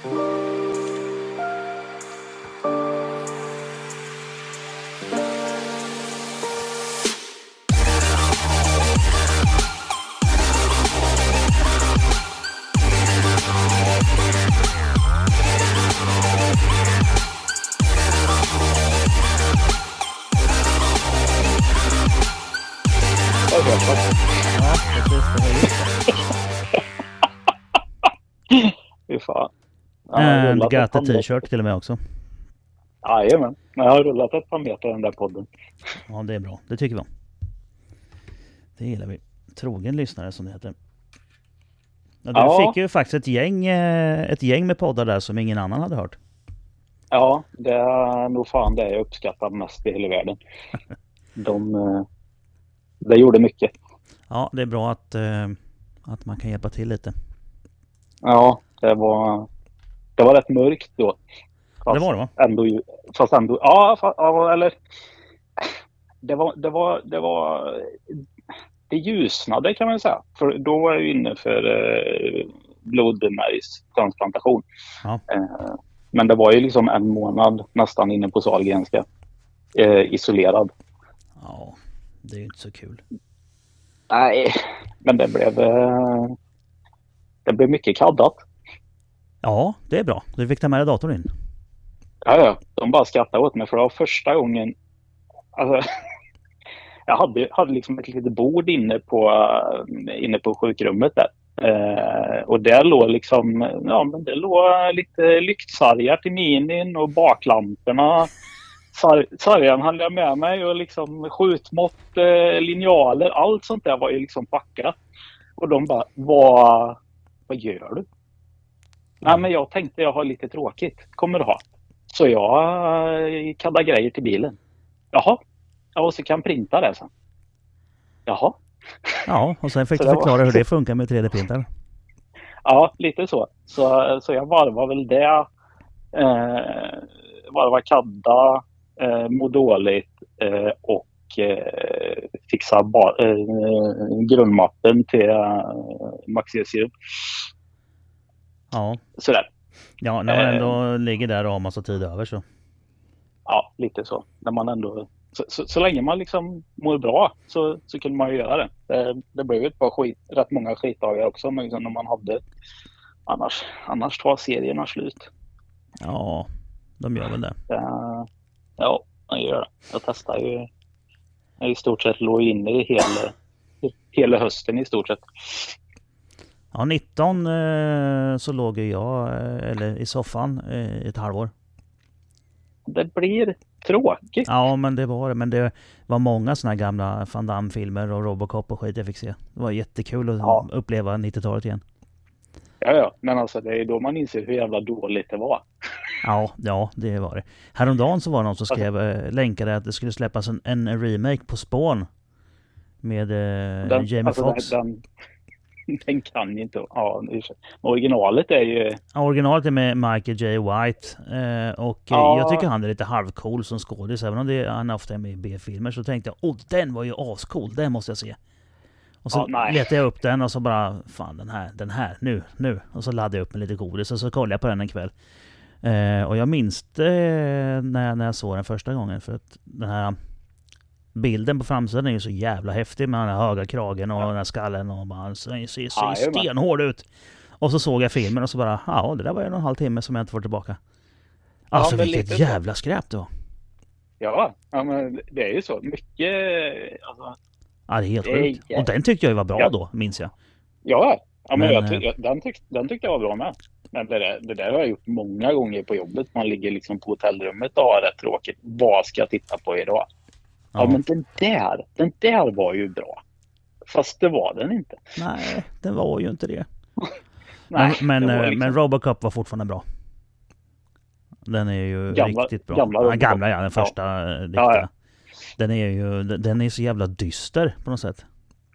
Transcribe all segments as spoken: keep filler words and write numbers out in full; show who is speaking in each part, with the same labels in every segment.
Speaker 1: Fy fan.
Speaker 2: And got a t-shirt till och med också.
Speaker 1: Jajamän. Jag har rullat ett par meter den där podden.
Speaker 2: Ja, det är bra. Det tycker vi om. Det gillar vi. Trogen lyssnare som det heter. Ja, du
Speaker 1: ja.
Speaker 2: fick ju faktiskt ett gäng, ett gäng med poddar där som ingen annan hade hört.
Speaker 1: Ja, det är nog fan det jag uppskattar mest i hela världen. De, det gjorde mycket.
Speaker 2: Ja, det är bra att, att man kan hjälpa till lite.
Speaker 1: Ja, det var det var rätt mörkt då.
Speaker 2: Fast det var det va?
Speaker 1: Ändå, fast ändå, ja, fast, ja, eller det var, det var, det var, det ljusnade kan man säga. För då var jag inne för eh, blodmärgstransplantation.
Speaker 2: Ja.
Speaker 1: Eh, men det var ju liksom en månad nästan inne på Sahlgrenska, eh, isolerad.
Speaker 2: Ja, det är ju inte så kul.
Speaker 1: Nej, men det blev, eh, det blev mycket kaddat.
Speaker 2: Ja, det är bra. Du fick ta med dig datorn in.
Speaker 1: Ja, ja. De bara skrattade åt mig för det var första gången. Alltså, jag hade, hade liksom ett litet bord inne på, inne på sjukrummet där. Eh, och där låg liksom, ja men det låg lite lyktsargar till minin och baklamporna. Sar, sargen hade jag med mig och liksom skjutmått, eh, linjaler, allt sånt där var ju liksom packat. Och de bara, vad, vad gör du? Mm. Nej men jag tänkte jag har lite tråkigt, kommer du ha? Så jag kaddade grejer till bilen. Jaha, ja, och så kan printa det sen. Jaha.
Speaker 2: Ja, och sen fick du förklara var... hur det funkar med tre D-printar.
Speaker 1: Ja, lite så. Så, så jag varvar väl det. Eh, varvar kadda, eh, må dåligt eh, och eh, fixa ba- eh, grundmappen till eh, Maxesium.
Speaker 2: Ja.
Speaker 1: Sådär.
Speaker 2: Ja, när man ändå eh, ligger där och har massa tid över så.
Speaker 1: Ja, lite så. När man ändå... Så, så, så länge man liksom mår bra så, så kan man ju göra det. Det, det blev ju ett par skit, rätt många skitdagar också men liksom när man hade annars, annars tar serierna slut.
Speaker 2: Ja, de gör väl det.
Speaker 1: det ja, jag gör det. Jag testar ju jag i stort sett låg inne i hela, hela hösten i stort sett.
Speaker 2: Ja, nitton eh, så låg jag eh, eller i soffan eh, ett halvår. Det
Speaker 1: blir tråkigt.
Speaker 2: Ja, men det var det. Men det var många såna här gamla Van Damme-filmer och Robocop och skit jag fick se. Det var jättekul att ja. uppleva nittiotalet igen.
Speaker 1: Ja, ja. Men alltså det är då man inser hur jävla dåligt det var.
Speaker 2: Ja, ja, det var det. Häromdagen så var det någon som skrev, alltså, länkade att det skulle släppas en, en remake på Spawn med eh, den, Jamie
Speaker 1: alltså
Speaker 2: Foxx.
Speaker 1: Den, den kan inte... Ja, originalet är ju...
Speaker 2: Ja, originalet är med Michael J. White eh, och ja. jag tycker han är lite halvcool som skådis. Även om det är, han är ofta med i B-filmer så tänkte jag, åh, den var ju ascool, den måste jag se. Och så ja, letade jag upp den och så bara, fan den här, den här, nu, nu. Och så laddade jag upp med lite godis och så kollade jag på den en kväll. Eh, och jag minns det när, när jag såg den första gången för att den här bilden på framsidan är ju så jävla häftig med den här höga kragen och ja. den här skallen och bara ser, ser, ser ja, stenhård ut. Och så såg jag filmen och så bara, ja det där var ju en och en halv timme som jag inte får tillbaka. Alltså ja, vilket jävla skräp det var.
Speaker 1: Ja, ja, men det är ju så. Mycket, alltså...
Speaker 2: Ja, det är helt sjukt. Och den tyckte jag var bra ja. då, minns jag.
Speaker 1: Ja, ja men, men jag tyck, jag, den, tyck, den tyckte jag var bra med. Men det där, det där har jag gjort många gånger på jobbet. Man ligger liksom på hotellrummet och har rätt tråkigt. Vad ska jag titta på idag? Ja, ja men den där, den där var ju bra. Fast det var den inte.
Speaker 2: Nej, den var ju inte det. Nej, men, men, liksom... men Robocop var fortfarande bra. Den är ju gamla, riktigt bra. Gamla, ja, gamla ja, den första ja. riktiga. Ja, ja. Den är ju den är så jävla dyster på något sätt.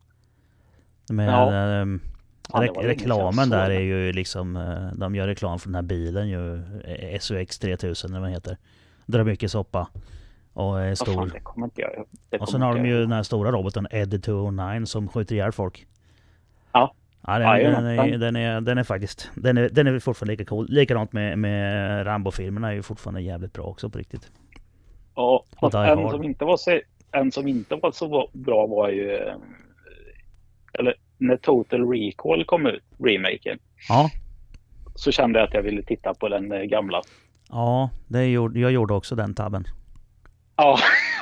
Speaker 2: Men ja. ähm, ja, re- reklamen där är ju liksom, de gör reklam för den här bilen ju, S U X tre tusen eller vad den heter. Drar mycket soppa och är stor.
Speaker 1: Fan, det kommer inte jag, det
Speaker 2: och sen har de ju den här stora roboten Ed tvåhundranio som skjuter ihjäl folk.
Speaker 1: Ja.
Speaker 2: Ja, den, den, är, den, är, den är faktiskt den är, den är fortfarande lika cool. Likadant med, med Rambo-filmerna är ju fortfarande jävligt bra också på riktigt.
Speaker 1: Ja, fast en som, inte var så, en som inte var så bra var ju eller när Total Recall kom ut, remaken.
Speaker 2: Ja.
Speaker 1: Så kände jag att jag ville titta på den gamla.
Speaker 2: Ja, det gjorde, jag gjorde också den tabben.
Speaker 1: Ja.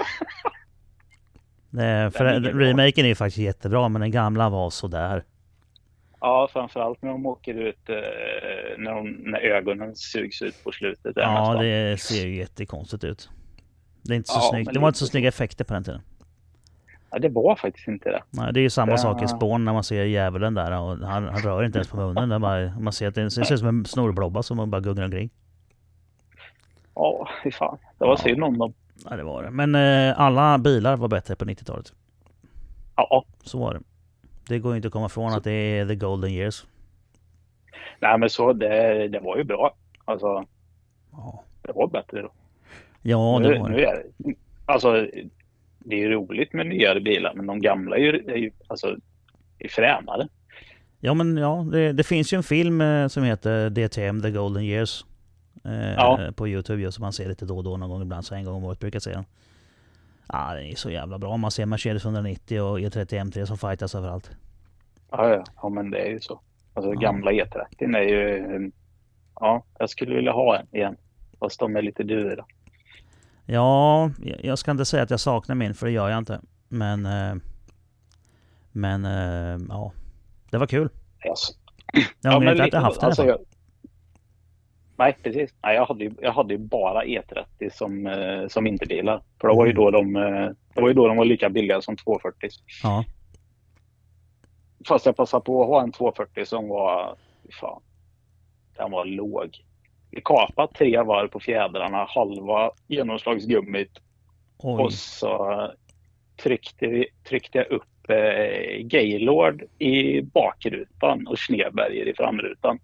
Speaker 2: det, för remaken är ju faktiskt jättebra, men den gamla var så där.
Speaker 1: Ja, framförallt när de åker ut, när, de, när ögonen sugs ut på slutet.
Speaker 2: Ja,
Speaker 1: nästan.
Speaker 2: Det ser ju jättekonstigt ut. Det är inte så
Speaker 1: ja,
Speaker 2: snyggt. Det var inte så snygga effekter på den tiden.
Speaker 1: Ja, det var faktiskt inte det.
Speaker 2: Nej, det är ju samma ja. sak i Spawn när man ser djävulen där och han, han rör inte ens på munnen. Där bara, man ser att det ser ut som en snorblobba som man bara gungar omkring.
Speaker 1: Ja, fy fan. Det var ja. synd om dem.
Speaker 2: Ja, det var det. Men eh, alla bilar var bättre på nittiotalet.
Speaker 1: Ja.
Speaker 2: Så var det. Det går ju inte att komma ifrån så. Att det är the golden years.
Speaker 1: Nej, men så det, det var ju bra. Alltså,
Speaker 2: ja.
Speaker 1: det var bättre då.
Speaker 2: Ja, det
Speaker 1: nu,
Speaker 2: var det.
Speaker 1: Nu är det. Alltså, det är ju roligt med nyare bilar, men de gamla är ju, är ju alltså, är fränare.
Speaker 2: Ja, men ja, det, det finns ju en film eh, som heter D T M, The Golden Years. Eh,
Speaker 1: ja.
Speaker 2: På YouTube, just, som man ser lite då och då, någon gång ibland, så en gång om året brukar jag se den. Ja, det är så jävla bra. Man ser Mercedes hundranittio och E trettio M tre som fightas överallt.
Speaker 1: Ja, ja, ja, men det är ju så. Alltså ja. Gamla E trettio är ju... Ja, jag skulle vilja ha en igen. Fast de är lite dyra.
Speaker 2: Ja, jag ska inte säga att jag saknar min, för det gör jag inte. Men... Men, ja. Det var kul.
Speaker 1: Yes.
Speaker 2: Jag har ja, inte lite, haft alltså,
Speaker 1: jag, Nej, precis. Nej, jag hade ju, jag hade ju bara E trettio som, som inte bilar. För det var ju då de, det var ju då de var lika billiga som tvåhundrafyrtio.
Speaker 2: Ja.
Speaker 1: Fast jag passade på att ha en tvåhundrafyrtio som var, fan, den var låg. Vi kapade tre varv på fjädrarna, halva genomslagsgummit. Oj. Och så tryckte, vi, tryckte jag upp eh, Gaylord i bakrutan och Schneeberger i framrutan.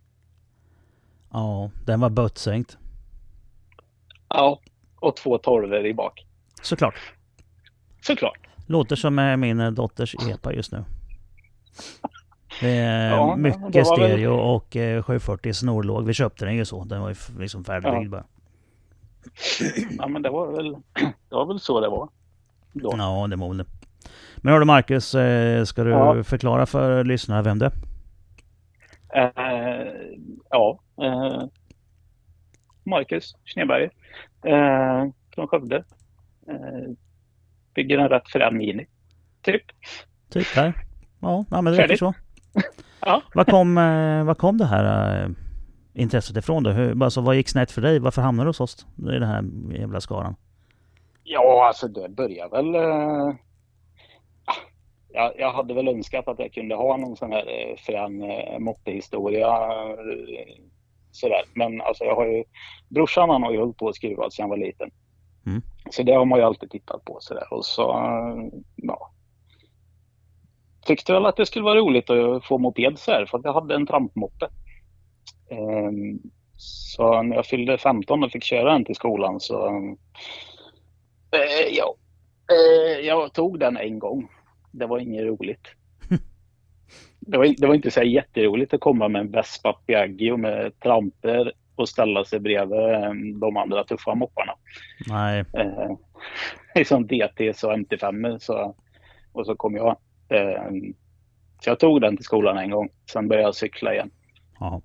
Speaker 2: Ja, den var bötsänkt.
Speaker 1: Ja, och två tolver i bak.
Speaker 2: Såklart.
Speaker 1: Såklart.
Speaker 2: Låter som min dotters epa just nu. Det är ja, mycket det stereo väl... och eh, sjuhundrafyrtio snorlåg. Vi köpte den ju så. Den var ju liksom färdigbyggd ja. bara.
Speaker 1: Ja, men det var väl det var väl så det var. Då.
Speaker 2: Ja, det var väl det. Men hörru Marcus, ska du ja. förklara för lyssnarna vem det
Speaker 1: är? Uh, ja. Uh, Marcus Schneeberger. Uh, från Skövde. Uh, bygger en rätt frän mini. Typ.
Speaker 2: Typ här. Ja, ja men det är så. ja. Vad kom, vad kom det här uh, intresset ifrån då? Hur, alltså, vad gick snett för dig? Varför hamnade du hos oss i den här jävla skaran?
Speaker 1: Ja, alltså det började väl... Uh, jag, jag hade väl önskat att jag kunde ha någon sån här uh, frän uh, moppehistoria. Uh, sådär. Men alltså jag har ju... Brorsan han har ju hållit på att skruva sedan jag var liten. Mm. Så det har man ju alltid tittat på sådär. Och så... Uh, ja. Tyckte väl att det skulle vara roligt att få moped så här, för att jag hade en trampmoppe. Um, så när jag fyllde femton och fick köra den till skolan så uh, ja, uh, jag tog den en gång. Det var inget roligt. det, var, det var inte så här jätteroligt att komma med en Vespa Piaggio med tramper och ställa sig bredvid um, de andra tuffa mopparna.
Speaker 2: Nej.
Speaker 1: Uh, liksom D T och M T fem så, och så kom jag. Um, så jag tog den till skolan en gång. Sen började jag cykla igen.
Speaker 2: Ja.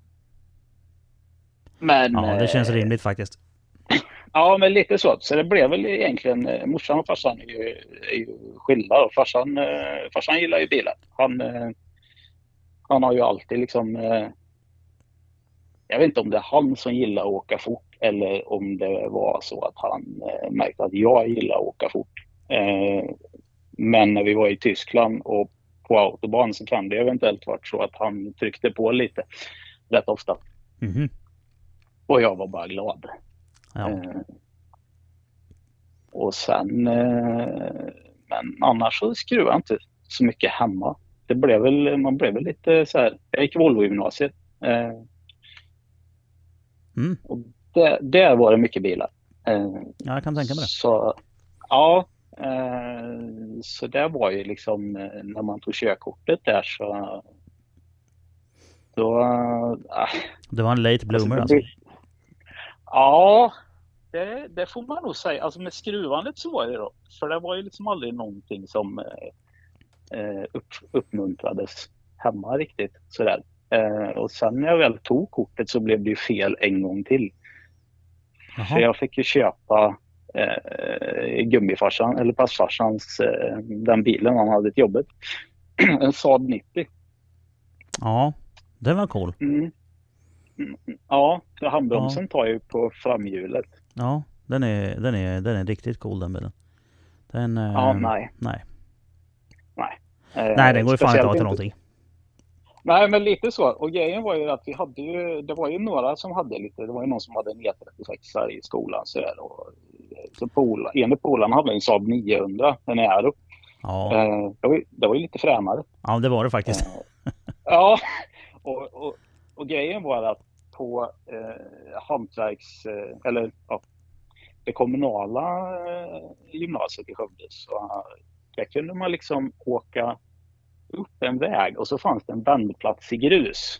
Speaker 1: Men,
Speaker 2: ja, det känns rimligt faktiskt.
Speaker 1: Ja, men lite så. Så det blev väl egentligen... Morsan och farsan är ju, är ju skilda. Och farsan, farsan gillar ju bilar. Han, han har ju alltid liksom... Jag vet inte om det är han som gillar att åka fort. Eller om det var så att han märkte att jag gillar att åka fort. Men när vi var i Tyskland och på autobahn så kan det eventuellt varit så att han tryckte på lite rätt ofta.
Speaker 2: Mm-hmm.
Speaker 1: Och jag var bara glad.
Speaker 2: Ja.
Speaker 1: Eh, och sen... Eh, men annars så skruvade jag inte så mycket hemma. Det blev väl, man blev väl lite så här... Jag gick Volvo-gymnasiet. Eh,
Speaker 2: mm.
Speaker 1: Och det, där var det mycket bilar. Eh,
Speaker 2: ja, jag kan tänka mig det.
Speaker 1: Så, ja... Eh, så det var ju liksom... När man tog körkortet där så... Då, äh,
Speaker 2: det var en late bloomer alltså.
Speaker 1: alltså. Ja, det, det får man nog säga. Alltså med skruvandet så var det då. För det var ju liksom aldrig någonting som eh, upp, uppmuntrades hemma riktigt. Sådär. Eh, och sen när jag väl tog kortet så blev det ju fel en gång till. Jaha. För jag fick ju köpa eh, gummifarsan, eller passfarsans, eh, den bilen han hade till jobbet. En Saab nittio.
Speaker 2: Ja, den var cool.
Speaker 1: Mm. Mm. Ja, så handbromsen ja. tar ju på framhjulet.
Speaker 2: Ja, den är, den är, den är riktigt cool den bilen. Den,
Speaker 1: ja, eh, nej.
Speaker 2: Nej.
Speaker 1: Nej,
Speaker 2: eh, nej den går ju fan inte av till någonting.
Speaker 1: Nej, men lite så. Och grejen var ju att vi hade ju, det var ju några som hade lite, det var ju någon som hade en E trettiosex i skolan så där. Och, så pola, ena polaren hade en Saab niohundra, en Aero.
Speaker 2: Ja.
Speaker 1: Eh, det, var, det var ju lite fränare.
Speaker 2: Ja, det var det faktiskt.
Speaker 1: Eh, ja, och, och, och grejen var att på eh, hantverks, eh, eller ja, det kommunala eh, gymnasiet i Skövde, så där kunde man liksom åka upp en väg och så fanns det en vändplats i grus.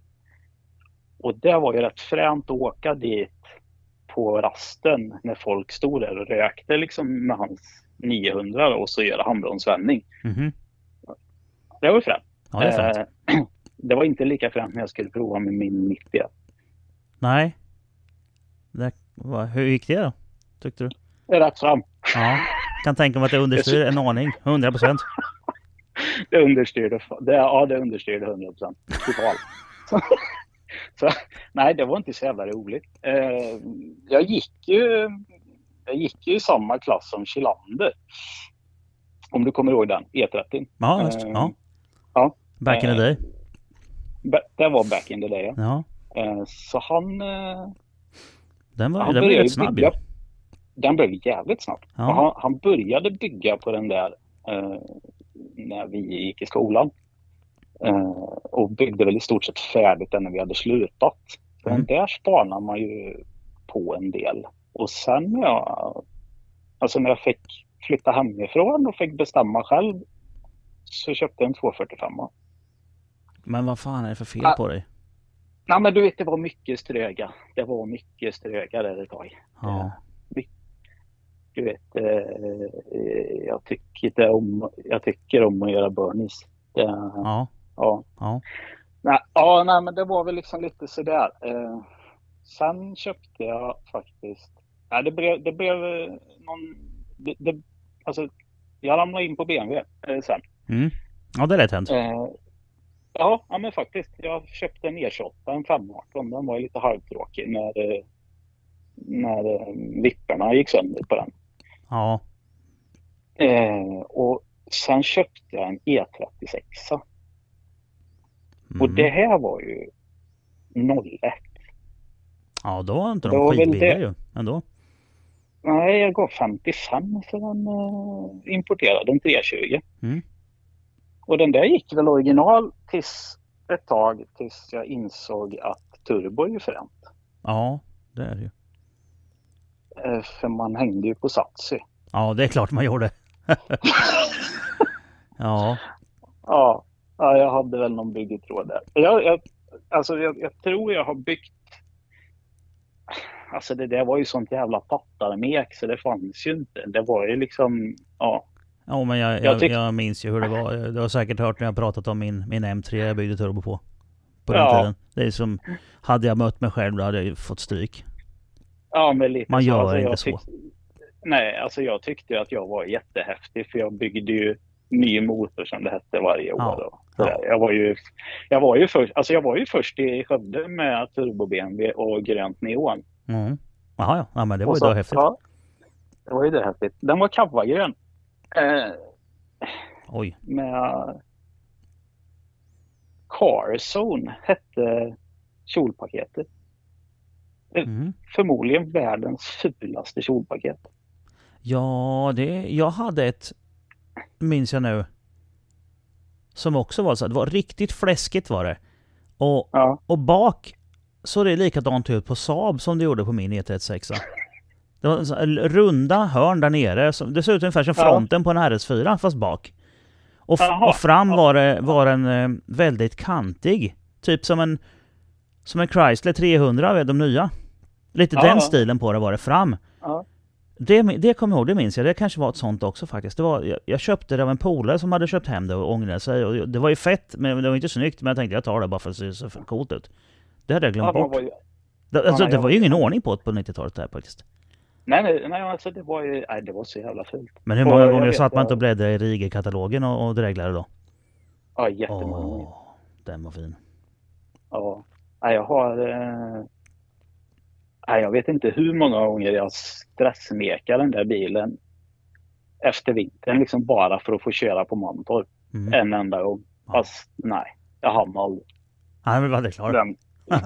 Speaker 1: Och det var ju rätt fränt att åka dit på rasten när folk stod där och rökte liksom med hans niohundra och så göra handbromsvändning.
Speaker 2: Mm-hmm.
Speaker 1: Det var ju fränt.
Speaker 2: Ja, det, är
Speaker 1: eh, det var inte lika fränt när jag skulle prova med min nittio.
Speaker 2: Nej. Det var, hur gick det då, tyckte du?
Speaker 1: Det är rätt fram.
Speaker 2: Ja, kan tänka mig att det understyr en aning, hundra procent.
Speaker 1: Det understyrde, det, ja, det understyrde hundra procent totalt. Så, så, nej, det var inte så jävla roligt. Eh, jag gick ju jag gick ju i samma klass som Chilander. Om du kommer ihåg den, E trettio.
Speaker 2: Ja, just,
Speaker 1: eh,
Speaker 2: ja.
Speaker 1: ja.
Speaker 2: Back in the day.
Speaker 1: Eh, det var back in the day,
Speaker 2: ja.
Speaker 1: Eh, så han... Eh,
Speaker 2: den var, den var rätt snabb,
Speaker 1: bygga,
Speaker 2: ja.
Speaker 1: Den blev jävligt snabb.
Speaker 2: Ja.
Speaker 1: Och han, han började bygga på den där eh, när vi gick i skolan. Uh, och byggde väl i stort sett färdigt när vi hade slutat. Mm. Men där spanar man ju på en del. Och sen när jag, alltså när jag fick flytta hemifrån och fick bestämma själv, så köpte jag en tvåhundrafyrtiofem.
Speaker 2: Men vad fan är det för fel ah. på dig?
Speaker 1: Nej, men du vet, det var mycket ströga. Det var mycket ströga där ett tag.
Speaker 2: Ja.
Speaker 1: Du vet, eh, jag, tycker om, jag tycker om att göra burnies. Det,
Speaker 2: ja.
Speaker 1: Ja.
Speaker 2: Ja.
Speaker 1: Nej, ja, nej, men det var väl liksom lite sådär. Eh, sen köpte jag faktiskt... Nej, det blev, det blev någon... Det, det, alltså, jag ramlade in på B M W eh, sen.
Speaker 2: Mm. Ja, det är rätt hänt.
Speaker 1: Eh, ja, ja, men faktiskt. Jag köpte en E tjugoåtta, en femhundraarton. Den var ju lite halvtråkig när, när vipporna gick sönder på den.
Speaker 2: Ja.
Speaker 1: Eh, och sen köpte jag en E trettiosex.
Speaker 2: Mm.
Speaker 1: Och det här var ju noll ett.
Speaker 2: Ja, då var inte de skitbilliga ju ändå.
Speaker 1: Nej, jag gav femtiofem för den uh, importerade, en trehundratjugo.
Speaker 2: Mm. Och
Speaker 1: den där gick väl original tills ett tag, tills jag insåg att turbo är ju fränt.
Speaker 2: Ja, det är det ju.
Speaker 1: Uh, för man hängde ju på Satsi.
Speaker 2: Ja, det är klart man gjorde. ja.
Speaker 1: Ja. Ja, jag hade väl någon byggetråd där. Jag, jag, alltså jag, jag tror jag har byggt... Alltså det där var ju sånt jävla pattarmek så det fanns ju inte. Det var ju liksom... Ja,
Speaker 2: ja men jag, jag, jag, tyck... jag minns ju hur det var. Du har säkert hört när jag pratat om min, min M tre jag byggde turbo på. På den ja. tiden. Det är som... Hade jag mött mig själv då hade jag ju fått stryk.
Speaker 1: Ja, men lite
Speaker 2: Man
Speaker 1: så.
Speaker 2: gör
Speaker 1: Alltså,
Speaker 2: inte
Speaker 1: jag
Speaker 2: så.
Speaker 1: Tyck... Nej, alltså jag tyckte att jag var jättehäftig för jag byggde ju ny motor som det hette varje år.
Speaker 2: Ja.
Speaker 1: Ja. Jag var ju jag var ju först alltså jag var ju först i Skövde med turbo B M W och grönt neon.
Speaker 2: Mm. Jaha, ja. ja, men det var ju
Speaker 1: så,
Speaker 2: då häftigt.
Speaker 1: Ja. Det var ju det häftigt. Den var kavagrön. Eh,
Speaker 2: Oj.
Speaker 1: Med Carzone hette kjolpaketet.
Speaker 2: Mm.
Speaker 1: Förmodligen världens fulaste kjolpaket.
Speaker 2: Ja, det jag hade ett minns jag nu som också var så det var riktigt fläskigt var det. Och,
Speaker 1: ja.
Speaker 2: och bak så det är likadant ut på Saab som det gjorde på min E trettiosex. Det var så, runda hörn där nere. Som, det ser ut ungefär som fronten ja. på en R S fyra fast bak. Och, och fram var, det, var en väldigt kantig Typ som en som en Chrysler trehundra, de nya. Lite ja, den stilen på det var det fram.
Speaker 1: Ja.
Speaker 2: Det, det kommer jag ihåg, det minns jag. Det kanske var ett sånt också faktiskt. Det var, jag, jag köpte det av en polare som hade köpt hem det och ångrade sig. Och det var ju fett, men det var inte snyggt. Men jag tänkte jag tar det bara för att det ser så coolt ut. Det hade jag glömt ja, bort. Var ju, det, alltså, ja, det var ju ingen ordning på det på nittiotalet där faktiskt.
Speaker 1: Nej, nej, nej alltså det var ju nej, det var så jävla fult.
Speaker 2: Men hur många och gånger satt man inte och bläddrade i Rige-katalogen och, och dreglade då?
Speaker 1: Ja, jättemånga gånger.
Speaker 2: Åh, den var fin.
Speaker 1: Ja, nej, jag har... Eh... Nej, jag vet inte hur många gånger jag stressmekar den där bilen efter vintern liksom bara för att få köra på Mantorp mm. en enda gång. Ja. Fast nej, jag hann aldrig.
Speaker 2: Nej, men var det klart? Den,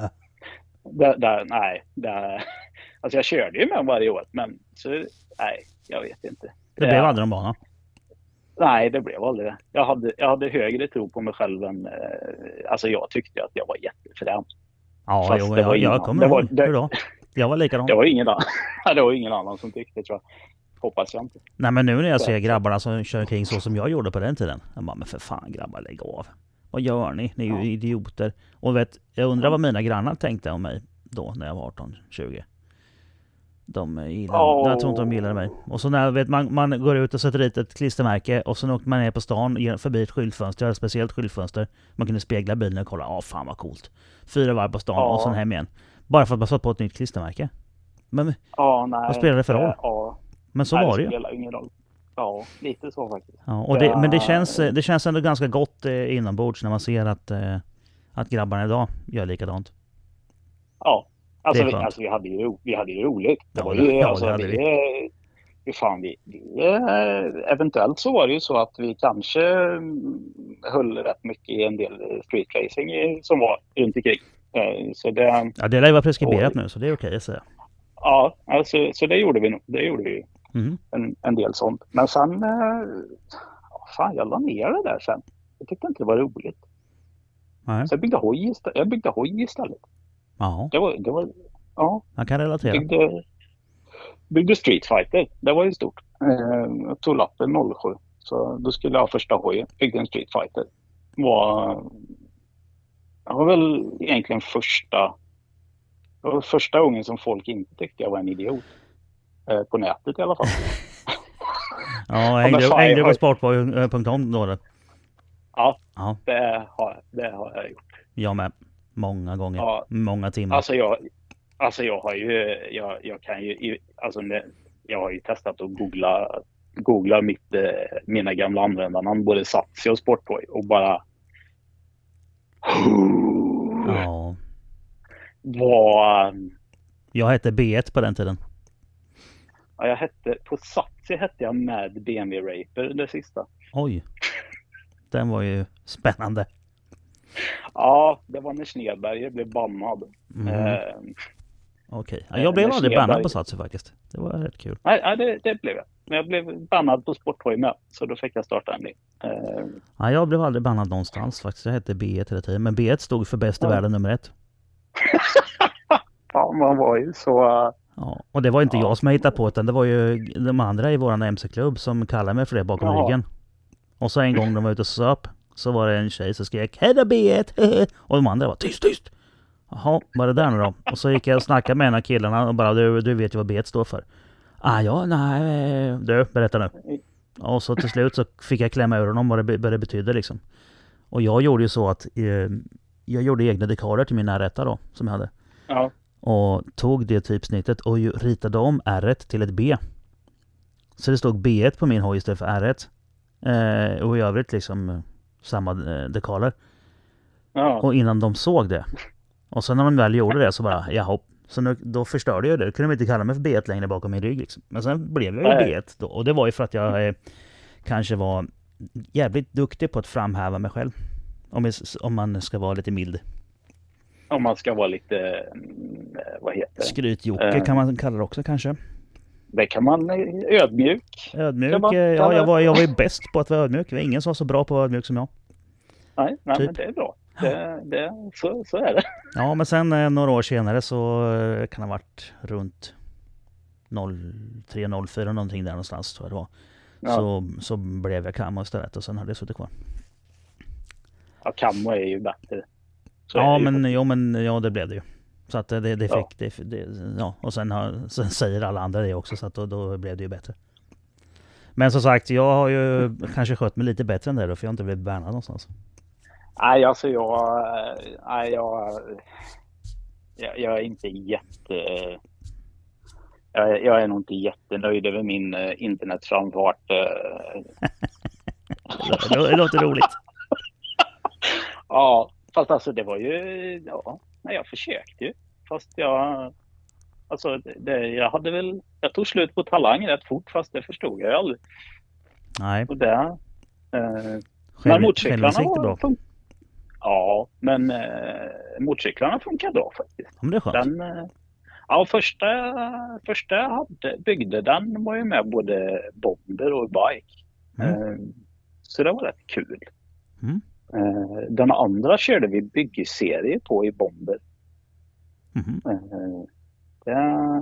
Speaker 1: där, där, nej, där, alltså jag körde ju med varje år, men så, nej, jag vet inte.
Speaker 2: Det blev aldrig någon bana?
Speaker 1: Nej, det blev aldrig det. Jag hade, jag hade högre tro på mig själv än, eh, alltså jag tyckte att jag var jättefrän.
Speaker 2: Ja, jo, jag, jag, jag kommer ihåg. Hur då? Jag var likadan.
Speaker 1: Det var ingen annan. Det var ingen annan som tyckte, tror jag. Hoppas jag inte.
Speaker 2: Nej, men nu när jag ser grabbarna som kör kring så som jag gjorde på den tiden. Jag bara, men för fan grabbar, lägg av. Vad gör ni? Ni är ju ja. idioter. Och vet, jag undrar vad mina grannar tänkte om mig då när jag var arton tjugo. De gillade, oh. Jag tror inte de gillade mig. Och så när vet, man, man går ut och sätter dit ett klistermärke och så åker man ner på stan förbi ett skyltfönster, ett speciellt skyltfönster. Man kunde spegla bilen och kolla, ja fan vad coolt. Fyra varv på stan oh. och sen hem igen. Bara för att man satt på ett nytt klistermärke. Men
Speaker 1: oh, nej.
Speaker 2: vad spelar det för roll?
Speaker 1: Oh.
Speaker 2: Men så
Speaker 1: nej,
Speaker 2: var det
Speaker 1: ju. Spelar ingen roll. Ja, lite så faktiskt.
Speaker 2: Ja, och det, men det känns, det känns ändå ganska gott eh, inombords när man ser att, eh, att grabbarna idag gör likadant.
Speaker 1: Ja, alltså, vi, alltså vi, hade ju, vi hade ju roligt. Det
Speaker 2: ja,
Speaker 1: var ju,
Speaker 2: ja,
Speaker 1: alltså,
Speaker 2: det hade
Speaker 1: vi,
Speaker 2: vi.
Speaker 1: vi, fan, vi, vi, eventuellt så var det ju så att vi kanske höll rätt mycket i en del street racing som var runt omkring. Så det,
Speaker 2: ja, det lär ju vara preskriberat och, nu, så det är okej att säga.
Speaker 1: Ja, alltså, så det gjorde vi nog. Det gjorde vi
Speaker 2: mm.
Speaker 1: en, en del sånt. Men sen, fan, jag la ner det där sen. Jag tyckte inte det var roligt.
Speaker 2: Nej.
Speaker 1: Så jag byggde hoj istället. Jag byggde hoj istället.
Speaker 2: Ja.
Speaker 1: Det var, det var, ja.
Speaker 2: Man kan relatera.
Speaker 1: Byggde, byggde Street Fighter. Det var ju stort. Jag tog lappen noll sju. Så då skulle jag ha första hojen. Byggde en Street Fighter. Var, det var väl egentligen första... Det var första gången som folk inte tyckte jag var en idiot. Eh, på nätet i alla fall.
Speaker 2: Ja, hängde, ja, hängde du på sportboy punkt com då? Eller?
Speaker 1: Ja, ja. Det, har, det har jag gjort.
Speaker 2: Jag med. Många gånger.
Speaker 1: Ja.
Speaker 2: Många timmar.
Speaker 1: Alltså jag, alltså jag har ju... Jag, jag kan ju... Alltså jag har ju testat att googla, googla mitt, mina gamla användarnamn. Både Satsi och Sportboy. Och bara...
Speaker 2: Ja.
Speaker 1: Var...
Speaker 2: Jag hette B ett på den tiden.
Speaker 1: Ja, jag hette... På Satsi hette jag Mad B M W Raper, det sista.
Speaker 2: Oj. Den var ju spännande.
Speaker 1: Ja, det var när Schneeberger blev bannad.
Speaker 2: Mm.
Speaker 1: Eh,
Speaker 2: Okej. Okay. Ja, jag blev aldrig bannad på Satsi faktiskt. Det var rätt kul.
Speaker 1: Nej, nej det, det blev jag. Men jag blev bannad på Sportboy med. Så då fick jag starta en del. Eh,
Speaker 2: ja, jag blev aldrig bannad någonstans faktiskt. Jag hette B ett hela tiden. Men B ett stod för bäst i ja. världen nummer ett.
Speaker 1: Ja, man var ju så...
Speaker 2: Ja, och det var inte
Speaker 1: ja.
Speaker 2: jag som hittade på det. Det var ju de andra i våran M C-klubb som kallade mig för det bakom ja. ryggen. Och så en gång de var ute och söp, så var det en tjej som skrek Hedda B ett! Och de andra var tyst, tyst! Jaha, var det där nu då? Och så gick jag och snackade med en av killarna och bara, du, du vet ju vad B ett står för. Ah ja, nej, du, berätta nu. Och så till slut så fick jag klämma ur honom vad det, vad det betydde liksom. Och jag gjorde ju så att eh, jag gjorde egna dekaler till min R ett då, som jag hade.
Speaker 1: Ja.
Speaker 2: Och tog det typsnittet och ju ritade om R ett till ett B. Så det stod B ett på min hoj istället för R ett. Eh, och i övrigt liksom samma eh, dekaler.
Speaker 1: Ja.
Speaker 2: Och innan de såg det. Och sen när de väl gjorde det så bara, jaha. Så nu, då förstörde jag det. Då kunde de inte kalla mig för B ett längre bakom min rygg liksom. Men sen blev jag ju Nej. B ett då. Och det var ju för att jag eh, kanske var jävligt duktig på att framhäva mig själv. Om, jag, om man ska vara lite mild.
Speaker 1: Om man ska vara lite, vad heter det?
Speaker 2: Skrytjocke uh, kan man kalla det också kanske.
Speaker 1: Det kan man, ödmjuk.
Speaker 2: Ödmjuk, man, ja jag var, jag var ju bäst på att vara ödmjuk. Det var ingen som var så bra på att vara ödmjuk som jag.
Speaker 1: Nej, nej typ. Men det är bra. Det, det, så, så är det.
Speaker 2: Ja, men sen eh, några år senare så eh, kan det ha varit runt noll tre noll fyra någonting där någonstans tror jag det var. Ja. Så, så blev jag kammo istället och sen hade jag suttit kvar.
Speaker 1: Ja, kammo är ju bättre. Så
Speaker 2: ja,
Speaker 1: är det
Speaker 2: men,
Speaker 1: ju.
Speaker 2: jo, men ja, det blev det ju. Så att det, det
Speaker 1: Ja.
Speaker 2: fick, det, det, ja, och sen, har, sen säger alla andra det också, så att då, då blev det ju bättre. Men som sagt, jag har ju kanske skött mig lite bättre än det då, för jag har inte blivit bannad någonstans.
Speaker 1: Nej, alltså jag, nej, jag, jag, jag är inte jätte, jag, jag är nog inte jättenöjd över min uh, internetframfart. Uh.
Speaker 2: Det låter roligt.
Speaker 1: Ja, fast alltså det var ju, ja, nej, jag försökte ju. Fast jag, alltså det, jag hade väl, jag tog slut på talang rätt fort, fast det förstod jag aldrig.
Speaker 2: Nej.
Speaker 1: Och det, uh,
Speaker 2: Själv,
Speaker 1: men motorcyklarna
Speaker 2: var bra.
Speaker 1: Fun- ja, men uh, motorcyklarna funkar bra faktiskt.
Speaker 2: Ja, men det är skönt.
Speaker 1: Den, uh, ja, första, första jag hade, byggde, den var ju med både bomber och bike.
Speaker 2: Mm.
Speaker 1: Uh, så det var rätt kul.
Speaker 2: Mm.
Speaker 1: Uh, den andra körde vi byggserie på i bomber.
Speaker 2: Mm.
Speaker 1: Uh, det,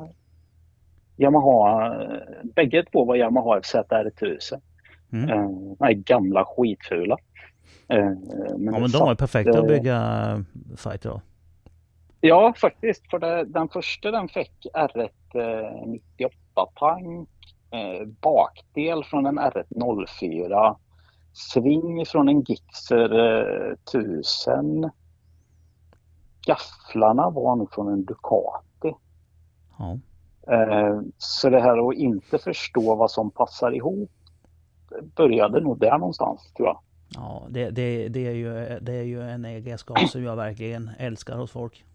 Speaker 1: Yamaha, bägge två var Yamaha F Z R tusen.
Speaker 2: Mm.
Speaker 1: Uh, nej, gamla skitfula. Uh,
Speaker 2: men ja, men de var ju perfekta att bygga fighter då.
Speaker 1: Ja, faktiskt. För det, den första den fick R ett eh, nittioåtta-tank, eh, bakdel från en R ett noll fyra, sving från en Gixxer eh, tusen. Gafflarna var nog från en Ducati.
Speaker 2: Ja.
Speaker 1: Eh, så det här att inte förstå vad som passar ihop började nog där någonstans, tror jag.
Speaker 2: Ja, det, det, det, är, ju, det är ju en egenskap som jag verkligen älskar hos folk.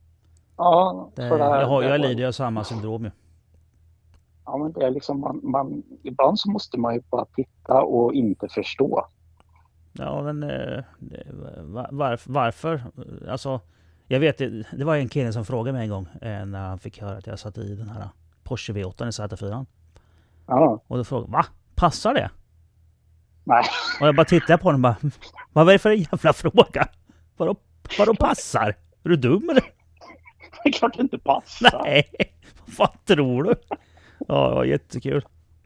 Speaker 1: Ja,
Speaker 2: det,
Speaker 1: för det här,
Speaker 2: jag, har,
Speaker 1: det
Speaker 2: jag
Speaker 1: var...
Speaker 2: lider av samma syndrom ju.
Speaker 1: Ja, men det är liksom, man, man, ibland så måste man ju bara titta och inte förstå.
Speaker 2: Ja, men var, var, varför? Alltså, jag vet, det, det var en kille som frågade mig en gång när han fick höra att jag satt i den här Porsche V åtta i Z fyra.
Speaker 1: Ja.
Speaker 2: Och då frågade va? Passar det?
Speaker 1: Nej.
Speaker 2: Och jag bara tittade på den och bara, vad är det för en jävla fråga? Vadå, vadå passar? Är du dum eller?
Speaker 1: Det är klart det inte passar.
Speaker 2: Nej, vad tror du? Ja, det var jättekul.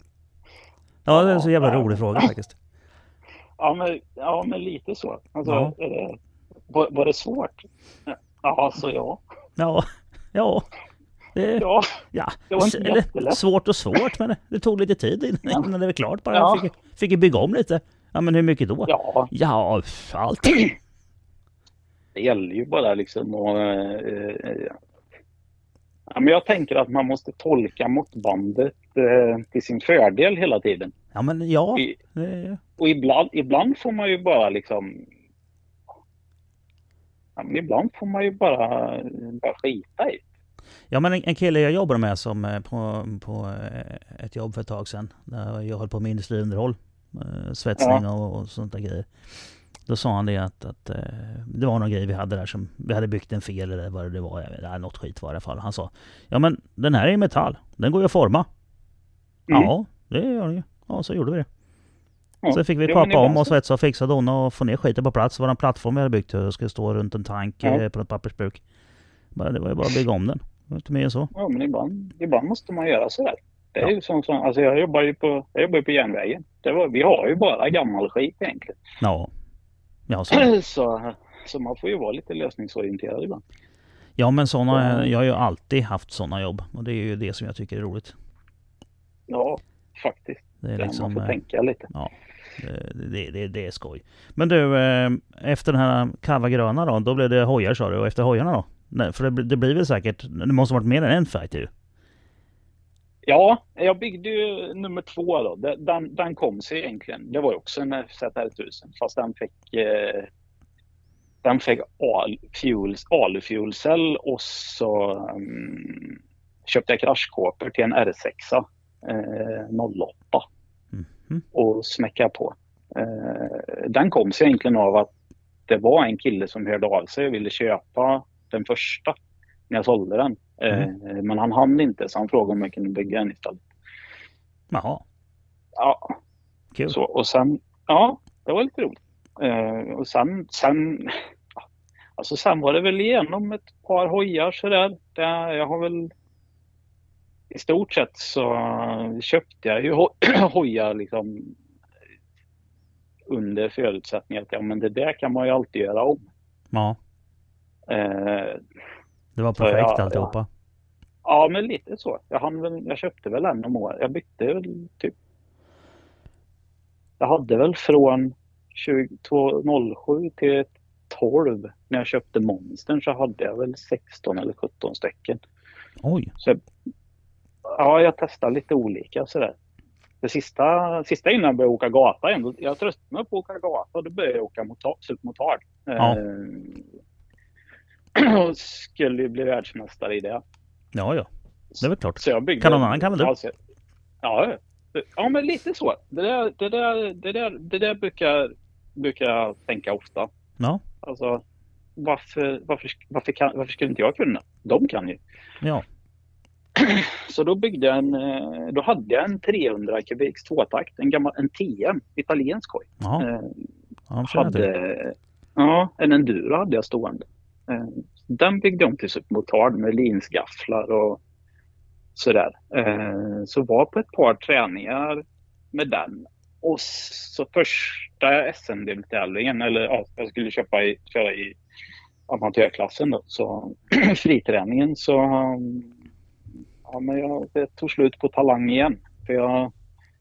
Speaker 2: Ja, det är en så jävla ja, rolig fråga faktiskt.
Speaker 1: Ja, men, ja, men lite så. Alltså, ja. Är det, var, var det svårt? Ja, så ja.
Speaker 2: Ja, ja. Det,
Speaker 1: ja,
Speaker 2: ja.
Speaker 1: det var inte jättelätt.
Speaker 2: Svårt och svårt, men det tog lite tid innan ja. det var klart. Bara
Speaker 1: ja.
Speaker 2: fick, fick bygga om lite. Ja, men hur mycket då?
Speaker 1: Ja,
Speaker 2: ja allt.
Speaker 1: Det gäller ju bara liksom att... Eh, ja, men jag tänker att man måste tolka måttbandet eh, till sin fördel hela tiden.
Speaker 2: Ja, men ja.
Speaker 1: I, och ibland, ibland får man ju bara liksom... Ja, men ibland får man ju bara, bara skita i.
Speaker 2: Ja, men en, en kille jag jobbar med som på, på ett jobb för ett tag sedan. Där jag höll på med industriunderhåll. Svetsning ja. och, och sånt där grejer. Då sa han det att, att det var någon grej vi hade där som vi hade byggt en fel eller vad det var. Nej, något skit var det i alla fall. Han sa, ja men den här är metall. Den går ju att forma. Mm. Ja, det gör den ju. Ja, så gjorde vi det. Ja, så fick vi kapa om och svetsa och fixa donna och få ner skiten på plats. Det var en plattform vi hade byggt och skulle stå runt en tank ja. på ett pappersbruk. Det var ju bara att bygga om den. Det var inte mer än så.
Speaker 1: Ja, men ibland, ibland måste man göra så där. Det är ja. ju som, som alltså jag jobbar ju på, jag jobbar ju på järnvägen. Det var, vi har ju bara gammal skit egentligen.
Speaker 2: Ja. Ja, så.
Speaker 1: så, så man får ju vara lite lösningsorienterad ibland.
Speaker 2: Ja, men såna, jag har ju alltid haft sådana jobb. Och det är ju det som jag tycker är roligt.
Speaker 1: Ja, faktiskt.
Speaker 2: Det är liksom,
Speaker 1: man får tänka lite.
Speaker 2: Ja, det, det, det, det är skoj. Men du, efter den här Kavagröna då, då blev det hojar sa du. Och efter hojarna då? Nej, för det, det blir väl säkert, det måste ha varit mer än en fighter ju.
Speaker 1: Ja, jag byggde ju nummer två då. Den, den kom sig egentligen. Det var ju också en F Z R tusen. Fast den fick, eh, den fick alufuelcell och så um, köpte jag kraschkåpor till en R sex eh, noll åtta. Mm. Och smäckade på. Eh, den kom sig egentligen av att det var en kille som hörde av sig och ville köpa den första när jag sålde den. Mm. Men han hann inte så han frågade om jag kunde bygga den istället.
Speaker 2: Jaha.
Speaker 1: Ja.
Speaker 2: Kul.
Speaker 1: Så, och sen, ja, det var lite roligt. Uh, och sen, sen, alltså sen var det väl igenom ett par hojar sådär. Det, jag har väl i stort sett så köpte jag ju ho- hojar liksom under förutsättning att ja, men det där kan man ju alltid göra om.
Speaker 2: Ja.
Speaker 1: Eh,
Speaker 2: det var projekt
Speaker 1: jag,
Speaker 2: alltihopa.
Speaker 1: Ja, ja, men lite så. Jag, hann väl, jag köpte väl en om året. Jag bytte väl typ. Jag hade väl från tjugotvå noll sju till tolv när jag köpte Monstern så hade jag väl sexton eller sjutton stycken.
Speaker 2: Oj.
Speaker 1: Så, ja, jag testade lite olika sådär. Det sista, sista innan jag började åka gata igen. Jag tröttnade på att åka gata och då började jag åka supermotard.
Speaker 2: Ja.
Speaker 1: Eh, och skulle ju bli världsmästare i det.
Speaker 2: Ja, ja. Det är väl klart.
Speaker 1: Så jag byggde,
Speaker 2: kan någon annan kan väl du?
Speaker 1: Alltså, ja, ja, men lite så. Det där, det där, det där, det där brukar, brukar jag tänka ofta.
Speaker 2: Ja.
Speaker 1: Alltså, varför, varför, varför, kan, varför skulle inte jag kunna? De kan ju.
Speaker 2: Ja.
Speaker 1: Så då byggde jag en, då hade jag en trehundra kubiks tvåtakt, en gammal, en T M, italiensk hoj.
Speaker 2: Ja.
Speaker 1: Eh,
Speaker 2: Ja,
Speaker 1: hade, ja, en enduro hade jag stående. Eh, den byggde jag om till supermotard med linsgafflar och sådär. Eh, så var på ett par träningar med den. Och så första S M D-tävlingen, eller ja, jag skulle köpa i, köra i amatörklassen då, så friträningen så ja, men jag det tog slut på talang igen. För jag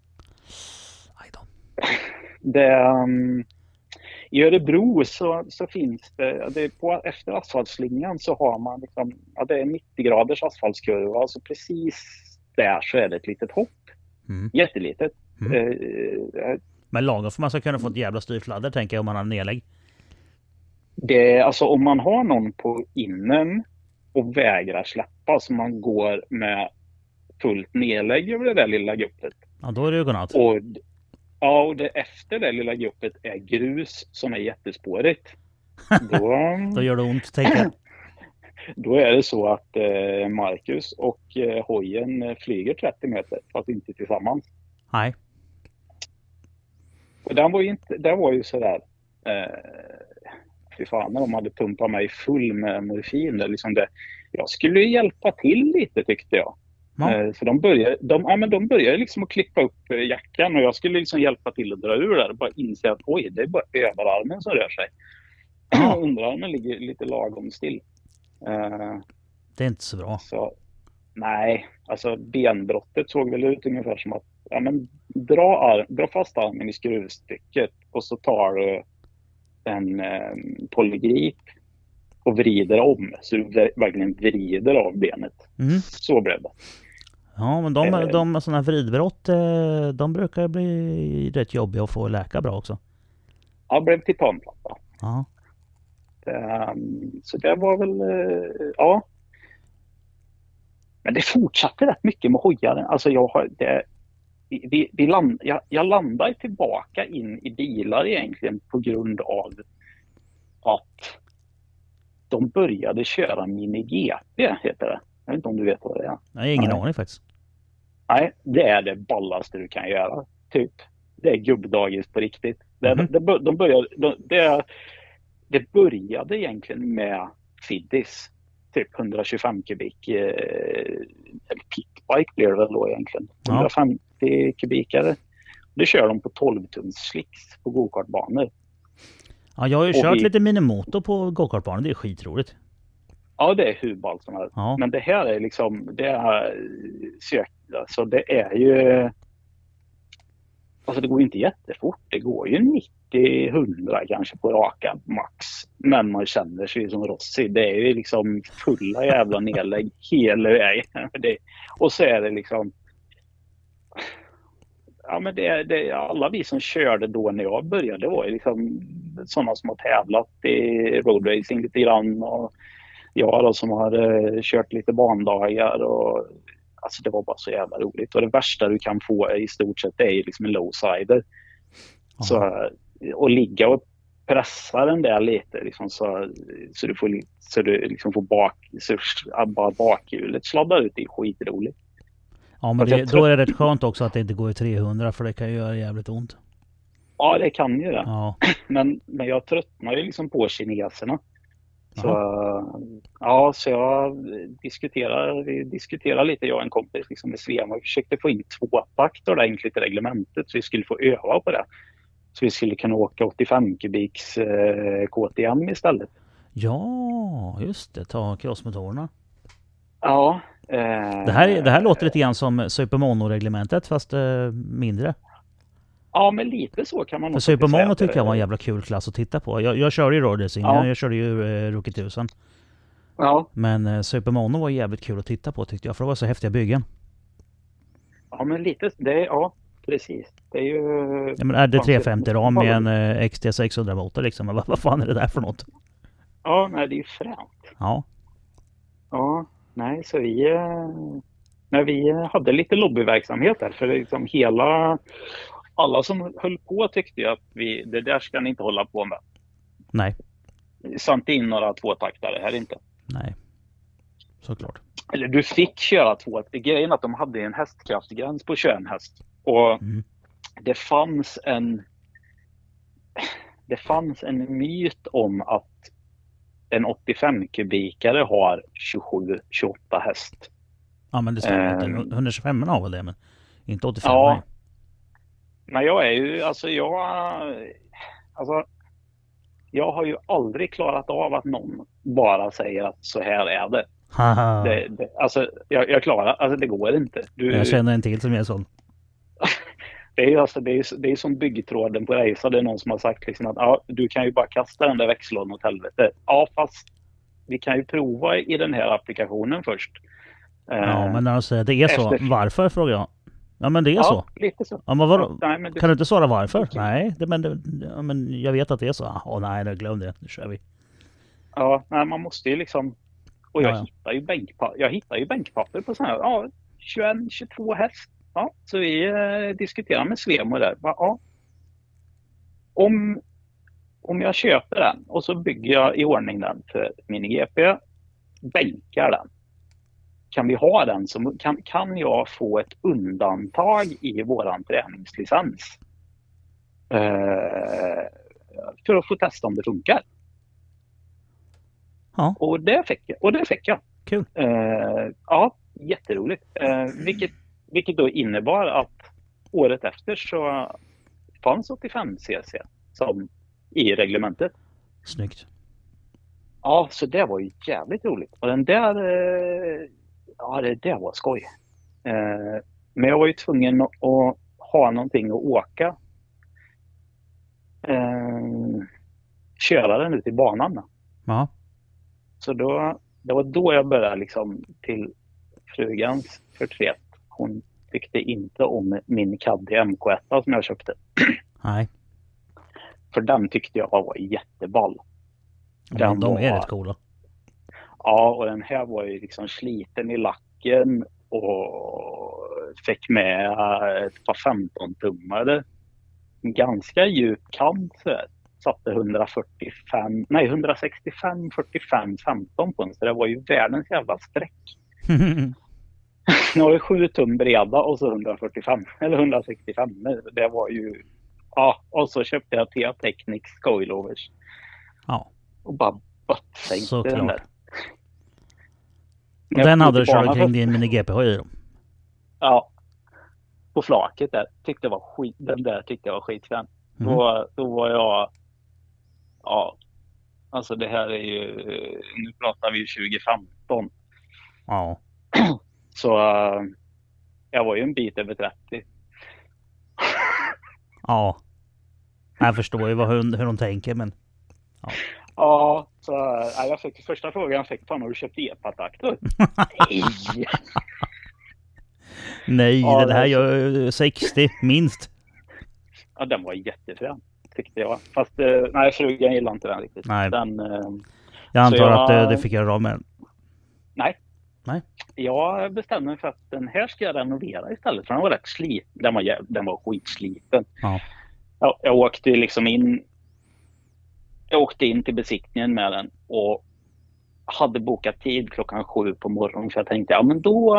Speaker 1: det, um, i Örebro så, så finns det, det på, efter asfaltslingan så har man liksom, ja, det är nittio graders asfaltskurva, så precis där så är det ett litet hopp.
Speaker 2: Mm.
Speaker 1: Jättelitet.
Speaker 2: Mm.
Speaker 1: Eh,
Speaker 2: Men lagom för man ska kunna få ett jävla styrfladder tänker jag om man har nedlägg.
Speaker 1: Det är alltså om man har någon på innen och vägrar släppa så man går med fullt nedlägg över det där lilla guppet.
Speaker 2: Ja, då är det ju godnatt.
Speaker 1: Och ja, och det efter det lilla guppet är grus som är jättespårigt. Då,
Speaker 2: då gör det ont, tänker jag.
Speaker 1: Då är det så att eh, Marcus och eh, hojen flyger trettio meter, fast inte tillsammans.
Speaker 2: Nej.
Speaker 1: Och den var ju, inte, den var ju sådär... Eh, fy fan, när de hade pumpat mig full med morfin. Liksom det, jag skulle ju hjälpa till lite, tyckte jag. Ja. Eh, så de började, de, ja, men de började liksom att klippa upp eh, jackan och jag skulle liksom hjälpa till att dra ur där och bara inse att oj, det är bara överarmen som rör sig. Ja. Underarmen ligger lite lagom still. Eh,
Speaker 2: det är inte så bra.
Speaker 1: Så, nej, alltså benbrottet såg väl ut ungefär som att ja, men dra, ar- dra fast armen i skruvstycket och så tar du en eh, polygrip och vrider om så du verkligen vrider av benet.
Speaker 2: Mm.
Speaker 1: Så blev det.
Speaker 2: Ja, men de, eh. de med sådana vridbrott de brukar bli rätt jobbiga att få läka bra också.
Speaker 1: Ja, det blev titanplatta.
Speaker 2: Ja.
Speaker 1: Um, så det var väl uh, ja. Men det fortsatte rätt mycket med hojar. Alltså jag har det Vi, vi land, jag, jag landade tillbaka in i bilar egentligen på grund av att de började köra Mini G P, heter det. Jag vet inte om du vet vad det är.
Speaker 2: Jag har ingen aning faktiskt.
Speaker 1: Nej, det är det ballaste du kan göra. Typ. Det är gubbdagis på riktigt. Det, mm-hmm. det, de började, de, det, det började egentligen med Fiddis. Typ hundratjugofem kubik. Eh, eller pitbike blir det väl då egentligen. hundrafemtio kubikare. Det kör de på tolv tums slicks på gokartbanor.
Speaker 2: Ja, jag har ju och kört vi... lite minimotor på gokartbanor. Det är skitroligt.
Speaker 1: Ja, det är hur ballt som helst. Ja. Men det här är liksom, det är sökta. Så det är ju, alltså det går inte jättefort. Det går ju nittio hundra kanske på raka max. Men man känner sig som Rossi. Det är ju liksom fulla jävla nedlägg hela vägen. Det, och så är det liksom, ja men det, det, alla vi som körde då när jag började var ju liksom sådana som har tävlat i roadracing lite grann. Och jag då som har uh, kört lite bandagar och alltså det var bara så jävla roligt. Och det värsta du kan få är i stort sett det är liksom en lowsider. Så, och ligga och pressa den där lite liksom, så, så du får, så du liksom får bak, så bara bakhjulet sladdar ut, det är skitroligt.
Speaker 2: Ja, men det, då är det rätt skönt också att det inte går i trehundra för det kan ju göra jävligt ont.
Speaker 1: Ja, det kan ju det.
Speaker 2: Ja.
Speaker 1: Men, men jag tröttnar ju liksom på kineserna. Så, ja, så jag diskuterar, vi diskuterar lite, jag och en kompis liksom med Svema och försökte få in tvåtakt ordentligt i reglementet så vi skulle få öva på det. Så vi skulle kunna åka åttiofem kubiks eh, K T M istället.
Speaker 2: Ja, just det. Ta crossmotorerna.
Speaker 1: Ja.
Speaker 2: Eh, det, här, det här låter lite grann som Supermono-reglementet fast eh, mindre.
Speaker 1: Ja, men lite så kan man
Speaker 2: nog säga. För Supermono tycker jag var en jävla kul klass att titta på. Jag, jag körde ju roadracing. Ja. Jag, jag körde ju eh, Rookie tusen.
Speaker 1: Ja.
Speaker 2: Men eh, Supermono var jävligt kul att titta på tyckte jag. För det var så häftiga byggen.
Speaker 1: Ja, men lite. Det är, ja, precis. Det är ju...
Speaker 2: Ja, men är det tre femtio ram med en eh, X T sexhundra motor liksom? Vad, vad fan är det där för något?
Speaker 1: Ja, nej, det är ju fränt.
Speaker 2: Ja.
Speaker 1: Ja, nej, så vi... När vi hade lite lobbyverksamhet där, för liksom hela... Alla som höll på tyckte ju att vi, det där ska ni inte hålla på med.
Speaker 2: Nej.
Speaker 1: Samt in några tvåtaktare här inte.
Speaker 2: Nej, såklart.
Speaker 1: Eller du fick köra två. Grejen att de hade en hästkraftgräns på tjugoen häst. Och mm. det fanns en... Det fanns en myt om att en åttiofem kubikare har tjugosju tjugoåtta häst.
Speaker 2: Ja, men det stämmer. Eh, etthundratjugofem har väl det, men inte åttiofem.
Speaker 1: Ja.
Speaker 2: Nej.
Speaker 1: Men jag är ju, alltså jag, alltså jag har ju aldrig klarat av att någon bara säger att så här är det. det, det alltså jag, jag klarar, alltså det går inte. Du,
Speaker 2: jag känner en till som är sån.
Speaker 1: Det är ju alltså, det är, det är som byggtråden på racer. Det är någon som har sagt liksom att ja, du kan ju bara kasta den där växellådan åt helvete. Ja, fast vi kan ju prova i den här applikationen först.
Speaker 2: Ja, men när de säger det är så, efter... varför frågar jag? Ja, men det är ja, så.
Speaker 1: Lite så.
Speaker 2: Ja, men var... nej, men du... Kan du inte svara varför? Okay. Nej, det, men, det, ja, men jag vet att det är så. Åh nej, det glöm det. Nu kör vi.
Speaker 1: Ja, nej, man måste ju liksom... Och jag,
Speaker 2: ja, ja.
Speaker 1: hittar ju bänkpa... jag hittar ju bänkpapper på sådana här... Ja, tjugoen tjugotvå häst. Ja, så vi eh, diskuterar med Svemo där. Ja, om, om jag köper den och så bygger jag i ordning den för min G P, bänkar den. Kan vi ha den som kan, kan jag få ett undantag i våran träningslicens eh, för att få testa om det funkar.
Speaker 2: Ja.
Speaker 1: Och det fick jag. Och det fick jag.
Speaker 2: Kul.
Speaker 1: Eh, ja, jätteroligt. Eh, vilket, vilket då innebar att året efter så fanns åttiofem C C som i reglementet.
Speaker 2: Snyggt.
Speaker 1: Ja, så det var ju jävligt roligt. Och den där... Eh, Ja, det, det var skoj. Eh, men jag var ju tvungen att, att ha någonting att åka. Eh, köra den ut i banan.
Speaker 2: Ja.
Speaker 1: Så då, det var då jag började liksom till frugans förtret. Hon tyckte inte om min Caddy M K ett som jag köpte.
Speaker 2: Nej.
Speaker 1: För den tyckte jag var jätteball.
Speaker 2: Den de var... är rätt coola.
Speaker 1: Ja, och den här var ju liksom sliten i lacken och fick med ett par femton-tummare. Ganska djup kant så här. Satte hundrafyrtiofem, nej hundrasextiofem, fyrtiofem, femton på den. Så det var ju världens jävla sträck. Nu var det sju tum breda och så hundrafyrtiofem, eller hundrasextiofem. Det var ju, ja, och så köpte jag T A Technics coilovers.
Speaker 2: Ja.
Speaker 1: Och bara bötsänkte den där.
Speaker 2: Och den hade du kört kring din mini-G P H i då?
Speaker 1: Ja. På flaket där. Tyckte det var skit, den där tyckte jag var skitfän. Mm. Då, då var jag... Ja. Alltså det här är ju... Nu pratar vi tjugo femton.
Speaker 2: Ja.
Speaker 1: Så uh, jag var ju en bit över trettio.
Speaker 2: Ja. Jag förstår ju vad, hur, hur de tänker, men... Ja.
Speaker 1: Ja, så ja, jag fick första frågan jag fick, fan har du köpt E P A-taktor? Nej!
Speaker 2: Nej, ja, det här gör sextio minst.
Speaker 1: Ja, den var jättefrän, tyckte jag. Fast nej, frugan gillade inte den riktigt.
Speaker 2: Nej.
Speaker 1: Den,
Speaker 2: jag antar jag, att det fick göra av med den.
Speaker 1: Nej.
Speaker 2: Nej.
Speaker 1: Jag bestämde mig för att den här ska jag renovera istället. För den var rätt slit. Den var, den var skitsliten.
Speaker 2: Ja.
Speaker 1: Ja, jag åkte liksom in Jag åkte in till besiktningen med den och hade bokat tid klockan sju på morgonen. För jag tänkte, ja men då,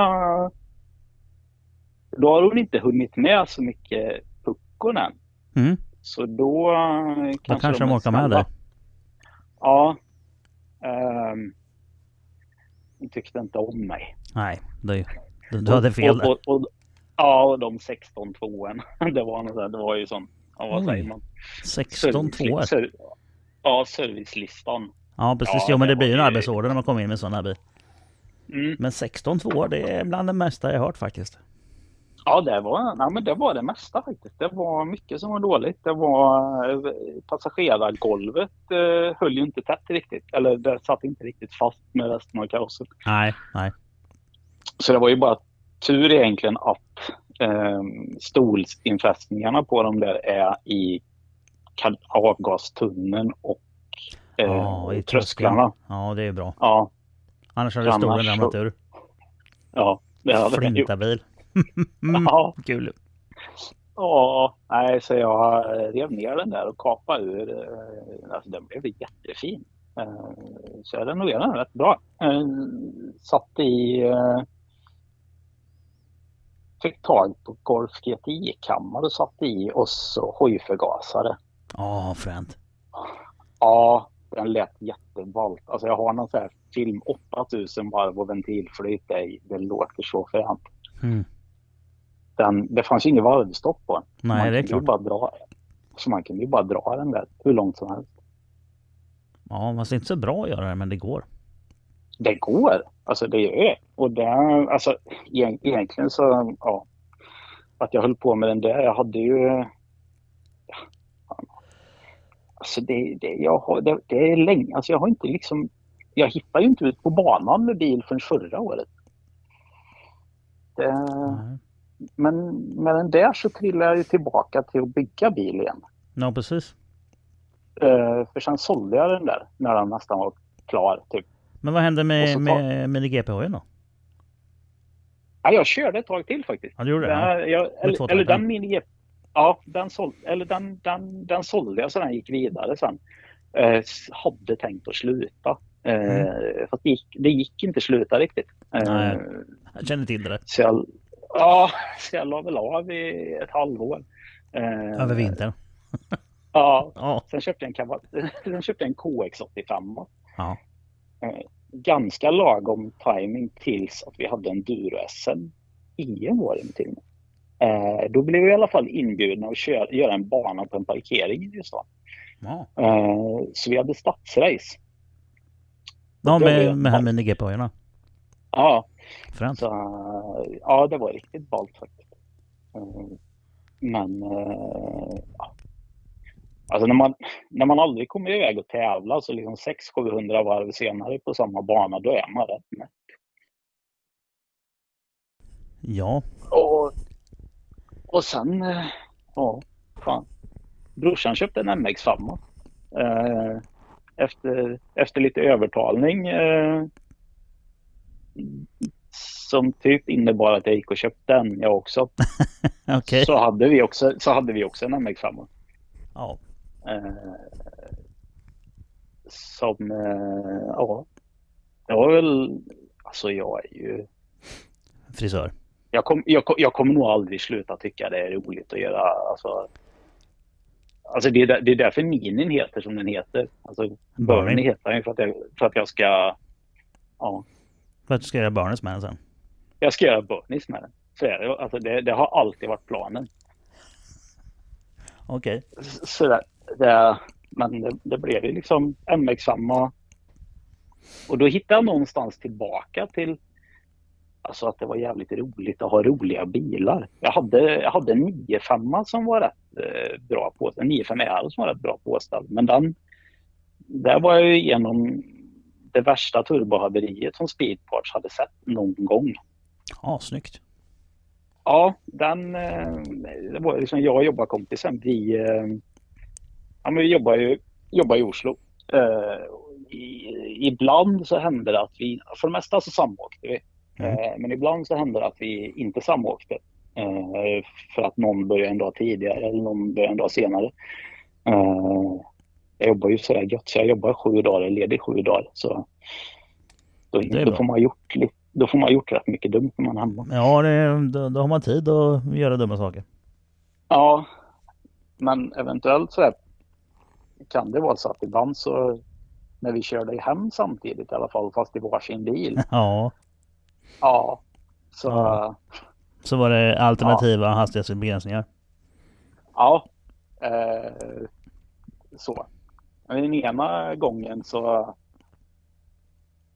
Speaker 1: då har hon inte hunnit med så mycket puckon än.
Speaker 2: Mm.
Speaker 1: Så då kanske,
Speaker 2: då kanske de åker med det.
Speaker 1: Ja. Um, de tyckte inte om mig.
Speaker 2: Nej, det, du, du hade fel
Speaker 1: och, och, och, och, ja, och de sexton tvåan. det, var något där, det var ju sån, ja, vad säger man?
Speaker 2: sexton tvåor?
Speaker 1: Ja, servicelistan.
Speaker 2: Ja, precis.
Speaker 1: Ja,
Speaker 2: jo, men det,
Speaker 1: det
Speaker 2: blir ju en
Speaker 1: var ju-
Speaker 2: arbetsorder när man kommer in med sån här bil.
Speaker 1: Mm.
Speaker 2: Men sexton två, det är bland det mesta jag hört faktiskt.
Speaker 1: Ja, det var, nej, men det var det mesta faktiskt. Det var mycket som var dåligt. Det var eh, passagerargolvet eh, höll ju inte tätt riktigt. Eller det satt inte riktigt fast med resten av karossen.
Speaker 2: Nej, nej.
Speaker 1: Så det var ju bara tur egentligen att eh, stolsinfästningarna på dem där är i kal- avgastunneln och eh,
Speaker 2: Ja, i
Speaker 1: trösklarna.
Speaker 2: Ja, det är bra.
Speaker 1: Ja,
Speaker 2: Annars hade
Speaker 1: Annars
Speaker 2: stolen
Speaker 1: så-
Speaker 2: ramlat ur.
Speaker 1: ja, det hade den gjort.
Speaker 2: Flintabil. mm,
Speaker 1: Ja.
Speaker 2: Kul.
Speaker 1: Ja, nej, så jag rev ner den där och kapade ur. eh, Alltså den blev jättefin. Eh, Så jag renoverade den rätt bra. Eh, Satt i... eh, Fick tag på Golf G T I-kammare och satt i och så hojförgasare.
Speaker 2: Ja, fränt.
Speaker 1: Ja, den lät jätteballt. Alltså jag har någon sån här film åttatusen varv och ventilflyt i. Det låter så fränt.
Speaker 2: Mm.
Speaker 1: Den, det fanns ju inget varvstopp på den.
Speaker 2: Nej,
Speaker 1: man
Speaker 2: det är
Speaker 1: kunde ju
Speaker 2: klart.
Speaker 1: bara dra, så man kunde ju bara dra den där hur långt som helst.
Speaker 2: Ja, fast det är inte så bra att göra det, men det går.
Speaker 1: Det går. Alltså det gör det. Och det, alltså eg- egentligen så, ja. Att jag höll på med den där, jag hade ju... Ja, alltså det, det, jag har, det, det är länge, alltså jag har inte liksom... Jag hittade ju inte ut på banan med bil förrän förra året. Det,
Speaker 2: Nej.
Speaker 1: men med den där så trillade jag ju tillbaka till att bygga bil igen.
Speaker 2: Ja, precis.
Speaker 1: Uh, för sen sålde jag den där när den nästan var klar typ.
Speaker 2: Men vad hände
Speaker 1: Och
Speaker 2: med,
Speaker 1: så ta-
Speaker 2: med mini-G P-hojen då?
Speaker 1: Ja, jag körde ett tag till faktiskt.
Speaker 2: Ja, du gjorde det?
Speaker 1: Den
Speaker 2: Ja.
Speaker 1: här- jag, eller,
Speaker 2: två
Speaker 1: eller
Speaker 2: tankar.
Speaker 1: den mini Ja, den, såld, eller den, den, den sålde jag så den gick vidare sen. Eh, s- hade tänkt att sluta. Eh,
Speaker 2: Mm.
Speaker 1: Fast det gick, det gick inte sluta riktigt. Eh,
Speaker 2: Nej. Jag känner till det.
Speaker 1: så jag, ja, så jag la väl av i ett halvår. Eh,
Speaker 2: Över vintern.
Speaker 1: Ja,
Speaker 2: Ja.
Speaker 1: sen köpte jag en, Kavat- sen köpte jag en K X åttiofem.
Speaker 2: Ja.
Speaker 1: Eh, ganska lagom timing tills att vi hade en Duro-S M i en var det till och med. Eh, då blev vi i alla fall inbjudna att köra, göra en bana på en parkering i Ljusdal.
Speaker 2: Ja.
Speaker 1: Eh, så vi hade stadsrace.
Speaker 2: Ja,
Speaker 1: det
Speaker 2: med,
Speaker 1: var-
Speaker 2: med här mini-G P-hojarna.
Speaker 1: Ja,
Speaker 2: Fränt.
Speaker 1: så, eh, ja, det var riktigt ballt faktiskt. Eh, men eh, ja. Alltså när man, när man aldrig kommer iväg och tävla så liksom sex till sjuhundra varv senare på samma bana, då är man rätt med.
Speaker 2: Ja.
Speaker 1: Och, och sen, eh, ja, fan. Brorsan köpte en M X fem. Eh, efter, efter lite övertalning eh, som typ innebar att jag gick och köpte den jag också.
Speaker 2: Okej.
Speaker 1: Så hade vi också så hade vi också en M X fem.
Speaker 2: Ja.
Speaker 1: Eh, som, eh, ja, det var väl, alltså jag är ju,
Speaker 2: Frisör.
Speaker 1: jag, kom, jag, kom- jag kommer nog aldrig sluta tycka det är roligt att göra, alltså, alltså det, är där, det är därför minin heter som den heter, alltså Bernie
Speaker 2: Bernie.
Speaker 1: heter den för att jag, för att jag ska, ja,
Speaker 2: För att du ska göra Barnes med den sen.
Speaker 1: jag ska göra Bernies med den. Så är det, alltså det, det har alltid varit planen.
Speaker 2: Okej.
Speaker 1: Så det, det, men det, det blev ju liksom M X fem och, och då hittade jag någonstans tillbaka till alltså att det var jävligt roligt att ha roliga bilar. Jag hade, jag hade en nio fem som var rätt eh, bra på, en nio fem R som var rätt bra påställd, men den där var jag ju igenom det värsta turbohaveriet som Speedparts hade sett någon gång.
Speaker 2: Ja, snyggt.
Speaker 1: Ja, den eh, det var liksom jag och jobbarkompisen, vi eh, ja, men vi jobbar ju jobbar i Oslo. Eh, i, ibland så hände det att vi, för det mesta så samåkte vi.
Speaker 2: Mm.
Speaker 1: Eh, men ibland så hände det att vi inte samåkte. Eh, för att någon började en dag tidigare eller någon började en dag senare. Eh, jag jobbar ju så här gött, så jag jobbar sju dagar, ledig sju dagar. Så då,
Speaker 2: Det är
Speaker 1: då
Speaker 2: bra.
Speaker 1: får man gjort lite, då får man gjort rätt mycket dumt när man är hemma.
Speaker 2: Ja, det, då, då har man tid att göra dumma saker.
Speaker 1: Ja, men eventuellt så här, kan det vara så att ibland så när vi körde hem samtidigt i alla fall, fast i varsin bil.
Speaker 2: Ja.
Speaker 1: Ja, så
Speaker 2: Ja. Så var det alternativa hastighetsbegränsningar.
Speaker 1: ja, eh, så. Men den ena gången så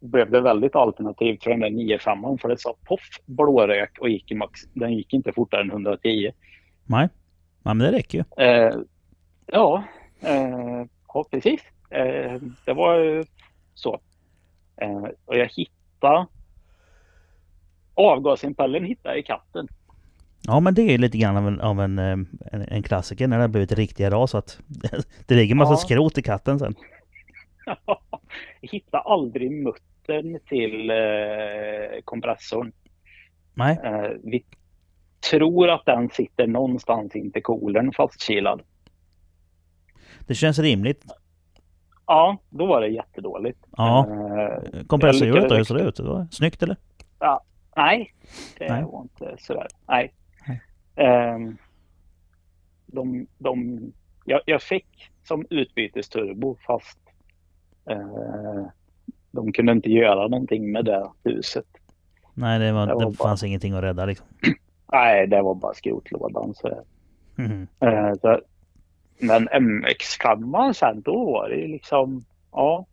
Speaker 1: blev det väldigt alternativt för den där nio fem, för det sa poff, blårök och gick i max. Den gick inte fortare än hundratio.
Speaker 2: Nej, ja, men det räcker ju.
Speaker 1: Eh, ja, eh, ja, precis. Eh, det var ju så. Eh, och jag hittade avgasimpellen hittade i katten.
Speaker 2: Ja, men det är lite grann av en, av en, en, en klassiker när det har blivit riktiga ras. Att det ligger en massa ja. skrot i katten sen.
Speaker 1: Jag hittade aldrig muttern till eh, kompressorn.
Speaker 2: Nej.
Speaker 1: Eh, vi tror att den sitter någonstans in till kolen fastkilad.
Speaker 2: Det känns rimligt.
Speaker 1: Ja, då var det jättedåligt.
Speaker 2: Ja. Eh, kompressorhjulet då, hur ser det ut? Det var snyggt eller?
Speaker 1: Ja, nej. Det nej. var inte sådär. Nej. nej. Eh, de, de, jag, jag fick som utbytesturbo fast eh, de kunde inte göra någonting med det huset.
Speaker 2: Nej, det, var, det, var det fanns bara ingenting att rädda liksom.
Speaker 1: Nej, det var bara skrotlådan. Så.
Speaker 2: Mm.
Speaker 1: Eh, så, men M X fem sen då var det liksom, ja.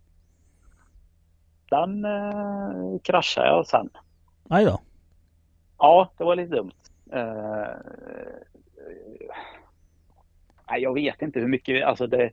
Speaker 1: Den eh, kraschade jag sen.
Speaker 2: Aj då.
Speaker 1: Ja, det var lite dumt. Eh, nej, jag vet inte hur mycket, alltså det...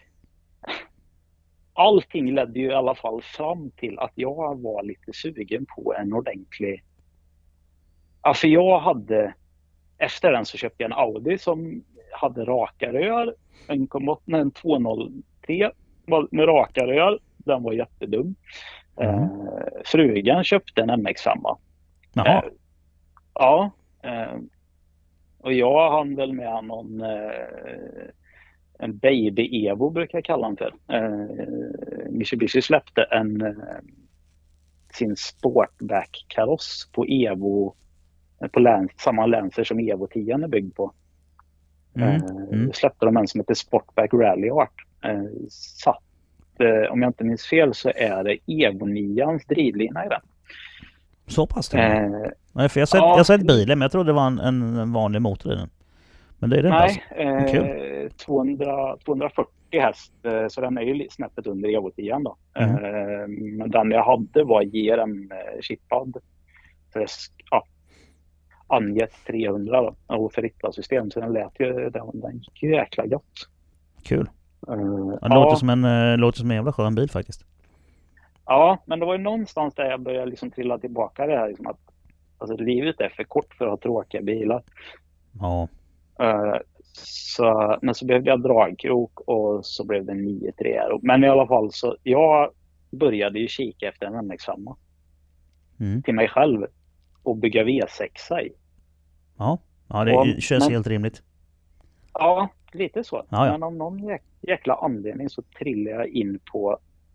Speaker 1: Allting ledde ju i alla fall fram till att jag var lite sugen på en ordentlig... Alltså jag hade... Efter den så köpte jag en Audi som hade raka rör. En, en tvåhundratre med raka rör. Den var jättedum. Mm. Eh, frugan köpte en M X fem.
Speaker 2: Jaha.
Speaker 1: Eh, ja. Eh, och jag hann väl med någon... Eh, en Baby Evo brukar jag kalla den för. Eh, Mitsubishi släppte en eh, sin Sportback-kaross på Evo, på läns, samma länser som Evo tio är byggd på. Mm. Eh, mm. Släppte de en som heter Sportback Rally Art. Eh, satt, eh, om jag inte minns fel så är det Evo nians drivlina i den.
Speaker 2: Så pass det. Eh, Nej, för jag har sett, ja, jag sett bilen, men jag trodde det var en, en vanlig motor i den. Men det är det
Speaker 1: nej,
Speaker 2: inte
Speaker 1: eh, tvåhundra, tvåhundrafyrtio häst, eh, så den är ju snäppet under Evo tio då. Mm. Eh, men den jag hade var G R M-chippad. Så ja, angett trehundra då, och för rittarsystem, så den lät ju, den, den gick ju jäkla gott.
Speaker 2: Kul.
Speaker 1: Eh,
Speaker 2: det
Speaker 1: ja,
Speaker 2: låter, som en, äh, låter som en jävla skön bil faktiskt.
Speaker 1: Ja, men det var ju någonstans där jag började liksom trilla tillbaka det här liksom att alltså, livet är för kort för att ha tråkiga bilar.
Speaker 2: Ja.
Speaker 1: Uh, så, men så behövde jag dragkrok och så blev det nio tre. Men i alla fall så jag började ju kika efter en M X fem mm. till mig själv och bygga V sex i.
Speaker 2: Ja, ja det och, känns men, helt rimligt.
Speaker 1: Ja, lite så.
Speaker 2: Ja, ja.
Speaker 1: Men av någon jäk, jäkla anledning så trillade jag in på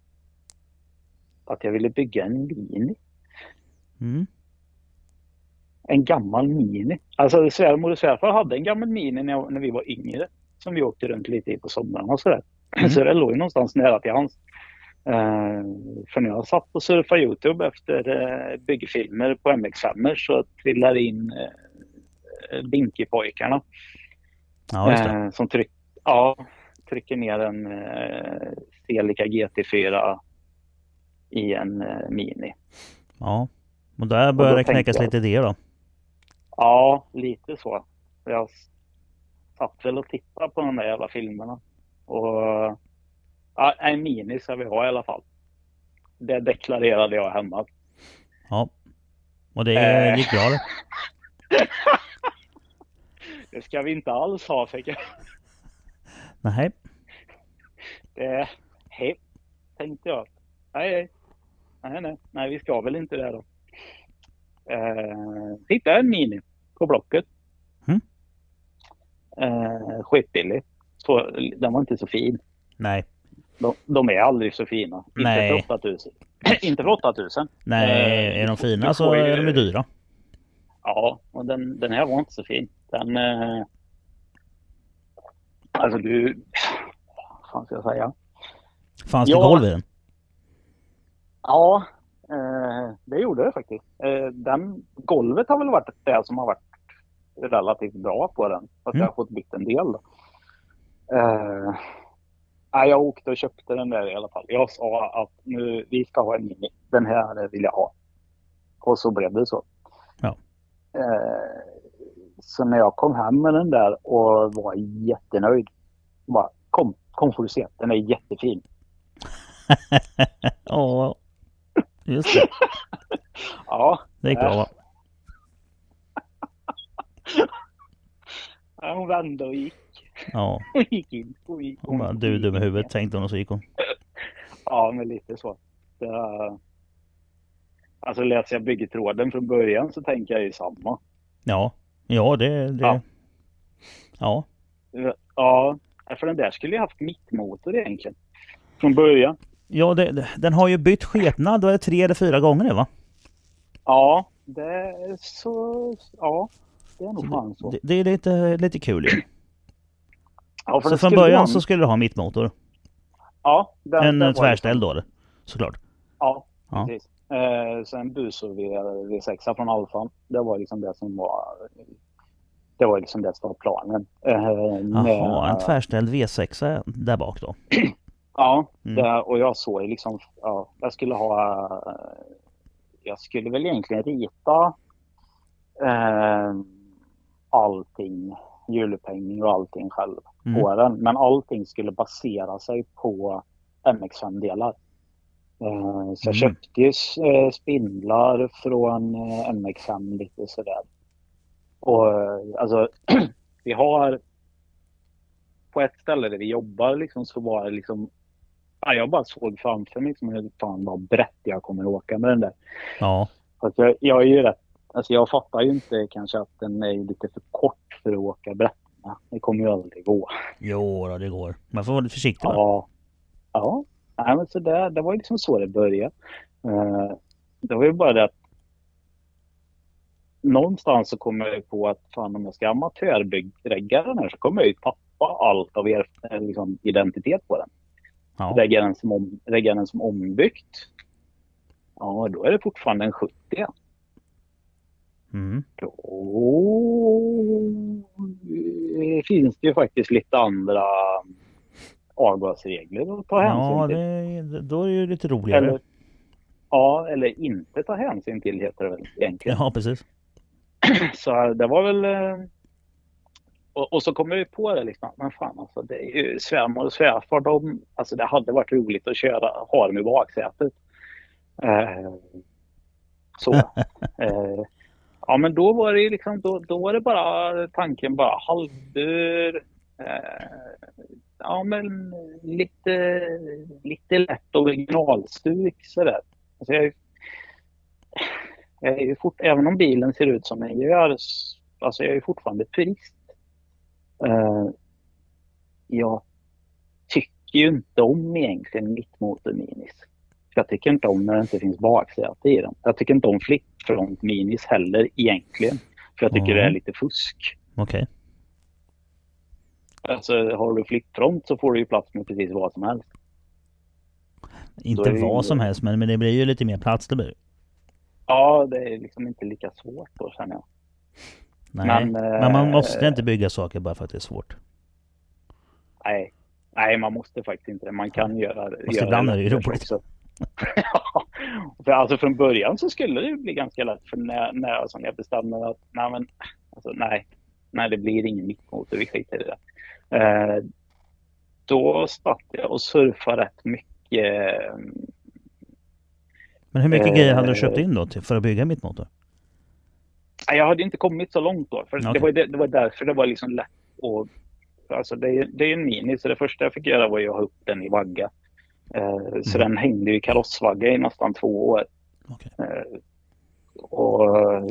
Speaker 1: att jag ville bygga en Mini.
Speaker 2: Mm.
Speaker 1: En gammal Mini. Alltså svärmor och svärfar hade en gammal Mini när, när vi var yngre. Som vi åkte runt lite i på somrarna och sådär. Mm. Så det låg ju någonstans nära till hans. Uh, för när jag satt och surfade YouTube efter uh, byggfilmer på M X fem så trillade in uh, Binky-pojkarna.
Speaker 2: Ja, just det.
Speaker 1: Uh, som tryck, ja, trycker ner en uh, Celica G T fyra i en uh, Mini.
Speaker 2: Ja, och där började det knäckas lite idéer då.
Speaker 1: Ja, lite så. Jag satt väl och tittade på de där jävla filmerna. Och ja, en Mini ska vi ha i alla fall. Det deklarerade jag hemma.
Speaker 2: Ja, och det gick bra det.
Speaker 1: Det ska vi inte alls ha, fick jag.
Speaker 2: Nej.
Speaker 1: Det hej, tänkte jag. Nej, nej. Nej, nej. Nej, vi ska väl inte det då. Uh, hittade en Mini på Blocket.
Speaker 2: Mm.
Speaker 1: Uh, skitbillig. Så, den var inte så fin.
Speaker 2: Nej.
Speaker 1: De, de är aldrig så fina.
Speaker 2: Nej.
Speaker 1: Inte för åtta tusen. Inte för åtta tusen.
Speaker 2: Nej, uh, är de fina så är ju... de dyra.
Speaker 1: Ja, och den, den här var inte så fin. Den... Uh... Alltså du... Vad fan ska jag säga?
Speaker 2: Fanns det ja. golv i den?
Speaker 1: Ja. Eh, det gjorde det faktiskt. Eh, den, golvet har väl varit det som har varit relativt bra på den. Fast mm. jag har fått bytt en del. Eh, Ja, jag åkte och köpte den där i alla fall. Jag sa att nu, vi ska ha en Mini. Den här vill jag ha. Och så blev det så.
Speaker 2: Ja.
Speaker 1: Eh, så när jag kom hem med den där och var jättenöjd. Bara, kom, kom får du se. Den är jättefin.
Speaker 2: Ja, just det.
Speaker 1: Ja.
Speaker 2: Det gick bra, va?
Speaker 1: Ja, hon vände och gick.
Speaker 2: Ja.
Speaker 1: Hon gick in. Hon gick, hon,
Speaker 2: Hon bara, du, du med huvudet, tänkte hon, och så gick hon.
Speaker 1: Ja, men lite så. Det, alltså läser jag byggetråden från början så tänker jag ju samma.
Speaker 2: Ja, ja det... det...
Speaker 1: Ja.
Speaker 2: Ja.
Speaker 1: Ja, för den där skulle ju haft mittmotor egentligen. Från början.
Speaker 2: Ja, det, den har ju bytt skepnad. Då är det tre eller fyra gånger, va?
Speaker 1: Ja, det är så... Ja, det är nog fan så.
Speaker 2: Det, det är lite, lite kul ju.
Speaker 1: Ja,
Speaker 2: så från början ha... så skulle du ha mittmotor.
Speaker 1: Ja. Den,
Speaker 2: en tvärställ då, såklart.
Speaker 1: Ja, ja. Precis. Eh, sen Buso V sex från Alfan. Det var liksom det som var... Det var liksom det som var planen.
Speaker 2: Eh, Jaha, en tvärställd V sex där bak då.
Speaker 1: Ja, mm. det, och jag såg liksom... Ja, jag skulle ha... Jag skulle väl egentligen rita eh, allting, hjulupphängning och allting själv mm. på den. Men allting skulle basera sig på M X fem-delar. Eh, så jag mm. köpte ju eh, spindlar från eh, M X fem lite sådär. Och eh, alltså, vi har på ett ställe där vi jobbar liksom, så var det liksom... Ja, jag bara såg framför mig liksom, hur fan vad brett jag kommer åka med den där.
Speaker 2: Ja.
Speaker 1: Alltså, jag, jag är ju rätt, alltså jag fattar ju inte kanske att den är lite för kort för att åka brett. Det kommer ju aldrig gå.
Speaker 2: Jo, då, det går. Man får vara lite försiktig.
Speaker 1: Ja. Ja. Nej, men så där, det var ju liksom så det började. Uh, det var ju bara det att någonstans så kommer jag på att fan, om jag ska amatörbygga den här så kommer jag ju tappa allt av er liksom, identitet på den. Ja. Lägger den som, om, lägger den som ombyggt. Ja, då är det fortfarande en sjuttio.
Speaker 2: Mm.
Speaker 1: Då finns det ju faktiskt lite andra avgasregler att ta hänsyn
Speaker 2: ja,
Speaker 1: till.
Speaker 2: Ja, då är det ju lite roligare.
Speaker 1: Eller, ja, eller inte ta hänsyn till heter det väl egentligen.
Speaker 2: Ja, precis.
Speaker 1: Så det var väl... Och, och så kommer vi på det liksom, men fan alltså, det är ju svärmor och svärfar, de, alltså det hade varit roligt att köra, ha dem i baksätet. Eh, så. eh, ja men då var det liksom, då, då var det bara tanken bara halvbur, eh, ja men lite, lite lätt originalstuk sådär. Alltså jag, jag är ju fort, även om bilen ser ut som den gör, alltså jag är fortfarande turist. Uh, jag tycker ju inte om egentligen mittmotor minis. Jag tycker inte om när det inte finns baksäte i den. Jag tycker inte om flip-front minis heller egentligen. För jag tycker mm. det är lite fusk.
Speaker 2: Okej.
Speaker 1: Okay. Alltså har du flip-front så får du ju plats med precis vad som helst.
Speaker 2: Inte vad ju... som helst, men, men det blir ju lite mer plats det blir.
Speaker 1: Ja, det är liksom inte lika svårt då känner jag.
Speaker 2: Nej, men, men man måste inte bygga saker bara för att det är svårt.
Speaker 1: Nej, nej man måste faktiskt inte det. Man kan göra det.
Speaker 2: Fast ibland är det ju roligt.
Speaker 1: Ja, för alltså från början så skulle det bli ganska lätt för när, när alltså, jag bestämde att nej, men, alltså, nej, nej, det blir ingen mittmotor, vi skiter i det. Eh, då startade jag och surfade rätt mycket.
Speaker 2: Men hur mycket eh, grejer hade du köpt in då till, för att bygga mittmotor?
Speaker 1: Jag hade inte kommit så långt då. För okay. det, var, det, det var därför det var liksom lätt. Och, alltså det, är, det är en mini. Så det första jag fick göra var att ha upp den i vagga. Eh, så mm. den hängde i karossvagga i nästan två år.
Speaker 2: Okay.
Speaker 1: Eh, och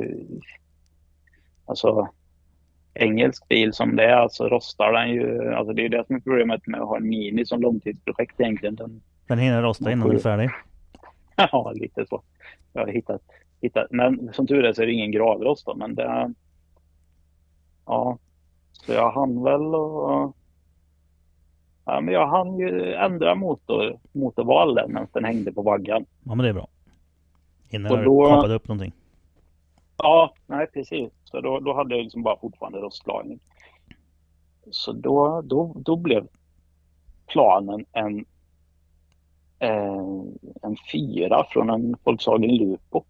Speaker 1: alltså engelsk bil som det är. Alltså rostar den ju. Alltså det är det som är problemet med att ha en mini som långtidsprojekt egentligen. Den,
Speaker 2: den hinner rosta innan den är färdig.
Speaker 1: Ja, lite så. Jag har hittat Hitta, men som tur är så är det ingen gravrost då, men det ja, så jag hann väl och ja, men jag hann ju ändra motor, motorval där medan den hängde på vaggan.
Speaker 2: Ja, men det är bra. Innan du kapade upp någonting.
Speaker 1: Ja, nej precis. Så då, då hade jag liksom bara fortfarande rostlagning. Så då, då, då blev planen en, eh, en fyra från en Volkswagen Lupo.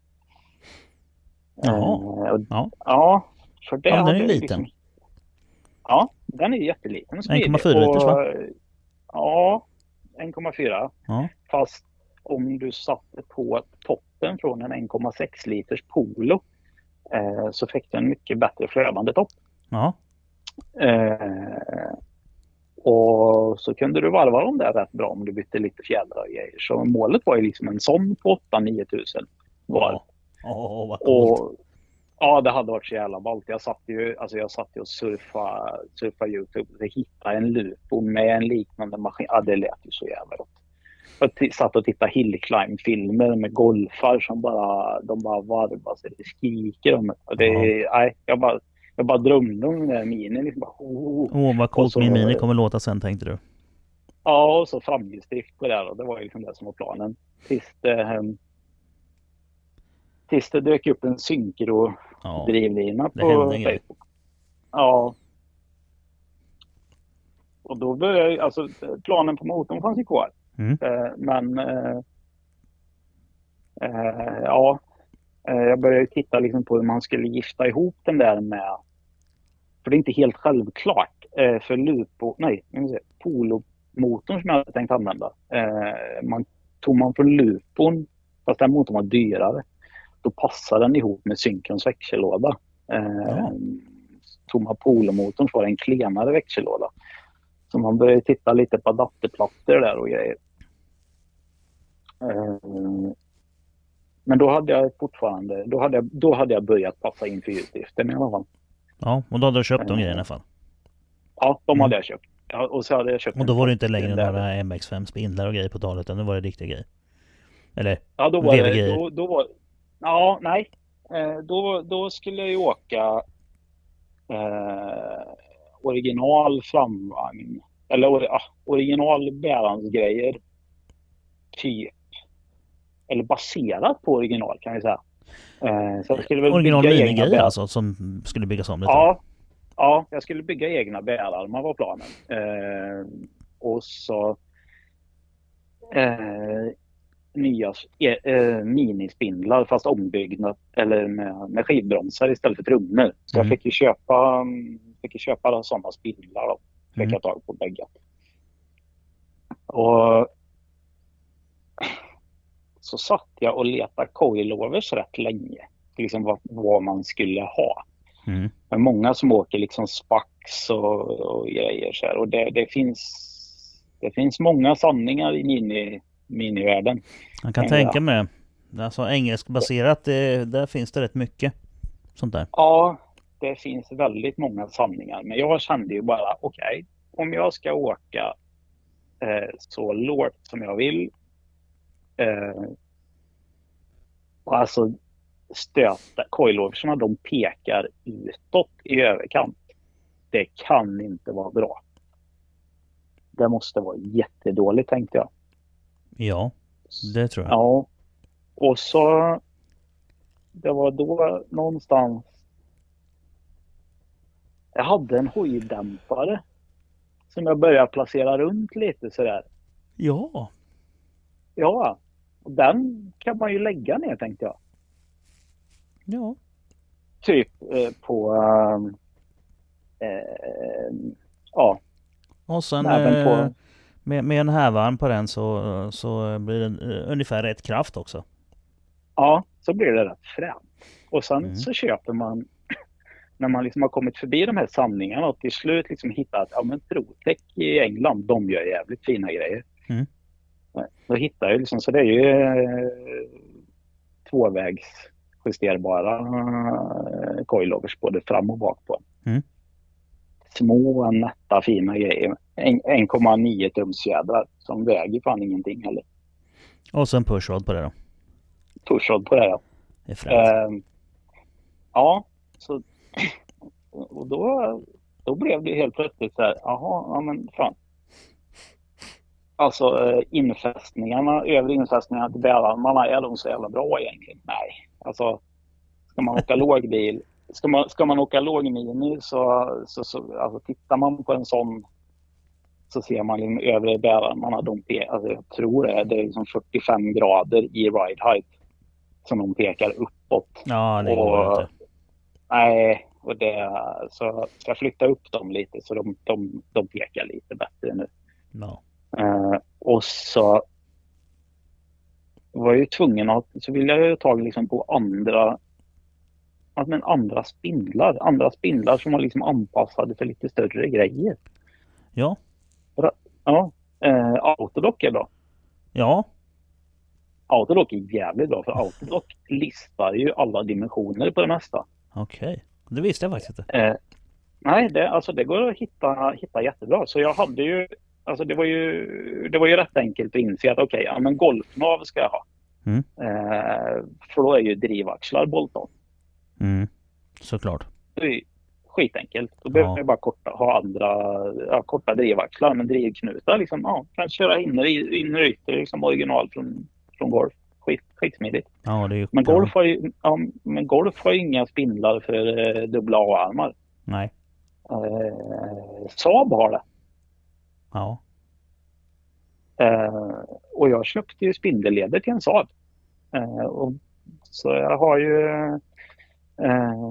Speaker 2: Jaha.
Speaker 1: Eh,
Speaker 2: Ja.
Speaker 1: Ja, för det
Speaker 2: Ja, den är
Speaker 1: hade
Speaker 2: liten.
Speaker 1: Liksom, ja, den är jätteliten.
Speaker 2: en komma fyra liters, va?
Speaker 1: Ja, en komma fyra.
Speaker 2: Ja.
Speaker 1: Fast om du satte på toppen från en en komma sex liters Polo eh, så fick den mycket bättre flödande topp.
Speaker 2: Ja.
Speaker 1: Eh, och så kunde du varva dem där rätt bra om du bytte lite fjädrar och grejer. Så målet var ju liksom en sån på åtta till nio tusen var.
Speaker 2: Ja. Åh, vad coolt.
Speaker 1: Och ja, det hade varit så jävla ballt. Jag satt ju, alltså jag satt ju och surfa, surfa YouTube och hittade en Lupo med en liknande maskin. Ja, det lät ju så jävla gott. Jag t- satt och tittade hillclimb-filmer med golfar som bara, de bara varvar sig. Det skriker om det. Och det
Speaker 2: Ja.
Speaker 1: nej, jag bara, jag bara drömde om den där minen. Liksom bara, oh.
Speaker 2: Åh, vad coolt
Speaker 1: så-
Speaker 2: min mini kommer låta sen, tänkte du.
Speaker 1: Ja, och så framhjulsdrift på det här. Och det var ju liksom det som var planen. Tills det, um, tills det dök upp en synkro-drivlina
Speaker 2: det
Speaker 1: på
Speaker 2: hände en grej.
Speaker 1: Facebook. Ja. Och då började alltså planen på motorn fanns ju kvar.
Speaker 2: Mm.
Speaker 1: Eh, men eh, eh, ja, eh, jag började ju titta liksom på hur man skulle gifta ihop den där med, för det är inte helt självklart eh, för Lupo, nej, jag vill säga, Polo-motorn som jag hade tänkt använda. Eh, man tog man från Lupon, fast den motorn var dyrare, då passar den ihop med Synkrons växellåda. Eh,
Speaker 2: Ja.
Speaker 1: Tog man Polo-motorn så var det en klenare växellåda. Så man började titta lite på adapterplattor där och grejer. Uh, men då hade jag fortfarande, då hade jag, då hade jag börjat passa in fyrhjulsdriften i alla fall.
Speaker 2: Ja, och då hade du köpt de grejerna i alla fall.
Speaker 1: Ja, de
Speaker 2: Mm.
Speaker 1: hade jag köpt. Ja, och så hade jag köpt
Speaker 2: Och då
Speaker 1: en
Speaker 2: var det inte längre
Speaker 1: där.
Speaker 2: några M X fem spindlar och grejer på talet, utan nu var det riktiga grejer. Eller
Speaker 1: Ja, då var det,
Speaker 2: V V-grejer.
Speaker 1: då, då var, ja, nej. Eh, då, då skulle jag ju åka eh, original framvagn. Eller or, ah, original bärarnsgrejer. Typ. Eller baserat på original kan vi säga. Eh, så jag skulle väl
Speaker 2: Original
Speaker 1: bygga egna
Speaker 2: minigrejer
Speaker 1: bär-
Speaker 2: alltså, som skulle byggas om lite.
Speaker 1: Ja, ja, jag skulle bygga egna bärarmar var planen. Eh, och så eh, nya eh, minispindlar fast ombyggda eller med, med skivbromsar istället för trummor. Så
Speaker 2: Mm.
Speaker 1: jag fick ju köpa, fick ju köpa sådana spindlar då. Fick
Speaker 2: Mm.
Speaker 1: jag tag på bägge. Och så satt jag och letade coilovers rätt länge. Liksom vad, vad man skulle ha.
Speaker 2: Mm.
Speaker 1: Men många som åker liksom Spax och, och grejer så här. Och det, det finns det finns många sanningar i mini, minivärlden.
Speaker 2: Man kan
Speaker 1: Ja.
Speaker 2: tänka mig det. Alltså engelskbaserat, det, där finns det rätt mycket sånt där.
Speaker 1: Ja, det finns väldigt många sanningar. Men jag kände ju bara, okej, okay, om jag ska åka eh, så lågt som jag vill. Eh, och alltså stöta, coiloversarna de pekar utåt i överkant. Det kan inte vara bra. Det måste vara jättedåligt tänkte jag.
Speaker 2: Ja, det tror jag.
Speaker 1: Ja, och så det var då någonstans jag hade en hojdämpare som jag började placera runt lite sådär.
Speaker 2: Ja.
Speaker 1: Ja, och den kan man ju lägga ner tänkte jag.
Speaker 2: Ja.
Speaker 1: Typ eh, på eh, eh, ja.
Speaker 2: Och sen
Speaker 1: Även på-
Speaker 2: eh, med, med en härvarm på den så, så blir det eh, ungefär rätt kraft också.
Speaker 1: Ja, så blir det rätt fränt. Och sen
Speaker 2: Mm.
Speaker 1: så köper man, när man liksom har kommit förbi de här samlingarna och till slut liksom hittat, ja men Trotec i England, de gör jävligt fina grejer.
Speaker 2: Mm.
Speaker 1: Då hittar jag liksom, så det är ju eh, tvåvägs justerbara eh, coilovers både fram och bak på.
Speaker 2: Mm.
Speaker 1: Små, nätta, fina grejer. En- en komma nio tums fjädrar som väger fan ingenting heller.
Speaker 2: Och sen pushrod på det då.
Speaker 1: Pushod på det ja.
Speaker 2: Det är fränt.
Speaker 1: Eh, ja, så och då, då blev det helt plötsligt så här, jaha, ja men fan. Alltså eh, infästningarna, övre infästningarna till bärarmarna, är de så jävla bra egentligen? Nej, alltså ska man åka lågbil, ska man, ska man åka lågmini så, så, så alltså, tittar man på en sån så ser man liksom övre bärarmarna, de pe- alltså jag tror det är, det är liksom fyrtiofem grader i ride height som de pekar uppåt.
Speaker 2: Ja, det går
Speaker 1: och,
Speaker 2: inte.
Speaker 1: Nej, och det, så ska jag flytta upp dem lite så de, de, de pekar lite bättre nu.
Speaker 2: No.
Speaker 1: Uh, och så var jag ju tvungen att, så vill jag ju ta liksom på andra, att men andra spindlar, andra spindlar som var liksom anpassade för lite större grejer.
Speaker 2: Ja.
Speaker 1: Ja, uh, Autodock är bra.
Speaker 2: Ja.
Speaker 1: Autodock är jävligt bra, för Autodock listar ju alla dimensioner på det mesta.
Speaker 2: Okej, okay. Det visste jag faktiskt inte.
Speaker 1: Uh, nej, det, alltså det går att hitta, hitta jättebra. Så jag hade ju, alltså det var ju, det var ju rätt enkelt att inse att okej, okay, ja men golfnav ska jag ha.
Speaker 2: Mm.
Speaker 1: Eh, för då är ju drivaxlar bolt-on.
Speaker 2: Mm. Såklart.
Speaker 1: Det är skitenkelt. Då behöver man ja. bara korta, ha andra, ja, korta drivaxlar, men drivknutar liksom, ja, kan köra inner, inner ytter liksom original från, från golf. Skit, skitsmidigt.
Speaker 2: Ja, det är ju,
Speaker 1: men, golf har ju, ja, men golf har ju inga spindlar för eh, dubbla A-armar.
Speaker 2: Nej.
Speaker 1: Eh, Saab har det.
Speaker 2: Ja.
Speaker 1: Eh, och jag köpte ju spindelleder till en Saab. Eh, och, så jag har ju eh,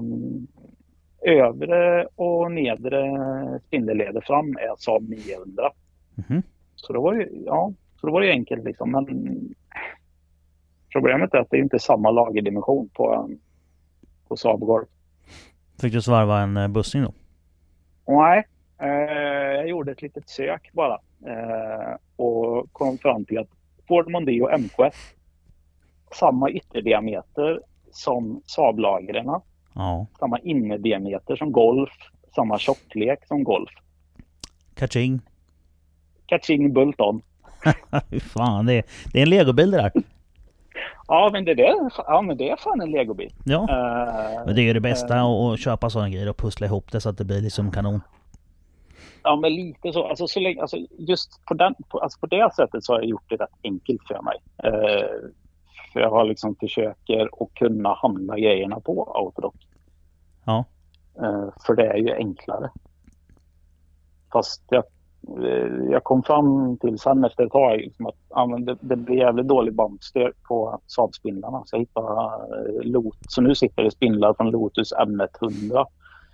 Speaker 1: övre och nedre spindelleder fram är Saab niohundra.
Speaker 2: Mm-hmm.
Speaker 1: Så då var det, ja, så då var det enkelt liksom. Men problemet är att det är inte samma lagerdimension på, på Saab Golf.
Speaker 2: Fick du svarva en bussning då?
Speaker 1: Nej, eh, jag gjorde ett litet sök bara. Eh, och kom fram till att Ford Mondeo M K ett samma ytterdiameter som Saab-lagrena.
Speaker 2: Ja.
Speaker 1: Samma innerdiameter som Golf. Samma tjocklek som Golf.
Speaker 2: Kaching.
Speaker 1: Kaching bolt-on.
Speaker 2: Fan, det är, det är en legobil det där.
Speaker 1: Ja, men det är, det. Ja, men det är fan en legobil.
Speaker 2: Ja, uh, men det är ju det bästa uh, att köpa sådana grejer och pussla ihop det så att det blir liksom kanon.
Speaker 1: Ja, men lite så. Alltså, så länge, alltså just på, den, på, alltså på det sättet så har jag gjort det rätt enkelt för mig. Uh, för jag har liksom försöker att kunna handla grejerna på Autodock.
Speaker 2: Ja.
Speaker 1: Uh, för det är ju enklare. Fast jag, uh, jag kom fram till sen efter ett tag liksom att ja, men det, det blir jävligt dålig bandstyrka på Saab-spindlarna. Så jag hittade uh, Lot. Så nu sitter det spindlar från Lotus M etthundra.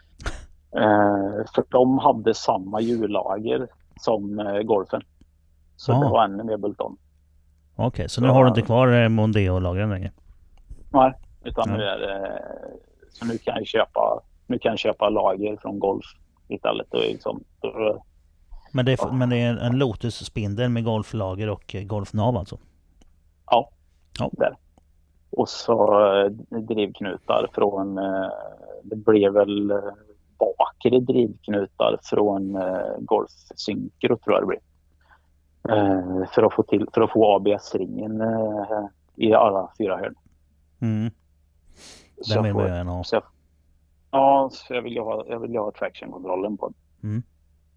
Speaker 1: Uh, för de hade samma hjullager som uh, Golfen. Så ah. det var ännu mer bolt-on.
Speaker 2: Okej, okay, så nu så, har du inte kvar uh, Mondeo-lagren längre?
Speaker 1: Nej, utan ja. nu är det, så nu kan jag köpa nu kan jag köpa lager från Golf istället. Och liksom, då,
Speaker 2: men, det är, ja. men det är en Lotus-spindel med golflager och golfnav alltså?
Speaker 1: Ja, ja. Där. Och så uh, drivknutar från uh, det blev väl uh, bakre drivknutar från uh, Golf Syncro tror jag det blir. Uh, för att få till för att få A B S-ringen uh, i alla fyra hörn.
Speaker 2: Mm.
Speaker 1: Så
Speaker 2: vill jag ha.
Speaker 1: Så jag, ja, så jag vill ju ha jag vill ju ha traction-kontrollen på den.
Speaker 2: Mm.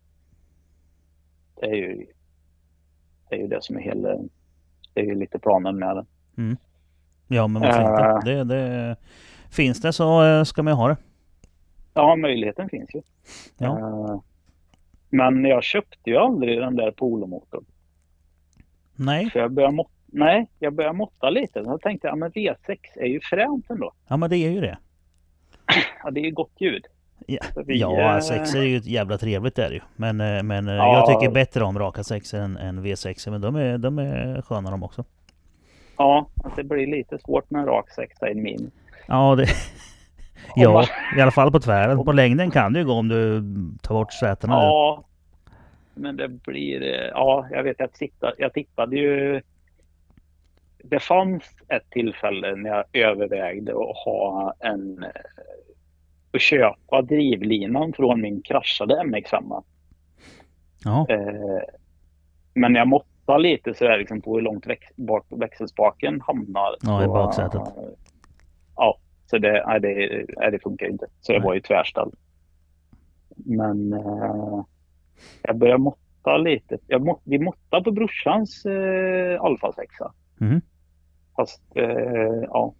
Speaker 1: Det är ju det är ju det som är hela det är ju lite planen med den.
Speaker 2: Mm. Ja, men varför uh, inte? Det, det, finns det så ska man ha det.
Speaker 1: Ja, möjligheten finns ju.
Speaker 2: Ja.
Speaker 1: Uh, men jag köpte ju aldrig den där polomotorn.
Speaker 2: Nej.
Speaker 1: För jag började måtta, nej, jag började måtta lite. Så jag tänkte, ja men V sex är ju fränt ändå.
Speaker 2: Ja, men det är ju det.
Speaker 1: Ja, det är ju gott ljud.
Speaker 2: Ja, vi, ja sex är ju ett jävla trevligt där ju. Men, men ja, jag tycker bättre om raka sex än, än V sex. Men de är, de är sköna de också.
Speaker 1: Ja, alltså det blir lite svårt med en rak sexa i en min.
Speaker 2: Ja, det... ja, i alla fall på tvären. På längden kan det ju gå om du tar bort sätena.
Speaker 1: Ja, men det blir... Ja, jag vet att jag, jag tittade ju... Det fanns ett tillfälle när jag övervägde att ha en... Att köpa drivlinan från min kraschade M X fem.
Speaker 2: Ja.
Speaker 1: Eh, men jag måttar lite så där liksom på hur långt väx, bak växelspaken hamnar.
Speaker 2: Ja,
Speaker 1: så,
Speaker 2: i baksätet.
Speaker 1: Uh, ja, så det, nej, det, nej, det funkar inte. Så det nej. var ju tvärstall. Men uh, jag börjar måtta lite. Jag må, vi måttar på brorsans uh, Alfa sex.
Speaker 2: Mm.
Speaker 1: Fast, uh, ja.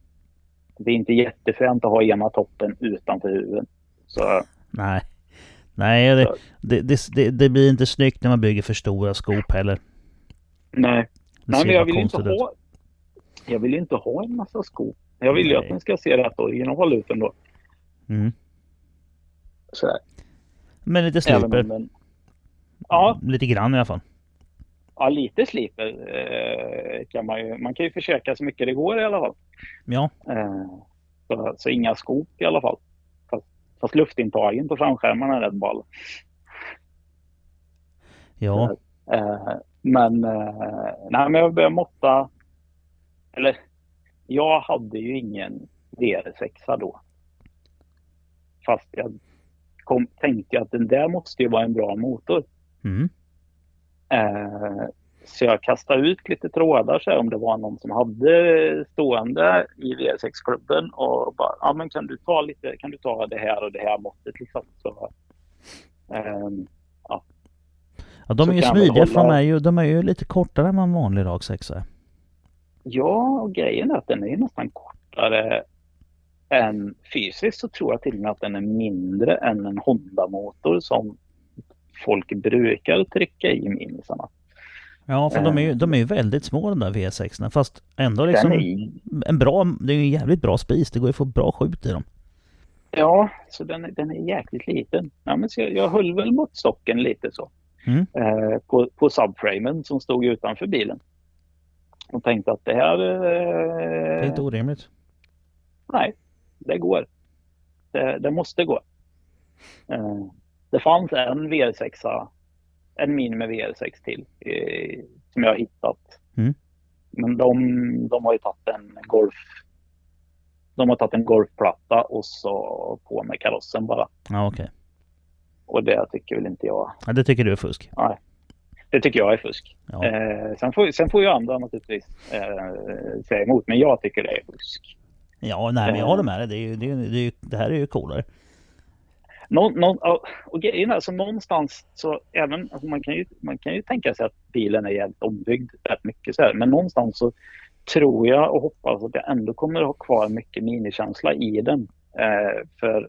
Speaker 1: Det är inte jättefränt att ha ena toppen utanför huvudet. Så,
Speaker 2: nej, Nej, det, det, det, det, det blir inte snyggt när man bygger för stora skop heller.
Speaker 1: Nej, Nej men jag vill inte
Speaker 2: ut.
Speaker 1: ha jag vill inte ha en massa skop. Jag vill Nej. ju att den ska se rätt original ut ändå.
Speaker 2: Mm.
Speaker 1: Sådär.
Speaker 2: Men lite sliper.
Speaker 1: Den... Ja.
Speaker 2: Lite grann i alla fall.
Speaker 1: Ja, lite sliper eh, kan man ju. Man kan ju försöka så mycket det går i alla fall.
Speaker 2: Ja.
Speaker 1: Eh, så, så inga skop i alla fall. Fast, fast luftintagen på framskärmarna är rätt ball.
Speaker 2: Ja.
Speaker 1: Så, eh, men eh, nej, men jag började måtta. Eller jag hade ju ingen V R sex då. Fast jag kom, tänkte att den där måste ju vara en bra motor.
Speaker 2: Mm.
Speaker 1: Eh, så jag kastade ut lite trådar så här, om det var någon som hade stående i V R sex-klubben och bara, ja men kan du ta lite, kan du ta det här och det här måttet liksom. Så, eh, ja.
Speaker 2: Ja, de är ju smidiga för de är ju, de är ju lite kortare än en vanlig rak sexa.
Speaker 1: Ja, och grejen är att den är nästan kortare än fysiskt, så tror jag till och med att den är mindre än en Honda-motor som folk brukar trycka i minisarna.
Speaker 2: Ja, för de är ju, de är ju väldigt små de där V sexorna, fast ändå liksom är... en bra, det är ju en jävligt bra spis, det går ju att få bra skjut i dem.
Speaker 1: Ja, så den, den är jäkligt liten. Ja, men så jag, jag höll väl mot stocken lite så.
Speaker 2: Mm.
Speaker 1: Eh, på, på subframen som stod utanför bilen. Och tänkte att det här... Eh,
Speaker 2: det är inte orimligt.
Speaker 1: Nej, det går. Det, det måste gå. Eh, det fanns en V R sex, en Mini med V R sex till eh, som jag har hittat.
Speaker 2: Mm.
Speaker 1: Men de, de har ju tagit en golf. De har tagit en golfplatta och så på med karossen bara.
Speaker 2: Ja, okej. Okay.
Speaker 1: Och det tycker väl inte jag.
Speaker 2: Ja, det tycker du är fusk.
Speaker 1: Nej. Det tycker jag är fusk.
Speaker 2: Ja.
Speaker 1: Eh, sen, får, sen får ju andra naturligtvis eh, säga emot, men jag tycker det är fusk.
Speaker 2: Ja, nej, men jag håller med dig. Det, är ju, det, är, det, är, det här är ju coolare.
Speaker 1: Någon, någon, och grejen är alltså någonstans så även, alltså man, kan ju, man kan ju tänka sig att bilen är jävligt ombyggd rätt mycket så här, men någonstans så tror jag och hoppas att jag ändå kommer att ha kvar mycket minikänsla i den. Eh, för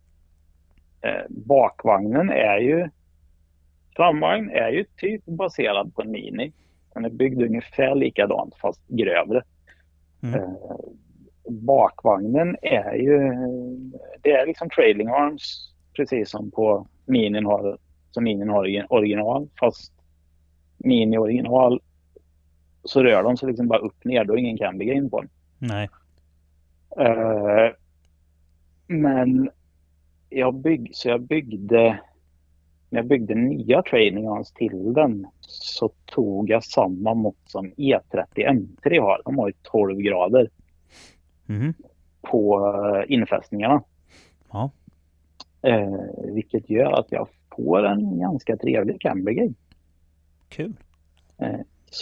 Speaker 1: eh, bakvagnen är ju framvagn är ju typ baserad på en Mini. Den är byggd ungefär likadant fast grövre.
Speaker 2: Mm.
Speaker 1: Eh, bakvagnen är ju det är liksom trailing arms precis som på Minin har som Minin har original, fast Mini original så rör de sig liksom bara upp ner, då är ingen kan bygga in på den.
Speaker 2: Nej.
Speaker 1: Uh, men jag bygg, så jag byggde när jag byggde nya trailing arms till den så tog jag samma mått som E trettio M tre har. De har ju tolv grader.
Speaker 2: Mm.
Speaker 1: På infästningarna.
Speaker 2: Ja.
Speaker 1: Eh, vilket gör att jag får en ganska trevlig cambergame.
Speaker 2: Kul.
Speaker 1: Eh, så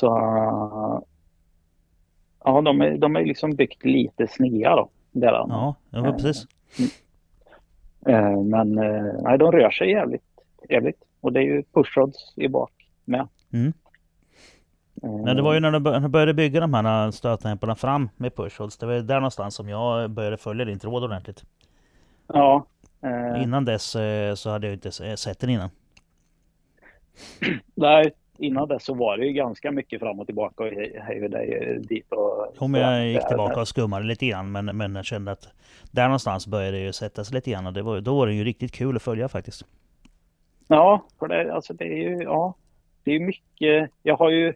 Speaker 1: ja, de är, de är liksom byggt lite snea då. Där,
Speaker 2: ja, ja eh, precis.
Speaker 1: Eh, men eh, nej, de rör sig jävligt trevligt. Och det är ju pushrods i bak med.
Speaker 2: Mm. Ja, det var ju när du började bygga de här stötdämparna fram med pushholes. Det var där någonstans som jag började följa din tråd ordentligt.
Speaker 1: Ja. Eh...
Speaker 2: Innan dess så hade jag inte sett den innan.
Speaker 1: Nej, innan dess så var det ju ganska mycket fram och tillbaka och hej dig dit och...
Speaker 2: Jo, men jag gick tillbaka och skummade lite grann, men, men jag kände att där någonstans började det ju sättas lite grann och det var, då var det ju riktigt kul att följa faktiskt.
Speaker 1: Ja, för det, alltså det är ju, ja, det är mycket, jag har ju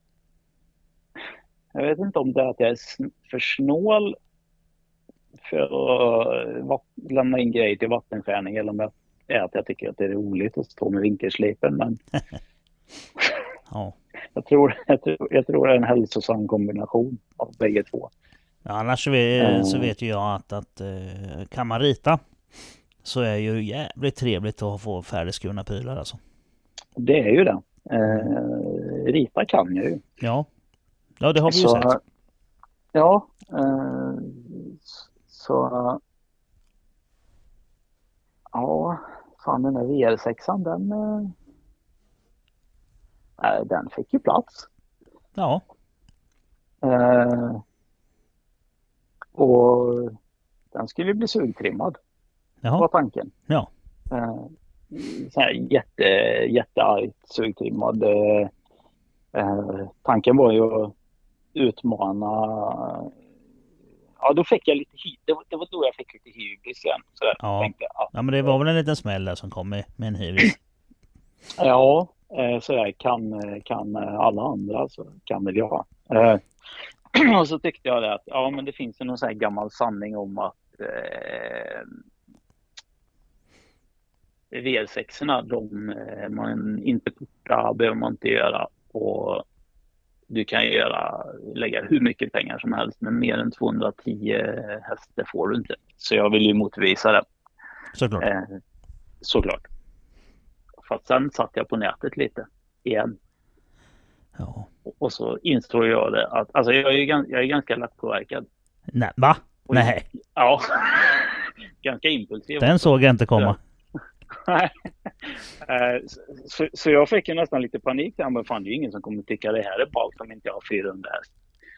Speaker 1: jag vet inte om det är att jag är för snål för att lämna in grejer till vattenskärning eller om det är att jag tycker att det är roligt att stå med vinkelslipen, men
Speaker 2: ja.
Speaker 1: jag, tror, jag, tror, jag tror det är en hälsosam kombination av bägge två.
Speaker 2: Ja, annars så vet, så vet ju jag att, att kan man rita så är ju jävligt trevligt att få färdigskurna prylar alltså.
Speaker 1: Det är ju det. Eh, rita kan jag ju.
Speaker 2: Ja. Ja, det har vi ju
Speaker 1: så,
Speaker 2: sett.
Speaker 1: Ja. Eh, så ja, fan den där V R sexan den eh, den fick ju plats.
Speaker 2: Ja.
Speaker 1: Eh, och den skulle bli sugtrimmad.
Speaker 2: Jaha.
Speaker 1: Var tanken.
Speaker 2: Ja.
Speaker 1: Eh, så här jätte, jätteargt sugtrimmad. Eh, eh, tanken var ju att utmana. Ja, då fick jag lite hy- det, var, det var då jag fick lite hybris igen. Så där,
Speaker 2: Ja.
Speaker 1: tänkte jag, att,
Speaker 2: Ja, men det var väl en liten smäll där som kom med, med en hybris.
Speaker 1: Ja, eh, så där kan, kan alla andra, så kan väl jag. Eh, och så tyckte jag det att ja, men det finns ju någon sån här gammal sanning om att eh, V sexorna, de eh, man inte porta behöver man inte göra, och du kan göra, lägga hur mycket pengar som helst, men mer än tvåhundratio hästar får du inte. Så jag vill ju motvisa det.
Speaker 2: Såklart.
Speaker 1: Eh, såklart. För att sen satt jag på nätet lite igen.
Speaker 2: Ja.
Speaker 1: Och så insåg jag det att alltså jag är, jag är ganska lätt påverkad.
Speaker 2: Nej, va?
Speaker 1: Och,
Speaker 2: Nej.
Speaker 1: Ja. Ganska impulsiv.
Speaker 2: Den såg jag inte komma.
Speaker 1: Nej. så, så jag fick ju nästan lite panik. Ja, men fan, det är ju ingen som kommer tycka det här är ballt om inte jag har fyrahundra häst.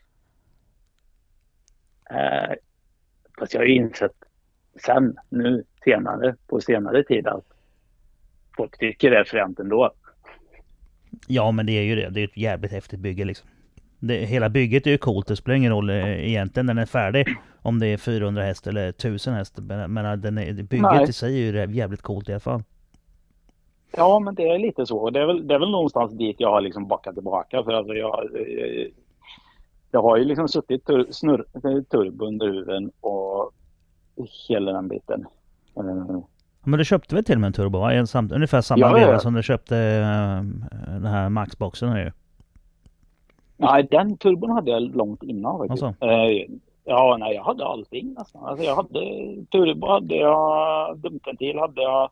Speaker 1: Eh, fast jag har ju insett sen, nu senare, på senare tid att folk tycker det är fränt ändå.
Speaker 2: Ja, men det är ju det. Det är ett jävligt häftigt bygge liksom. Det, hela bygget är ju coolt. Det spelar ingen roll egentligen när den är färdig. Om det är fyrahundra häst eller tusen häst. Men, men den är, bygget Nej. i sig är ju jävligt coolt i alla fall.
Speaker 1: Ja, men det är lite så. Det är väl, det är väl någonstans dit jag har liksom backat tillbaka. För alltså jag, jag, jag har ju liksom suttit tur, snurr, turbo under huven och hela den biten. Uh,
Speaker 2: Men du köpte väl till och med en turbo? Va? Samt, ungefär samma ja, veva ja. som du köpte uh, den här Maxboxen nu.
Speaker 1: Nej, den turbon hade jag långt innan. Uh, ja, nej, jag hade allting nästan. Alltså, jag hade turbo, hade jag dumpventil, hade jag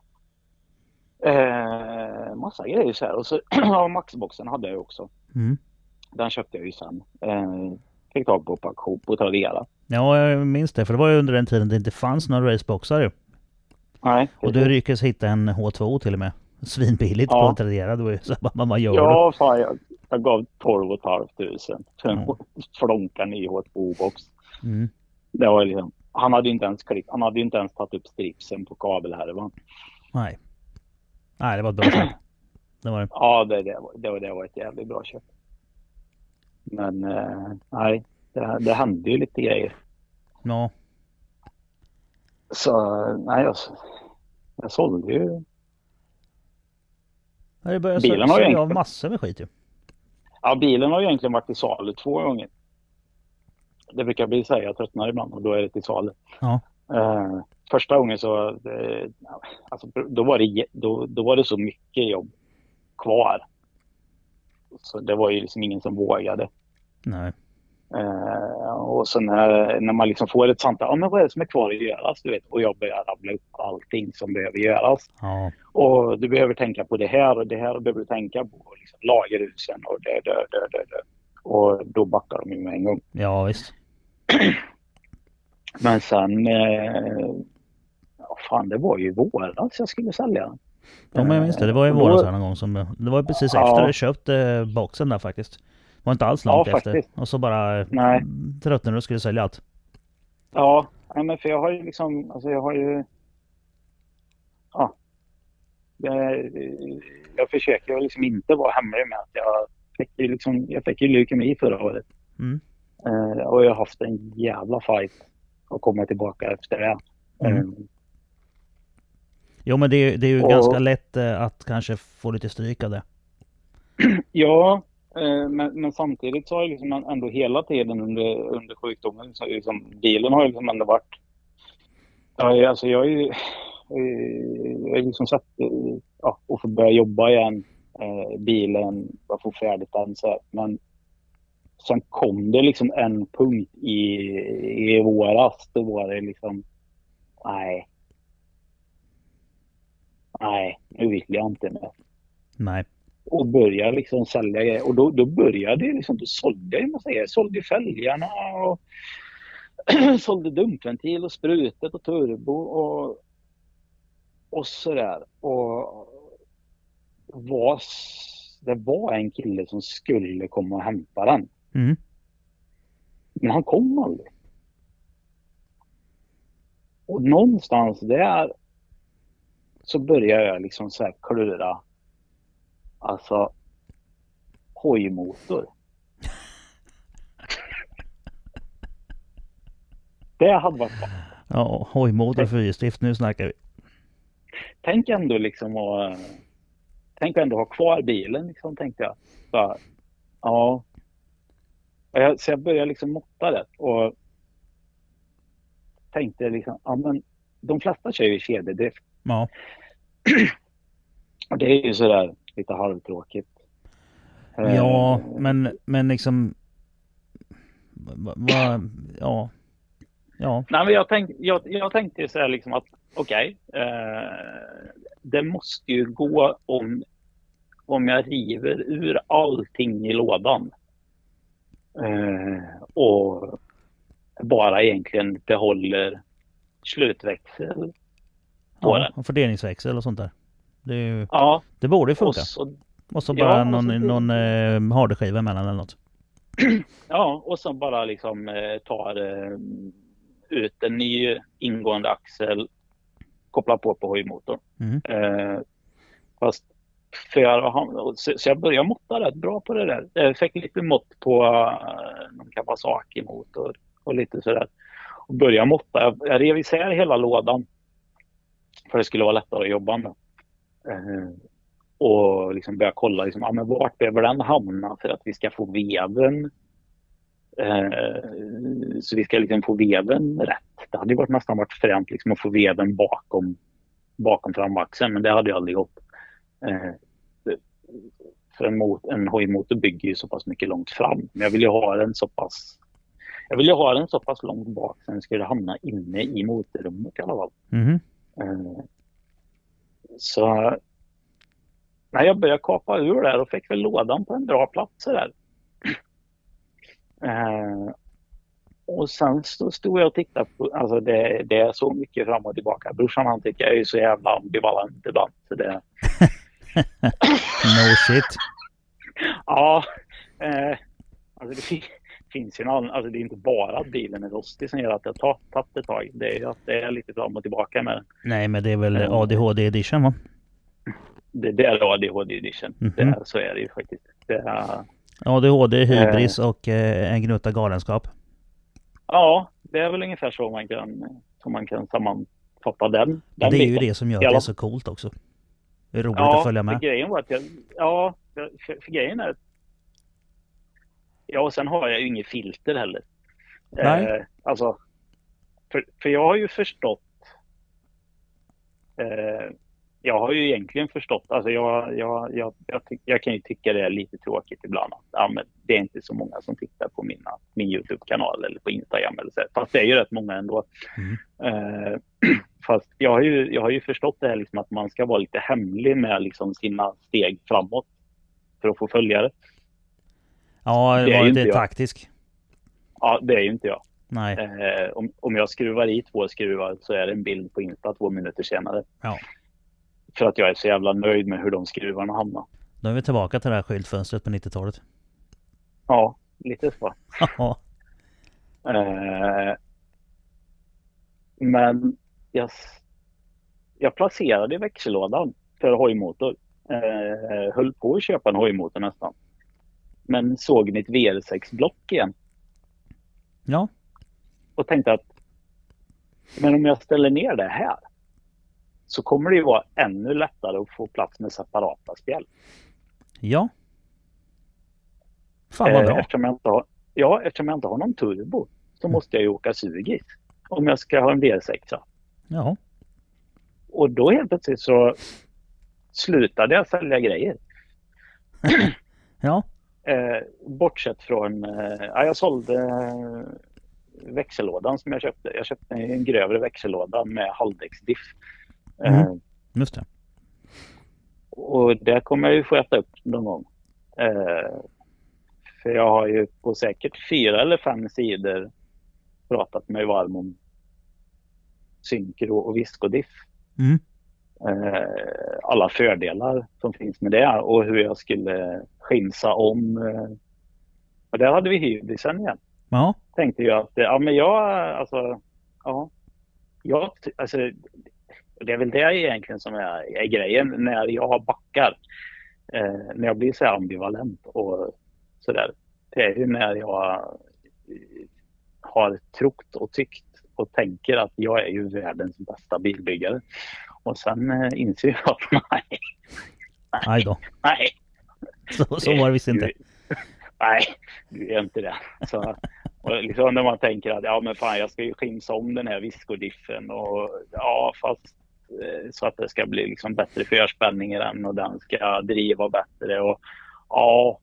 Speaker 1: uh, massa grejer så här. Och så ja, Maxboxen hade jag också.
Speaker 2: Mm.
Speaker 1: Den köpte jag ju sen. Uh, fick tag på på auktion på Tradera.
Speaker 2: Ja, jag minns det. För det var ju under den tiden det inte fanns några raceboxar ju.
Speaker 1: Nej.
Speaker 2: Och du lyckades hitta en H två till och med. Svinbilligt ja. på Tradera. Det var ju så vad man gör.
Speaker 1: Ja, fan, jag, jag gav tolv och ett halvt tusen för en mm. flonkan i H två-box.
Speaker 2: Mm.
Speaker 1: Det var liksom, han hade inte ens klipp, han hade inte ens tagit upp stripsen på kabel här. Va?
Speaker 2: Nej. Nej, det var ett bra köp. Det var det.
Speaker 1: Ja, det, det, var, det, var, det var ett jävligt bra köp. Men eh, nej, det, det hände ju lite grejer.
Speaker 2: Ja.
Speaker 1: Så nej, jag, jag sålde ju.
Speaker 2: Det började bilen har ju egentligen massor med skit ju.
Speaker 1: Ja, bilen har ju egentligen varit i salu två gånger. Det brukar bli så här, jag tröttnar ibland och då är det till salu.
Speaker 2: Ja.
Speaker 1: Uh, första gången så uh, alltså, då, var det, då, då var det så mycket jobb kvar. Så det var ju liksom ingen som vågade.
Speaker 2: Nej.
Speaker 1: Uh, och sen när, när man liksom får ett sånt, ja men vad är det som är kvar att göras, du vet, och jag börjar rabbla upp allting som behöver göras.
Speaker 2: Ja.
Speaker 1: Och du behöver tänka på det här och det här behöver du tänka på, liksom, lagerhusen och det, det, det, det, det. Och då backar de ju med en gång.
Speaker 2: Ja, visst.
Speaker 1: Men sen eh, ja, fan, det var ju våras jag skulle sälja.
Speaker 2: Ja, men jag minns det. Det var ju våras någon gång som, det var precis ja. efter jag köpte boxen där faktiskt. Det var inte alls långt ja, efter. Faktiskt. Och så bara Nej. tröttnade du och skulle sälja allt.
Speaker 1: Ja, men för jag har ju liksom, alltså jag har ju ja, jag, jag försöker ju liksom inte vara hemlig med att jag fick ju liksom, jag fick ju leukemi förra året.
Speaker 2: Mm.
Speaker 1: Uh, och jag har haft en jävla fight och komma tillbaka efter det.
Speaker 2: Mm. Um, jo, men det är, det är ju och, ganska lätt uh, att kanske få lite stryk av det.
Speaker 1: Ja, uh, men, men samtidigt så har jag liksom ändå hela tiden under, under sjukdomen så liksom, bilen har ju liksom ändå varit ja, alltså jag är ju jag är liksom sett ja, och få börja jobba igen, uh, bilen, jag får färdigt den så här. Men sen kom det liksom en punkt i, i våras, då var det liksom, nej, nej, nu vill jag inte mer.
Speaker 2: Nej.
Speaker 1: Och började liksom sälja grejer. Och då, då började det liksom, då sålde jag, man säger, sålde fälgarna och sålde dumpventil och sprutet och turbo och, och sådär. Och var, det var en kille som skulle komma och hämta den.
Speaker 2: Mm.
Speaker 1: Men han kom aldrig. Och någonstans där så börjar jag liksom så här klura. Alltså hojmotor. Det hade varit bra.
Speaker 2: Ja, hojmotor för fyrstift, nu snackar vi.
Speaker 1: Tänk ändå liksom att, tänk ändå ha kvar bilen liksom, tänkte jag. Så, ja. Jag, så jag började liksom måtta det och tänkte liksom, ja men de flesta kör ju kedjedrift.
Speaker 2: Ja.
Speaker 1: Och det är ju sådär lite halvtråkigt.
Speaker 2: Ja, men, men liksom va, va, ja. Ja.
Speaker 1: Nej, men jag, tänk, jag, jag tänkte ju så här liksom att okej, okay, eh, det måste ju gå om, om jag river ur allting i lådan eh, och bara egentligen behåller slutväxel på
Speaker 2: Ja,
Speaker 1: den.
Speaker 2: och fördelningsväxel och sånt där. Det, är ju,
Speaker 1: ja,
Speaker 2: det borde ju funka. Och
Speaker 1: så,
Speaker 2: och så bara
Speaker 1: ja,
Speaker 2: någon,
Speaker 1: så,
Speaker 2: någon eh, hardskiva emellan eller något.
Speaker 1: Ja, och så bara liksom eh, tar eh, ut en ny ingående axel, kopplar på på hojmotorn.
Speaker 2: Mm.
Speaker 1: Eh, fast för jag, så, så jag började måtta rätt bra på det där. Jag fick lite mått på uh, någon Kawasaki-motor och lite sådär. Och började måtta. Jag, jag rev isär hela lådan för det skulle vara lättare att jobba med. Eh, och liksom börja kolla liksom, ah, men vart behöver den hamna för att vi ska få veven. Eh, så vi ska liksom få veven rätt. Det hade ju varit nästan varit främt liksom att få veven bakom bakom framaxeln, men det hade ju aldrig gått. Eh, för en, mot, en hojmotor bygger ju så pass mycket långt fram. Men jag vill ju ha den så pass jag vill ju ha den så pass långt bak så den skulle hamna inne i motorrummet i alla fall.
Speaker 2: Mm.
Speaker 1: Eh, så när jag började kapa ur där och fick väl lådan på en bra plats där. Eh, och sen så stod jag och tittade på, alltså det, det är så mycket fram och tillbaka. Brorsan han tycker jag är så jävla ambivalent ibland. Så det...
Speaker 2: No shit.
Speaker 1: Ja, eh, alltså det finns ju någon, alltså det är inte bara att bilen är rostig som gör att det har tagit ett tag. Det är ju att det är lite fram och tillbaka med den.
Speaker 2: Nej, men det är väl A D H D edition, va?
Speaker 1: Det, det är A D H D edition. Mm-hmm. Det är, så är det ju faktiskt. Det är,
Speaker 2: A D H D, hybris eh, och eh, en gnutta galenskap.
Speaker 1: Ja, det är väl ungefär så man kan, så man kan sammanfatta den. den
Speaker 2: det är
Speaker 1: biten.
Speaker 2: ju det som gör det är så coolt också. Det är roligt
Speaker 1: ja,
Speaker 2: att följa med.
Speaker 1: För grejen var att jag, ja, för, för, för grejen är att ja, och sen har jag ju inget filter heller.
Speaker 2: Nej.
Speaker 1: Eh, alltså, för, för jag har ju förstått eh, jag har ju egentligen förstått, alltså jag, jag, jag, jag, tyck, jag kan ju tycka det är lite tråkigt ibland att ja, men det är inte så många som tittar på mina, min YouTube-kanal eller på Instagram eller så. Fast det är ju rätt många ändå. Mm. Eh, fast jag har, ju, jag har ju förstått det här liksom att man ska vara lite hemlig med liksom sina steg framåt för att få följare.
Speaker 2: Ja, det var det taktisk.
Speaker 1: Ja, det är ju inte jag.
Speaker 2: Nej.
Speaker 1: Eh, om, om jag skruvar i två skruvar så är det en bild på Insta två minuter senare.
Speaker 2: Ja.
Speaker 1: För att jag är så jävla nöjd med hur de skruvarna hamnar.
Speaker 2: Då är vi tillbaka till det här skyltfönstret på nittiotalet.
Speaker 1: Ja, lite så.
Speaker 2: Ja.
Speaker 1: eh, men jag, jag placerade växellådan för hojmotor. Eh, höll på att köpa en hojmotor nästan. Men såg mitt V R sex-block igen.
Speaker 2: Ja.
Speaker 1: Och tänkte att men om jag ställer ner det här så kommer det ju vara ännu lättare att få plats med separata spjäll.
Speaker 2: Ja. Fan vad bra.
Speaker 1: Eftersom jag inte har, ja, eftersom jag inte har någon turbo så mm. måste jag ju åka sugis om jag ska ha en V R sex.
Speaker 2: Ja.
Speaker 1: Och då helt plötsligt så slutade jag sälja grejer.
Speaker 2: Ja.
Speaker 1: Eh, bortsett från, eh, ja, jag sålde eh, växellådan som jag köpte. Jag köpte en grövre växellåda med halvdäcksdiff.
Speaker 2: Mm. Eh, Just det.
Speaker 1: Och det kommer jag ju få äta upp någon gång. Eh, för jag har ju på säkert fyra eller fem sidor pratat mig varm om synkro och viskodiff.
Speaker 2: Mm.
Speaker 1: Eh, alla fördelar som finns med det och hur jag skulle skimsa om. Eh, och där hade vi hybrisen igen.
Speaker 2: Ja.
Speaker 1: Tänkte jag att, ja men jag, alltså, ja, jag, alltså, Och det är väl det egentligen som är, är grejen när jag backar. Eh, när jag blir så här ambivalent och sådär. Det är ju när jag har trott och tyckt och tänker att jag är ju världens bästa bilbyggare. Och sen eh, inser jag att nej.
Speaker 2: Nej, Aj då.
Speaker 1: Nej.
Speaker 2: Så, så var det visst inte.
Speaker 1: Du, nej, du är inte det. Så, och liksom när man tänker att ja men fan jag ska ju skimsa om den här viskodiffen och ja fast så att det ska bli liksom bättre förspänning i den och den ska driva bättre och ja.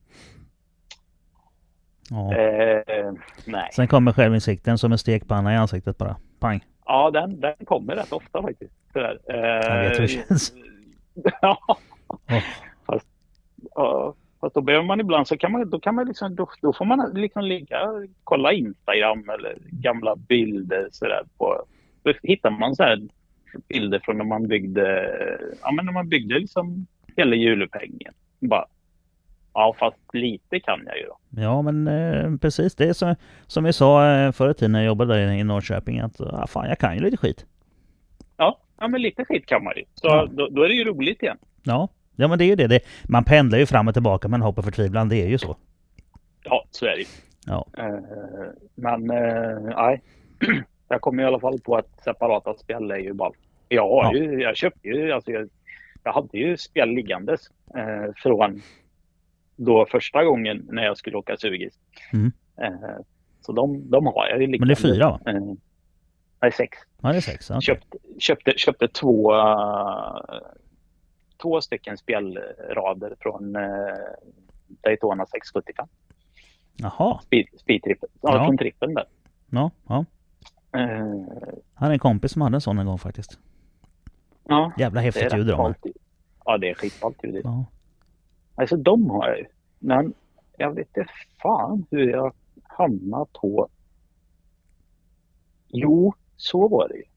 Speaker 2: Ja.
Speaker 1: Eh, nej.
Speaker 2: Sen kommer självinsikten som en stekpanna i ansiktet bara. Pang.
Speaker 1: Ja, den, den kommer rätt ofta faktiskt. Sådär. Eh,
Speaker 2: jag vet hur det känns.
Speaker 1: Ja.
Speaker 2: Oh.
Speaker 1: Fast, ja, fast då behöver man ibland så kan man, då kan man liksom, då, då får man liksom ligga kolla Instagram eller gamla bilder sådär på. Då hittar man så här bilder från när man byggde, ja men när man byggde liksom hela julpengen. Bara, ja fast lite kan jag ju då.
Speaker 2: Ja men eh, precis, det är så, som vi sa eh, förr i tiden när jag jobbade där i Norrköping att ah, fan jag kan ju lite skit.
Speaker 1: Ja, ja men lite skit kan man ju. Så
Speaker 2: ja.
Speaker 1: då, då är det ju roligt igen.
Speaker 2: Ja, ja men det är ju det. det. Man pendlar ju fram och tillbaka men hoppar förtvivlan, det är ju så.
Speaker 1: Ja, så är det ju.
Speaker 2: Ja.
Speaker 1: Uh, men nej, uh, jag kommer i alla fall på att separata spel är ju bara. Jag har ja. ju, jag köpte ju, alltså jag, jag hade ju spel liggandes uh, från då första gången när jag skulle åka sugis.
Speaker 2: Mm.
Speaker 1: Uh, så de, de har jag ju liggandes.
Speaker 2: Men det är fyra va?
Speaker 1: Uh, nej, sex.
Speaker 2: Ja, det är sex. Okay.
Speaker 1: Köpte, köpte, köpte två, uh, två stycken spelrader från uh, Daytona sex sjuttiofem.
Speaker 2: Jaha.
Speaker 1: Speed, speedtrippen. Ja,
Speaker 2: ja.
Speaker 1: Från trippen där.
Speaker 2: Ja, ja.
Speaker 1: Uh,
Speaker 2: Han är en kompis som hade en sån en gång faktiskt.
Speaker 1: Ja.
Speaker 2: Jävla häftigt ljud de har.
Speaker 1: Ja, det är skitballt ljud.
Speaker 2: Ja.
Speaker 1: Alltså de har jag ju. Men jag vet inte fan hur jag hamnar på. Jo, så var det ju.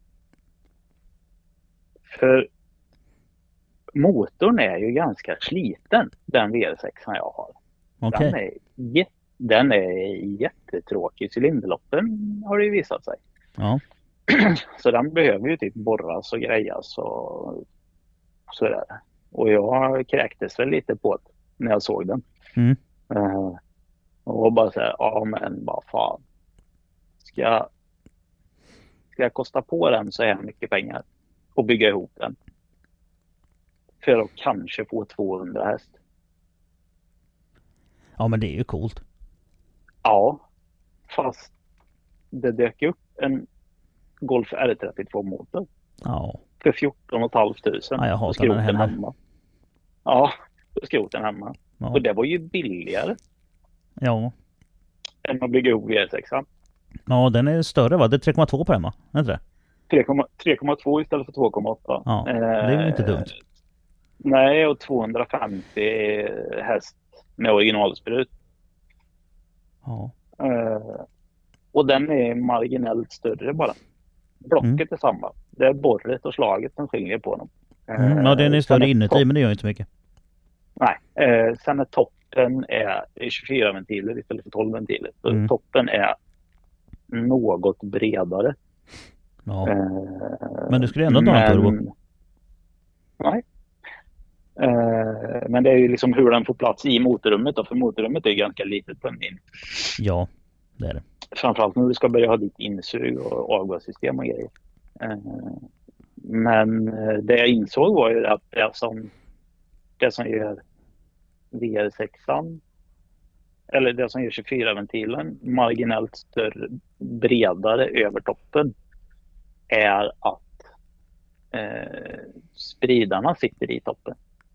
Speaker 1: För motorn är ju ganska sliten, den V R sex jag har.
Speaker 2: Okay.
Speaker 1: Den är jätte Den är jättetråkig. Cylinderloppen har det ju visat sig.
Speaker 2: Ja.
Speaker 1: Så den behöver ju typ borras och grejas och sådär. Och jag kräktes väl lite på det när jag såg den.
Speaker 2: Mm.
Speaker 1: Uh, och bara säga, ja men vad fan. Ska jag, ska jag kosta på den så här mycket pengar och bygga ihop den? För att kanske få tvåhundra häst.
Speaker 2: Ja men det är ju coolt.
Speaker 1: Ja, fast det dök upp en Golf R trettiotvå-motor.
Speaker 2: Ja.
Speaker 1: För fjorton och ett halvt tusen.
Speaker 2: Ja, jag hatar den hemma.
Speaker 1: hemma. Ja, då skrot den hemma.
Speaker 2: Ja.
Speaker 1: Och det var ju billigare.
Speaker 2: Ja.
Speaker 1: Än att bygga ihop V R sex.
Speaker 2: Ja, den är större va? Det är tre komma två på den va? Är inte
Speaker 1: det? tre komma två istället för två komma åtta.
Speaker 2: Ja, det är ju inte dumt.
Speaker 1: Eh, nej, och tvåhundrafemtio häst med originalsprut.
Speaker 2: Ja.
Speaker 1: Uh, och den är marginellt större bara. Blocket
Speaker 2: mm.
Speaker 1: är samma. Det är borret och slaget som skiljer på dem. Uh,
Speaker 2: mm, ja, den är större inuti men det gör inte mycket.
Speaker 1: Nej, uh, sen är toppen är tjugofyra ventiler istället för tolv ventiler. Så
Speaker 2: mm.
Speaker 1: toppen är något bredare.
Speaker 2: Ja. Uh, men du skulle ändå ta en turbo.
Speaker 1: Nej. Uh, men det är ju liksom hur den får plats i motorrummet då, för motorrummet är ganska litet på en min.
Speaker 2: Ja, det är det.
Speaker 1: Framförallt när du ska börja ha ditt insug och avgassystem och grejer. Uh, men det jag insåg var ju att det som, det som gör V R sex eller det som gör tjugofyra-ventilen marginellt större, bredare över toppen är att uh, spridarna sitter i toppen.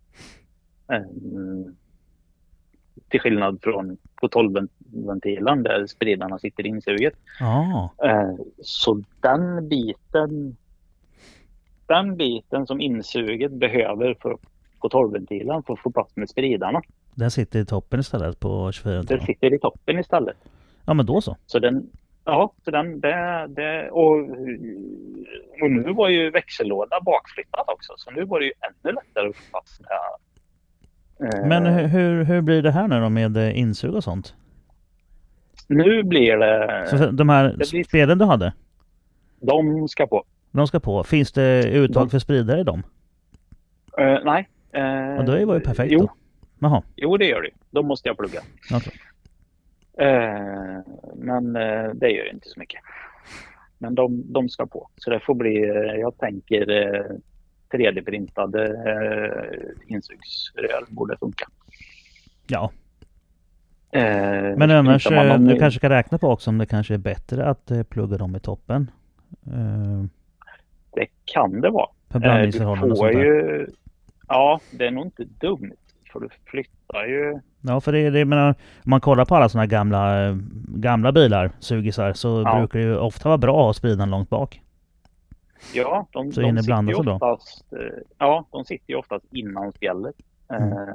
Speaker 1: Mm. Till skillnad från på tolv-ventilen där spridarna sitter insuget.
Speaker 2: Ah.
Speaker 1: Eh, så den biten den biten som insuget behöver för, på tolv-ventilen för att få plats med spridarna.
Speaker 2: Den sitter i toppen istället på tjugofyra-ventilen?
Speaker 1: Den sitter i toppen istället.
Speaker 2: Ja men då så.
Speaker 1: Så den, ja, så den, det, det, och, och nu var ju växellåda bakflyttat också. Så nu var det ju ännu lättare att få plats med.
Speaker 2: Men hur, hur blir det här nu då med insug och sånt?
Speaker 1: Nu blir det...
Speaker 2: Så de här
Speaker 1: det blir,
Speaker 2: spelen du hade?
Speaker 1: De ska på.
Speaker 2: De ska på. Finns det uttag
Speaker 1: de...
Speaker 2: för spridare i dem?
Speaker 1: Uh, nej. Uh,
Speaker 2: ja, då var ju perfekt
Speaker 1: jo.
Speaker 2: då. Jaha.
Speaker 1: Jo, det gör det. Då måste jag plugga.
Speaker 2: Okay.
Speaker 1: Uh, men uh, det gör inte så mycket. Men de, de ska på. Så det får bli, uh, jag tänker uh, tre D-printade uh, insugsrör borde funka.
Speaker 2: Ja.
Speaker 1: Uh,
Speaker 2: men annars,
Speaker 1: man,
Speaker 2: du kanske kan räkna på också om det kanske är bättre att uh, plugga dem i toppen. Uh,
Speaker 1: det kan det vara.
Speaker 2: För blandningsförhållanden och sånt där.
Speaker 1: Ju, ja, det är nog inte dumt. För du flyttar ju...
Speaker 2: Ja, för det, det menar, om man kollar på alla såna gamla gamla bilar, sugisar, så ja. brukar det ju ofta vara bra att ha spridaren långt bak.
Speaker 1: Ja, de,
Speaker 2: så
Speaker 1: de sitter ju
Speaker 2: så
Speaker 1: oftast, ja, de sitter ju oftast innan spjället. Mm. Eh,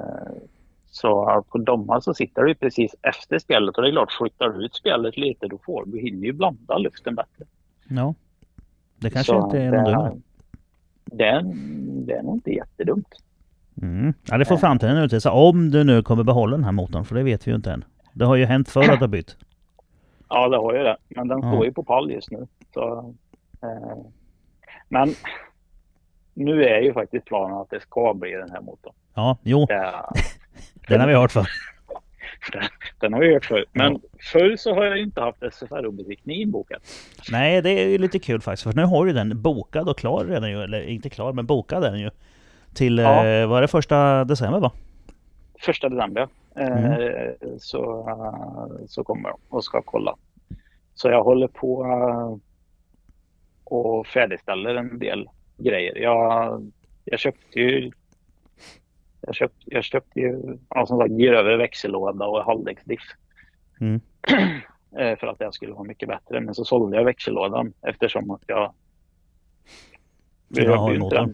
Speaker 1: så på dem så sitter du precis efter spjället, och det är klart, flyttar du ut spjället lite, då får du hinner ju blanda luften bättre.
Speaker 2: Ja, det kanske
Speaker 1: så
Speaker 2: inte är någon dum.
Speaker 1: Det är, det är nog inte jättedumt.
Speaker 2: Mm. Ja, det får framtiden utvisa. Om du nu kommer behålla den här motorn, för det vet vi ju inte än. Det har ju hänt förr att du har bytt.
Speaker 1: Ja, det har ju det. Men den
Speaker 2: ja.
Speaker 1: står ju på pall just nu. Så, eh. Men nu är ju faktiskt planen att det ska bli den här motorn.
Speaker 2: Ja, jo.
Speaker 1: Det,
Speaker 2: den har vi hört för.
Speaker 1: Den, den har vi hört för. Men ja. förr så har jag inte haft S F R-besiktning inbokat.
Speaker 2: Nej, det är ju lite kul faktiskt. För nu har ju den bokad och klar redan ju. Eller inte klar, men bokad är den ju. Till, ja. eh, vad är det, första december va?
Speaker 1: Första december, mm. eh, så, så kommer de och ska kolla. Så jag håller på uh, och färdigställer en del grejer. Jag, jag köpte ju jag köpte, jag köpte ju ja, som sagt, grövre växellåda och halvdäcksdiff.
Speaker 2: Mm.
Speaker 1: eh, för att det skulle vara mycket bättre. Men så sålde jag växellådan eftersom att jag
Speaker 2: behövde ju inte den.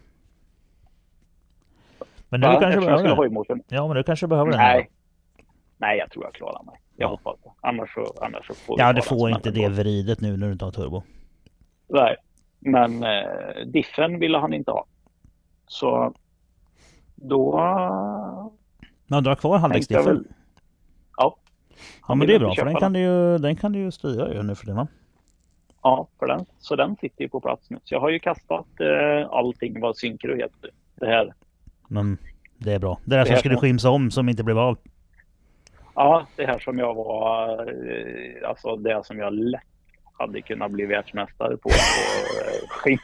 Speaker 2: Men nu kanske behöver den. Ja, men du kanske behöver den.
Speaker 1: Nej. Nej, jag tror jag klarar mig. Jag ja. hoppas det. Annars så, annars så får
Speaker 2: ja, du får inte det vridet nu när du inte har turbo.
Speaker 1: Nej, men eh, diffen ville han inte ha. Så då...
Speaker 2: Men du har kvar halvdäcksdiffen?
Speaker 1: Väl... Ja.
Speaker 2: Ja, men det är bra, för den kan, du ju, den kan du ju styra ju nu för det, va?
Speaker 1: Ja, för den. Så den sitter ju på plats nu. Så jag har ju kastat eh, allting vad synkro heter. Det här.
Speaker 2: Men det är bra. Det där det som skulle skimsa om som inte blev av.
Speaker 1: Ja, det här som jag var, alltså det som jag lätt hade kunnat bli världsmästare på. Och, skim.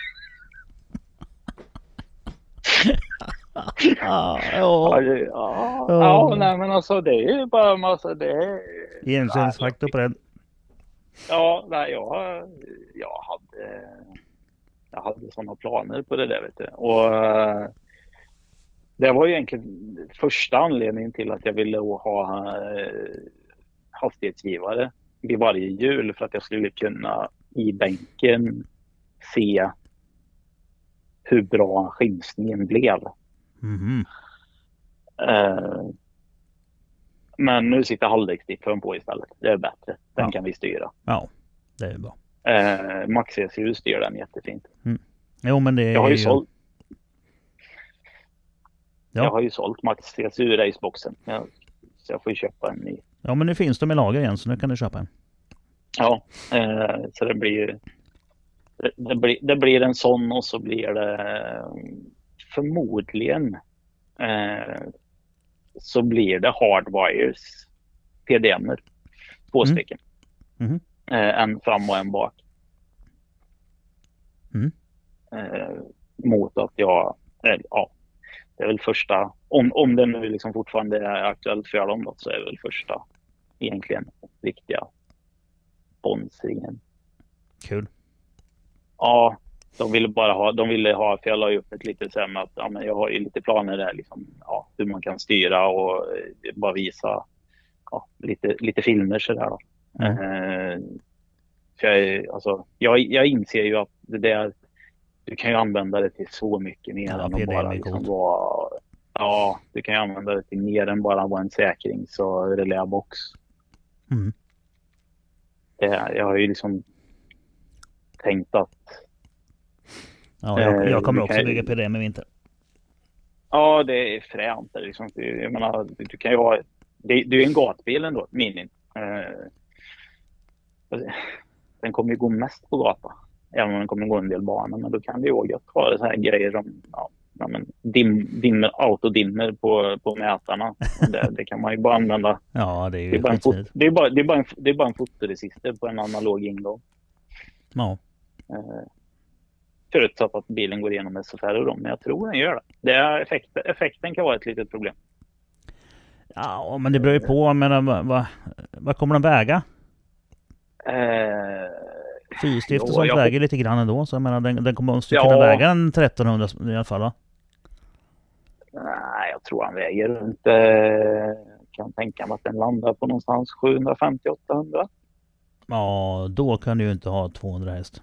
Speaker 2: ja,
Speaker 1: ja, ja, ja, nej men alltså det är ju bara massa det är...
Speaker 2: Igenkänningsfaktor på den.
Speaker 1: Ja, nej, jag, jag hade jag hade sådana planer på det där, vet du. Och det var ju egentligen första anledningen till att jag ville ha hastighetsgivare vid varje hjul, för att jag skulle kunna i bänken se hur bra skimsningen blev.
Speaker 2: Mm-hmm.
Speaker 1: Uh, men nu sitter halvdäcksdiffen på istället. Det är bättre. Den ja. kan vi styra.
Speaker 2: Ja, det är bra.
Speaker 1: Uh, Max C C U styr den jättefint.
Speaker 2: Mm. Jo, men det är...
Speaker 1: Jag har ju sålt
Speaker 2: ja.
Speaker 1: Jag har ju sålt Max C C U raceboxen. Ja, så jag får ju köpa en ny.
Speaker 2: Ja, men nu finns de i lager igen, så nu kan du köpa en.
Speaker 1: Ja, uh, så det blir det, det blir det blir en sån, och så blir det förmodligen uh, så blir det hardwires P D M-er. Två mm. stycken.
Speaker 2: Mm.
Speaker 1: Eh, en fram och en bak.
Speaker 2: Mm.
Speaker 1: Eh, mot att jag, eh, ja, det är väl första, om, om det nu liksom fortfarande är aktuellt för dem då, så är det väl första egentligen viktiga sponsringen.
Speaker 2: Kul.
Speaker 1: Ja, de ville bara ha, de ville ha, för jag la upp ett lite så här med att ja, men jag har ju lite planer där liksom, ja, hur man kan styra och eh, bara visa ja, lite, lite filmer sådär då. Mm. Eh, för jag, alltså, jag, jag inser ju att det där, du kan ju använda det till så mycket mer
Speaker 2: ja,
Speaker 1: än att bara liksom vara, ja, du kan ju använda det till mer än bara vara en säkrings- och reläbox.
Speaker 2: Mm.
Speaker 1: Det, jag har ju liksom tänkt att
Speaker 2: ja, jag, jag kommer också bygga P D M i vinter.
Speaker 1: Ja, det är fränt. Liksom. Jag menar, du kan ju ha... Det, det är en gatbil ändå, minin. Eh, den kommer ju gå mest på gata. även om det kommer gå en del banor, men då kan det ju vara gött att ha så här grejer som ja, ja, men dim, dimmer, autodimmer på, på mätarna. Det, det kan man ju bara använda.
Speaker 2: Ja, det är ju
Speaker 1: det är bara en fot, det är bara, det är bara en, det är bara en fotoresister på en analog ingång.
Speaker 2: Ja.
Speaker 1: Eh, förutsatt att bilen går igenom S F R och dem, men jag tror den gör det. det är effekt, effekten kan vara ett litet problem.
Speaker 2: Ja, men det beror ju på. Men vad, vad, vad kommer de väga?
Speaker 1: Eh,
Speaker 2: Fyrstift och
Speaker 1: jo,
Speaker 2: sånt
Speaker 1: jag
Speaker 2: väger
Speaker 1: hopp-
Speaker 2: lite grann ändå. Så jag menar, den, den kommer måste ju
Speaker 1: Ja.
Speaker 2: kunna väga en trettonhundra i alla fall, va?
Speaker 1: Nej, jag tror han väger runt... Eh, kan tänka mig att den landar på någonstans sjuhundrafemtio till åttahundra.
Speaker 2: Ja, då kan du ju inte ha tvåhundra häst.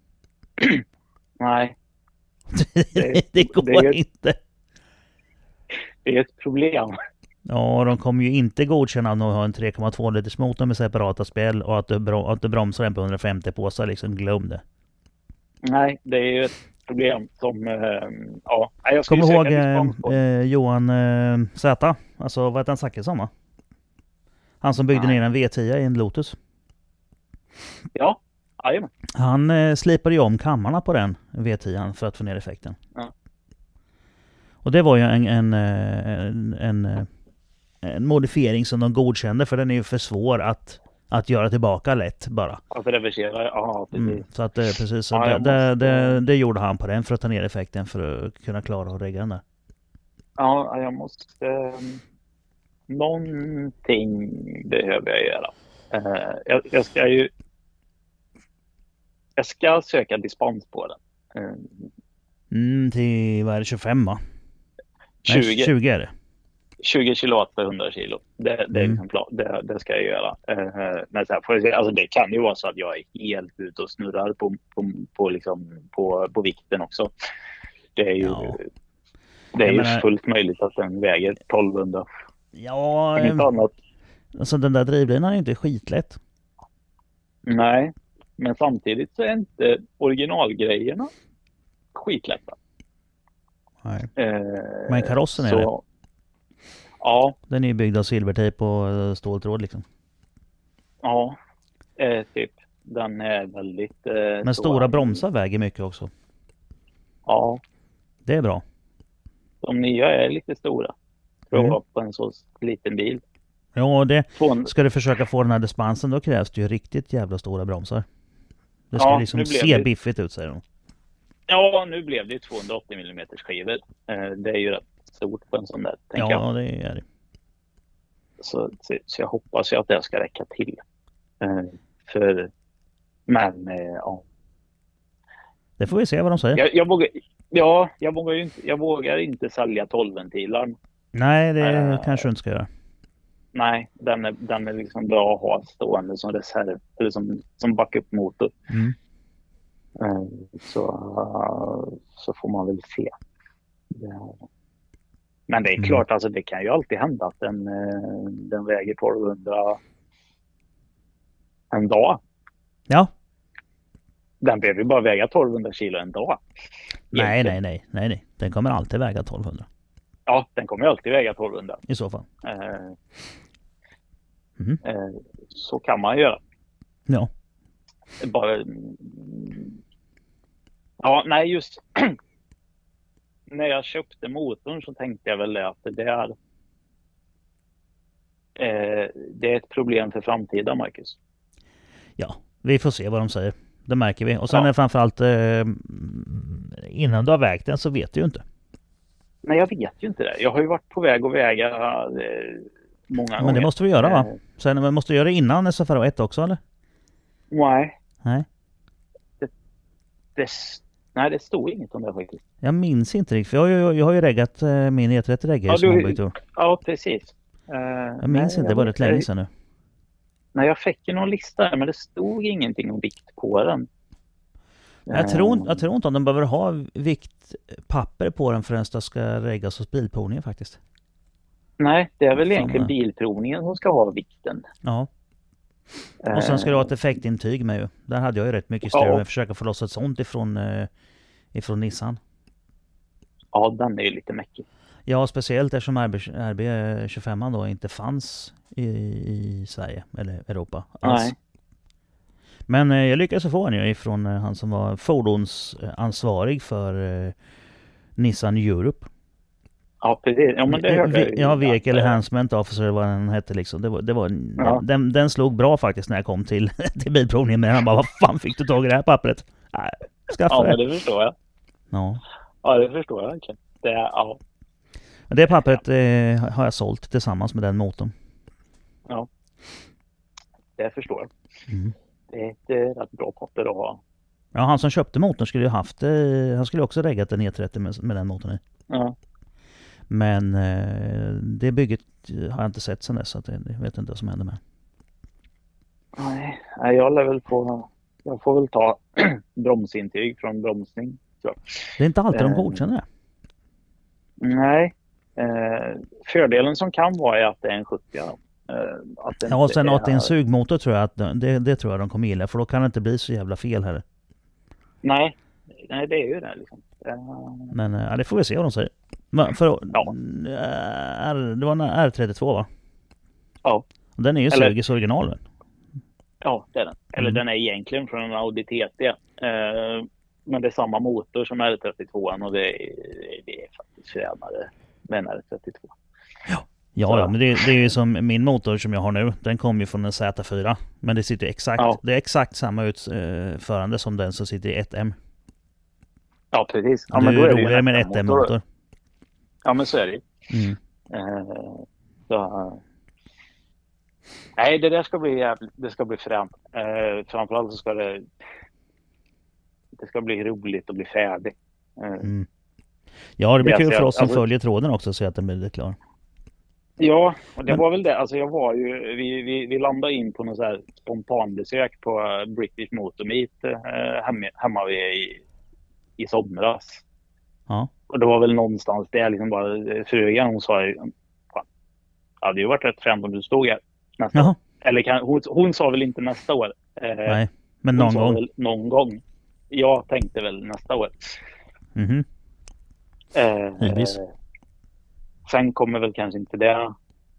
Speaker 1: Nej,
Speaker 2: Det, det går
Speaker 1: det är ju-
Speaker 2: inte.
Speaker 1: det är ett problem.
Speaker 2: Ja, de kommer ju inte godkänna att de har en tre komma två liters motor med separata spel och att du, bro- att du bromsar den på hundrafemtio påsar, liksom glöm det.
Speaker 1: Nej, det är ju ett problem som... Eh, ja, Nej, jag ska ju
Speaker 2: Kommer ihåg
Speaker 1: söka
Speaker 2: eh,
Speaker 1: dispens på.
Speaker 2: eh, Johan eh, Z, alltså vad heter han, Zachrisson, va? Han som byggde
Speaker 1: Nej.
Speaker 2: ner en V tio i en Lotus.
Speaker 1: Ja, jajamän.
Speaker 2: Han eh, slipade ju om kammarna på den V tio för att få ner effekten.
Speaker 1: Ja.
Speaker 2: Och det var ju en, en, eh, en, en, eh, en modifiering som de godkände, för den är ju för svår att, att göra tillbaka lätt bara.
Speaker 1: Att reversera, ja precis.
Speaker 2: Mm, så att eh, precis, så
Speaker 1: Ja,
Speaker 2: det,
Speaker 1: jag
Speaker 2: det,
Speaker 1: måste-
Speaker 2: det, det gjorde han på den för att ta ner effekten för att kunna klara att regga den där.
Speaker 1: Ja, jag måste... Eh, någonting behöver jag göra. Eh, jag, jag ska ju... Jag ska söka dispens på den. Eh,
Speaker 2: Mm, till, vad är det, tjugofem, va?
Speaker 1: tjugo,
Speaker 2: Nej, tjugo är det.
Speaker 1: tjugo kilowatt per hundra kilo. Det, det är
Speaker 2: Mm.
Speaker 1: liksom klart. Det, det ska jag göra. Eh, men så här, får jag se, alltså det kan ju vara så att jag är helt ute och snurrar på, på, på, liksom, på, på vikten också. Det är ju,
Speaker 2: Ja.
Speaker 1: det är
Speaker 2: Jag
Speaker 1: ju
Speaker 2: menar-
Speaker 1: fullt möjligt att den väger tolvhundra.
Speaker 2: Ja,
Speaker 1: Om inte
Speaker 2: eh,
Speaker 1: annat.
Speaker 2: alltså den där drivlinan är inte skitlätt.
Speaker 1: Nej, men samtidigt så är inte originalgrejerna skitlätta.
Speaker 2: Nej.
Speaker 1: Eh,
Speaker 2: Men karossen är
Speaker 1: så,
Speaker 2: det.
Speaker 1: Ja,
Speaker 2: Den är ju byggd av silvertejp och eh, ståltråd liksom.
Speaker 1: ja. Eh, typ. Den är väldigt... Eh,
Speaker 2: Men
Speaker 1: så-
Speaker 2: stora bromsar väger mycket också.
Speaker 1: Ja,
Speaker 2: Det är bra.
Speaker 1: de nya är lite stora. För att
Speaker 2: Mm.
Speaker 1: vara på en så liten bil.
Speaker 2: Ja, det,
Speaker 1: Två,
Speaker 2: ska du försöka få den här dispensen, då krävs det ju riktigt jävla stora bromsar. Det ska
Speaker 1: Ja,
Speaker 2: liksom
Speaker 1: nu blev
Speaker 2: se
Speaker 1: det-
Speaker 2: biffigt ut, säger de.
Speaker 1: ja, nu blev det ju tvåhundraåttio millimeter skivor. Eh, det är ju rätt stort på en sån där, tänker jag.
Speaker 2: Ja, det är det.
Speaker 1: Så, så, så jag hoppas ju att det ska räcka till. Eh, för, men eh, ja.
Speaker 2: Det får vi se vad de säger.
Speaker 1: Jag, jag vågar, ja, jag vågar ju inte, jag vågar inte sälja tolv-ventilar.
Speaker 2: Nej, det
Speaker 1: Äh.
Speaker 2: kanske du inte ska göra.
Speaker 1: Nej, den är, den är liksom bra att ha stående som reserv, eller som, som backup-motor.
Speaker 2: Mm.
Speaker 1: Eh, så, så får man väl se. Det, men det är
Speaker 2: Mm.
Speaker 1: klart, alltså det kan ju alltid hända att den, eh, den väger tolvhundra en dag.
Speaker 2: Ja.
Speaker 1: Den behöver ju bara väga tolvhundra kilo en dag.
Speaker 2: Nej,
Speaker 1: Egentligen.
Speaker 2: nej, nej, nej, nej. Den kommer alltid väga tolvhundra.
Speaker 1: Ja, den kommer ju alltid väga tolvhundra.
Speaker 2: I så fall.
Speaker 1: Eh,
Speaker 2: Mhm.
Speaker 1: eh, så kan man göra.
Speaker 2: Ja.
Speaker 1: Bara... mm, Ja, nej just... När jag köpte motorn så tänkte jag väl det att det är... Eh, det är ett problem för framtida, Marcus.
Speaker 2: Ja, vi får se vad de säger. Det märker vi. Och sen
Speaker 1: Ja.
Speaker 2: är framförallt eh, innan du har vägt den så vet du ju inte.
Speaker 1: Nej, jag vet ju inte det. Jag har ju varit på väg att väga eh, många gånger.
Speaker 2: Men det måste vi göra, va?
Speaker 1: Eh,
Speaker 2: Sen men måste du göra det innan S F R ett också, eller?
Speaker 1: nej.
Speaker 2: Nej.
Speaker 1: Det, nej, det stod inget om det faktiskt.
Speaker 2: Jag minns inte riktigt. För jag har ju, jag har ju reggat eh, min E trettio reggar
Speaker 1: Ja,
Speaker 2: som
Speaker 1: du-
Speaker 2: har byggt ur.
Speaker 1: Ja, precis. Eh,
Speaker 2: Jag minns inte, det var rätt länge sedan nu.
Speaker 1: Nej, jag fick ju någon lista där, men det stod ingenting om vikt på den.
Speaker 2: Jag tror, inte-
Speaker 1: Eh,
Speaker 2: jag tror inte om den behöver ha viktpapper på den förrän det ska reggas hos bilprovningen faktiskt.
Speaker 1: Nej, det är väl
Speaker 2: Fan,
Speaker 1: egentligen
Speaker 2: nej.
Speaker 1: bilprovningen som ska ha vikten.
Speaker 2: Ja. Och sen ska du ha ett
Speaker 1: Eh,
Speaker 2: effektintyg med ju. Där hade jag ju rätt mycket strul
Speaker 1: Ja.
Speaker 2: med att försöka få loss ett sånt ifrån, eh, ifrån Nissan.
Speaker 1: Ja, den är ju lite mäckig.
Speaker 2: Ja, speciellt eftersom R B, R B tjugofem då inte fanns i, i Sverige eller Europa alls.
Speaker 1: Nej.
Speaker 2: Men eh, jag lyckades få en ju ifrån eh, han som var fordonsansvarig för eh, Nissan Europe.
Speaker 1: Ja, precis. Ja, men det hörde jag.
Speaker 2: Ja, Vehicle Enhancement Officer, vad den hette liksom. Det var, det var, ja. den, den slog bra faktiskt när jag kom till, till bilprovningen. Men han bara, vad fan fick du tag i det här pappret? Nej, skaffa
Speaker 1: ja,
Speaker 2: det.
Speaker 1: Ja, men det förstår jag.
Speaker 2: Ja,
Speaker 1: ja det förstår jag. Okay. Det, ja.
Speaker 2: det pappret eh, har jag sålt tillsammans med den motorn.
Speaker 1: Ja, det förstår jag.
Speaker 2: Mm.
Speaker 1: Det är ett rätt bra papper att ha.
Speaker 2: Ja, han som köpte motorn skulle ju haft eh, han skulle också reggat en E trettio med, med den motorn i.
Speaker 1: Ja.
Speaker 2: Men eh, det bygget har jag inte sett sedan dess, så att jag vet inte vad som händer med.
Speaker 1: Nej, jag lär väl på jag får väl ta bromsintyg från bromsning. Så.
Speaker 2: Det är inte alltid
Speaker 1: eh,
Speaker 2: de godkänner det.
Speaker 1: Nej. Eh, fördelen som kan vara är att det är en sjuttio. Eh, att det
Speaker 2: ja, och sen att det är en
Speaker 1: här...
Speaker 2: sugmotor tror jag att det, det tror jag de kommer gilla, för då kan det inte bli så jävla fel här.
Speaker 1: Nej, nej det är ju det liksom. Uh...
Speaker 2: Men ja, det får vi se vad de säger. Men för,
Speaker 1: ja.
Speaker 2: R, det var en R trettiotvå va?
Speaker 1: Ja.
Speaker 2: Den är ju
Speaker 1: Eller...
Speaker 2: Sugis original väl?
Speaker 1: Ja, det är den. Eller mm. den är egentligen från en Audi T T. Uh, men det är samma motor som R trettiotvå och det är, det är faktiskt fränare med en R trettiotvå.
Speaker 2: Ja. Ja, ja, men det, det är ju som min motor som jag har nu. Den kommer ju från en Z fyra. Men det sitter exakt, ja. det är exakt samma utförande som den som sitter i ett M.
Speaker 1: Ja, precis. Ja,
Speaker 2: det
Speaker 1: men
Speaker 2: är
Speaker 1: då är det
Speaker 2: roligare med en ett M-motor.
Speaker 1: Ja, men så är det ju.
Speaker 2: Mm.
Speaker 1: Uh, så, nej, det där ska bli jävligt, det ska bli främt. Uh, framförallt så ska det det ska bli roligt att bli färdig. Uh,
Speaker 2: mm. Ja, det blir kul för oss som
Speaker 1: alltså,
Speaker 2: följer tråden också, så att den blir klar.
Speaker 1: Ja, och det
Speaker 2: Men...
Speaker 1: var väl det. Alltså jag var ju, vi, vi, vi landade in på något så här spontanbesök på British Motor Meet eh, hemma, hemma vi i, i somras.
Speaker 2: Ja.
Speaker 1: Och det var väl någonstans där liksom bara frugan, hon sa ju, fan, det hade ju varit rätt främt om du stod här nästa
Speaker 2: Jaha.
Speaker 1: år. Eller kan, hon, hon sa väl inte nästa år. Eh,
Speaker 2: Nej, men någon gång.
Speaker 1: Väl någon gång. Jag tänkte väl nästa år.
Speaker 2: Mhm.
Speaker 1: Eh, eh, sen kommer väl kanske inte det.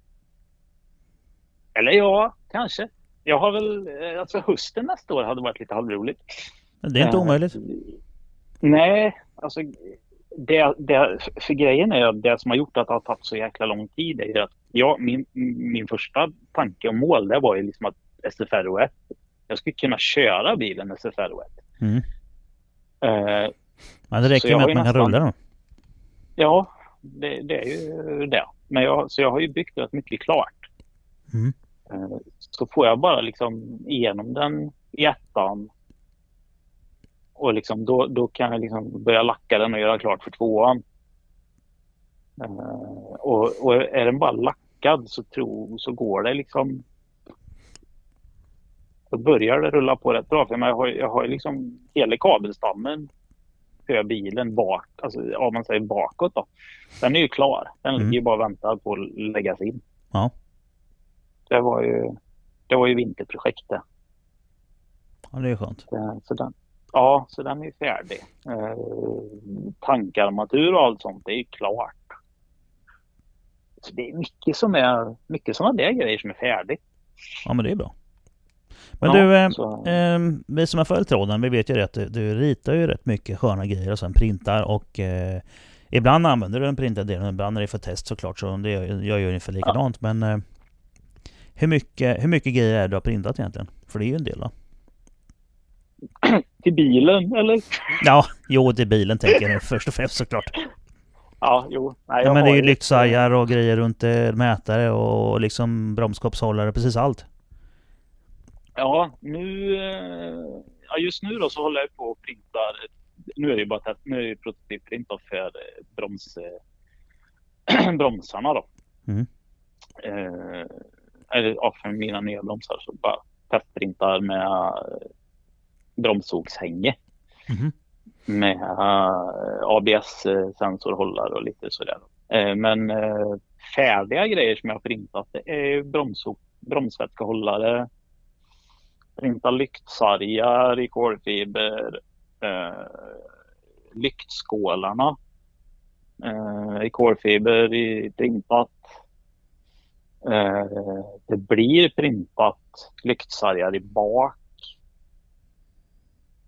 Speaker 1: Eller ja, kanske. Jag har väl, alltså hösten nästa år hade varit lite halvroligt.
Speaker 2: Det är inte uh, omöjligt.
Speaker 1: Nej, alltså det, det, för grejen är att det som har gjort att det har tagit så jäkla lång tid är att ja, min, min första tanke och mål det var ju liksom att S F R O ett, jag skulle kunna köra bilen S F R O ett.
Speaker 2: Mm.
Speaker 1: Uh,
Speaker 2: Men det räcker med att man nästan, kan rulla dem.
Speaker 1: Ja, det, det är ju det. Men jag, så jag har ju byggt rätt mycket klart.
Speaker 2: Mm.
Speaker 1: Så får jag bara liksom igenom den i ettan. Och liksom då, då kan jag liksom börja lacka den och göra klart för tvåan. Och, och är den bara lackad så, tro, så går det liksom. Då börjar det rulla på rätt bra. För jag har, jag har liksom hela kabelstammen för bilen bak, alltså om man säger bakåt då. Den är ju klar. Den ligger ju mm. bara och väntar på att läggas in.
Speaker 2: Ja.
Speaker 1: Det var ju det var ju vinterprojektet.
Speaker 2: Ja, det är skönt.
Speaker 1: Så den, ja, så den är färdig. Eh, tankarmatur och allt sånt, det är ju klart. Så det är mycket som är mycket sådana där grejer som är färdigt.
Speaker 2: Ja, men det är bra. Men
Speaker 1: ja,
Speaker 2: du, eh,
Speaker 1: så...
Speaker 2: eh, vi som har följt tråden, vi vet ju rätt, du, du ritar ju rätt mycket sköna grejer och sen printar och eh, ibland använder du en printad del, ibland är det för test såklart, så det gör jag ju ungefär likadant, ja. Men eh, hur mycket, hur mycket grejer är det du har printat egentligen? För det är ju en del då.
Speaker 1: Till bilen, eller?
Speaker 2: Ja, jo, till bilen tänker jag först och främst såklart.
Speaker 1: Ja, jo. Nej,
Speaker 2: ja, men det är ju lyktsajar och grejer runt mätare och liksom bromskåpshållare, precis allt.
Speaker 1: Ja, nu ja, just nu då så håller jag på och printar. Nu är det ju bara test, nu är det prototypprint för broms bromsarna då.
Speaker 2: Mm.
Speaker 1: Eh, eller ja, för mina nya bromsar så bara testprintar med bromsågshänge.
Speaker 2: Mm.
Speaker 1: Med uh, A B S-sensorhållare och lite sådär. Uh, men uh, färdiga grejer som jag har printat, det är bromsåg, bromsvätskehållare, printa lyktsargar i kolfiber, uh, lyktskålarna uh, i kolfiber i printat. Uh, det blir printat lyktsargar i bak.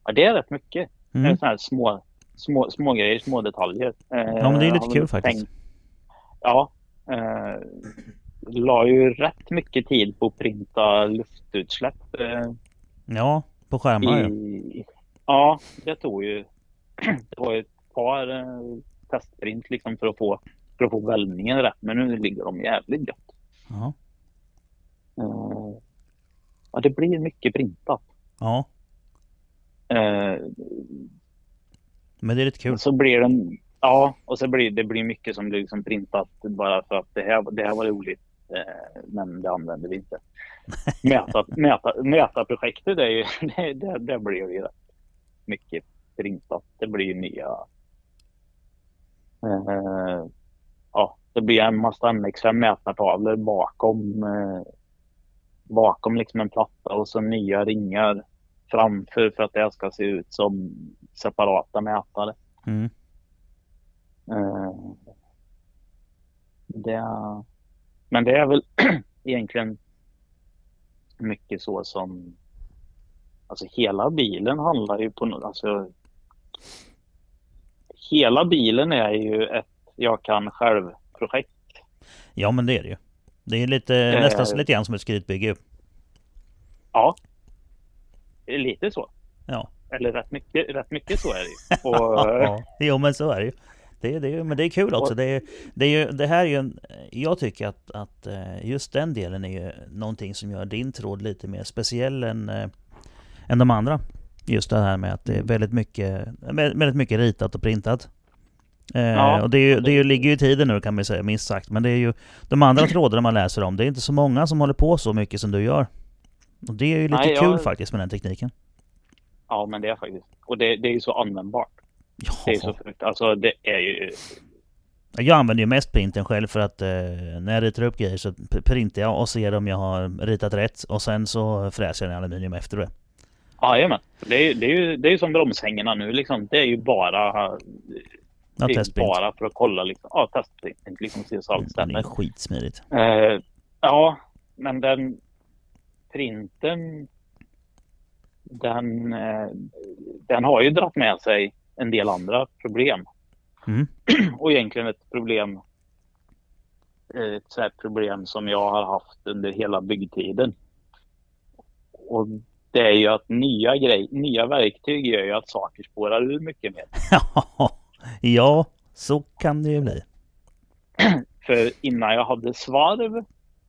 Speaker 1: Ja, det är rätt mycket.
Speaker 2: Mm.
Speaker 1: Såna här små, små, små grejer, små detaljer.
Speaker 2: Ja, men det är lite kul faktiskt.
Speaker 1: Tänkt, ja. Eh, la ju rätt mycket tid på att printa luftutsläpp. Eh,
Speaker 2: ja, på skärmar.
Speaker 1: i, ja, det tog ju... Det var ju ett par eh, testprint liksom för att få för att få välvningen rätt. Men nu ligger de jävligt gött.
Speaker 2: Ja.
Speaker 1: Uh, ja, det blir mycket printat.
Speaker 2: Ja.
Speaker 1: Uh,
Speaker 2: men det är lite kul.
Speaker 1: Så blir den... Ja, och så blir det blir mycket som blir liksom printat bara för att det här, det här var roligt. Uh, men det använder vi inte. Mäta, mäta, mäta-projektet, det, är ju, det, det, det blir ju rätt mycket printat. Det blir ju nya... Uh, ja, det blir en massa M X fem mätartavlor bakom eh, bakom liksom en platta och så nya ringar framför för att det ska se ut som separata mätare.
Speaker 2: Mm.
Speaker 1: Eh, det, men det är väl egentligen mycket så som alltså hela bilen handlar ju på något, alltså hela bilen är ju ett jag kan själv projekt.
Speaker 2: Ja, men det är det ju. Det är lite, eh, nästan lite grann som ett skrytbygge.
Speaker 1: Ja. Det är lite så.
Speaker 2: Ja.
Speaker 1: Eller rätt mycket, rätt mycket så är det ju. Och,
Speaker 2: ja, jo, men så är det ju. Det, det, men det är kul också. Det, är, det, är ju, det här är ju en, jag tycker att, att just den delen är ju någonting som gör din tråd lite mer speciell än, äh, än de andra. Just det här med att det är väldigt mycket, väldigt mycket ritat och printat. Ja, och det, är ju, det är ju, ligger ju i tiden nu kan man säga, minst sagt. Men det är ju de andra trådarna man läser om. Det är inte så många som håller på så mycket som du gör. Och det är ju lite Nej, kul jag... faktiskt med den tekniken.
Speaker 1: Ja, men det är faktiskt. Och det, det är ju så användbart.
Speaker 2: Ja.
Speaker 1: Det är så, alltså det är ju...
Speaker 2: Jag använder ju mest printen själv för att eh, när jag ritar upp grejer så printar jag och ser om jag har ritat rätt. Och sen så fräser jag aluminium efter det.
Speaker 1: Ja, men det är, det är ju det är ju som bromshängerna nu liksom. Det är ju bara...
Speaker 2: Ja,
Speaker 1: det är bara för att kolla liksom. Ja, testprint liksom, se så allt stämmer.
Speaker 2: Det är skitsmidigt.
Speaker 1: Eh, ja, men den printen den, eh, den har ju dratt med sig en del andra problem.
Speaker 2: Mm.
Speaker 1: Och egentligen ett problem ett så här problem som jag har haft under hela byggtiden. Och det är ju att nya grej, nya verktyg gör ju att saker spårar ur mycket mer.
Speaker 2: Ja, så kan det ju bli.
Speaker 1: För innan jag hade svarv,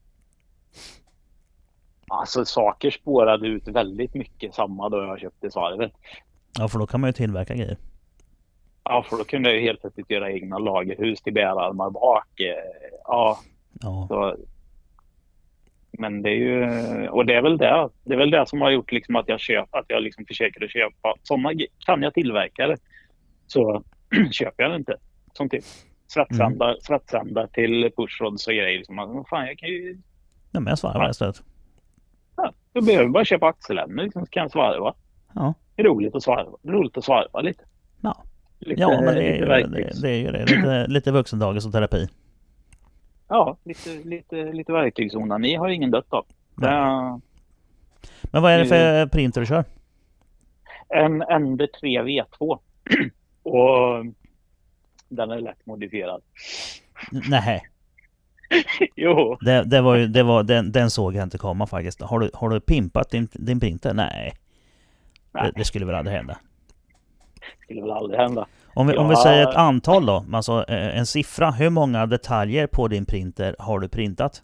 Speaker 1: alltså saker spårade ut väldigt mycket samma då jag köpte svarvet.
Speaker 2: Ja, för då kan man ju tillverka grejer.
Speaker 1: Ja, för då kunde jag ju helt plötsligt göra egna lagerhus till bärarmar bak. Ja,
Speaker 2: ja.
Speaker 1: Så, men det är ju, och det är väl det, det är väl det som har gjort liksom att jag köper, att jag liksom försöker att köpa sådana, kan jag tillverka det så köper jag det inte. Som typ svettsändar, mm. svettsändar till pushrods och grejer. Liksom. Alltså, fan, jag kan ju...
Speaker 2: Ja, men jag svarar ja. istället.
Speaker 1: Ja, jag behöver bara köpa axelämnen liksom, så kan jag svarva.
Speaker 2: Ja.
Speaker 1: Det är roligt att svarva, roligt att svarva lite.
Speaker 2: Ja,
Speaker 1: lite,
Speaker 2: ja men det är, ju, det, det är ju det. Lite, lite vuxendagis och terapi.
Speaker 1: Ja, lite, lite, lite verktygszona. Ni har ingen dött av. Ja.
Speaker 2: Men vad är det för printer du kör?
Speaker 1: En N D tre V två. Och den är lätt modifierad.
Speaker 2: Nej.
Speaker 1: Jo.
Speaker 2: Det, det var ju, det var, den, den såg jag inte komma faktiskt. Har du, har du pimpat din, din printer? Nej. Nej. Det, det skulle väl aldrig hända.
Speaker 1: Det skulle väl aldrig hända.
Speaker 2: Om vi,
Speaker 1: ja.
Speaker 2: om vi säger ett antal då. Alltså en siffra. Hur många detaljer på din printer har du printat?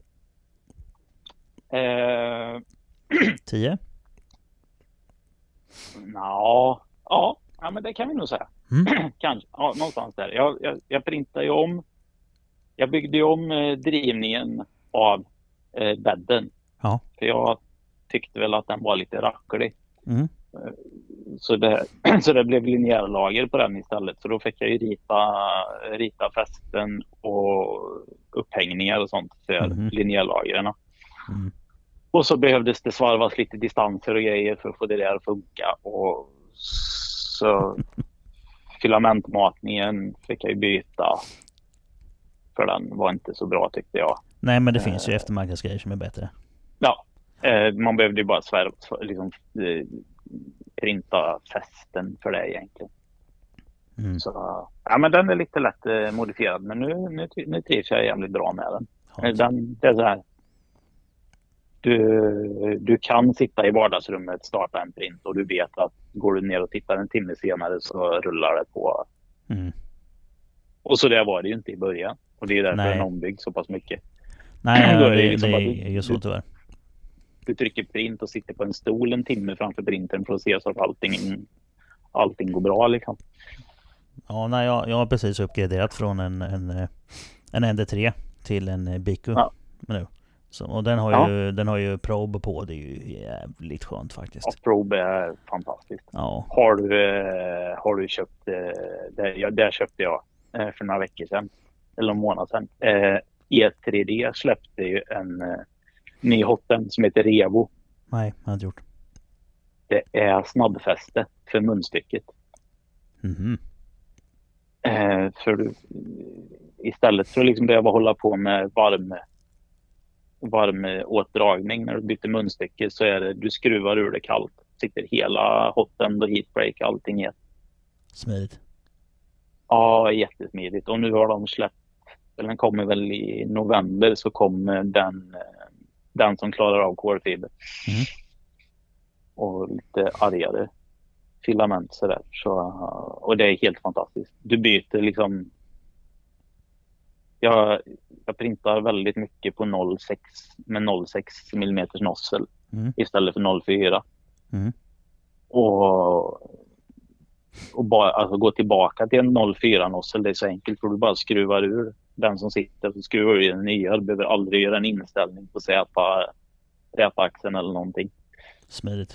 Speaker 1: Eh...
Speaker 2: Tio?
Speaker 1: Nå, ja. Ja, men det kan vi nog säga.
Speaker 2: Mm.
Speaker 1: Kanske. Ja, någonstans där. Jag, jag, jag printade ju om. Jag byggde ju om eh, drivningen av eh, bädden.
Speaker 2: Ja.
Speaker 1: För jag tyckte väl att den var lite racklig.
Speaker 2: Mm.
Speaker 1: Så det, så det blev linjärlager på den istället. Så då fick jag ju rita, rita fästen och upphängningar och sånt för mm. linjärlagren.
Speaker 2: Mm.
Speaker 1: Och så behövdes det svarvas lite distanser och grejer för att få det där att funka. Och så filamentmatningen fick jag ju byta. För den var inte så bra tyckte jag.
Speaker 2: Nej, men det eh, finns ju eftermarknadsgrejer som är bättre.
Speaker 1: Ja, eh, man behövde ju bara svärva, liksom, printa fästen för det egentligen.
Speaker 2: Mm.
Speaker 1: Så ja, men den är lite lätt eh, modifierad, men nu, nu, nu trivs jag jävligt bra med den.
Speaker 2: Ja.
Speaker 1: den det är så här. Du, du kan sitta i vardagsrummet, starta en print och du vet att går du ner och tittar en timme senare så rullar det på.
Speaker 2: Mm.
Speaker 1: Och så det var det ju inte i början. Och det är därför
Speaker 2: Nej.
Speaker 1: den ombyggs så pass mycket.
Speaker 2: Nej,
Speaker 1: Då
Speaker 2: ja,
Speaker 1: är
Speaker 2: det,
Speaker 1: det liksom
Speaker 2: det
Speaker 1: bara-
Speaker 2: är ju så tyvärr.
Speaker 1: Du trycker print och sitter på en stol en timme framför printern för att se så att allting, allting går bra liksom.
Speaker 2: Ja, nej, jag, jag har precis uppgraderat från en, en, eh, en N D tre till en eh, Biku.
Speaker 1: Ja.
Speaker 2: Nu. Så, och den har,
Speaker 1: Ja.
Speaker 2: ju, den har ju probe på. Det är ju jävligt skönt faktiskt.
Speaker 1: Ja, Probe är fantastiskt.
Speaker 2: Ja.
Speaker 1: Har du, eh, har du köpt, eh, det, ja, det köpte jag eh, för några veckor sedan. Eller en månad sedan. Eh, E tre D släppte ju en eh, ny hotten som heter Revo.
Speaker 2: Nej, jag har inte gjort.
Speaker 1: Det är snabbfäste för munstycket.
Speaker 2: Mhm.
Speaker 1: Eh, för du, istället för att liksom behöva hålla på med varm, varm åtdragning när du byter munstycke så är det du skruvar ur det kallt. Sitter hela hotten och heatbreak allting i ett.
Speaker 2: Smidigt.
Speaker 1: Ja, jättesmidigt. Och nu har de släppt, eller den kommer väl i november så kommer den, eh, den som klarar av kolfiber.
Speaker 2: Mm.
Speaker 1: Och lite argare filament sådär. Så, och det är helt fantastiskt. Du byter liksom. Jag, jag printar väldigt mycket på noll komma sex med noll komma sex millimeter nossel
Speaker 2: Mm.
Speaker 1: istället för noll komma fyra.
Speaker 2: Mm.
Speaker 1: Och, och bara alltså, gå tillbaka till en noll komma fyra nossel, det är så enkelt för du bara skruvar ur den som sitter och skruvar ur den nya. Du behöver aldrig göra en inställning på säta, rätaxeln eller någonting.
Speaker 2: Smidigt.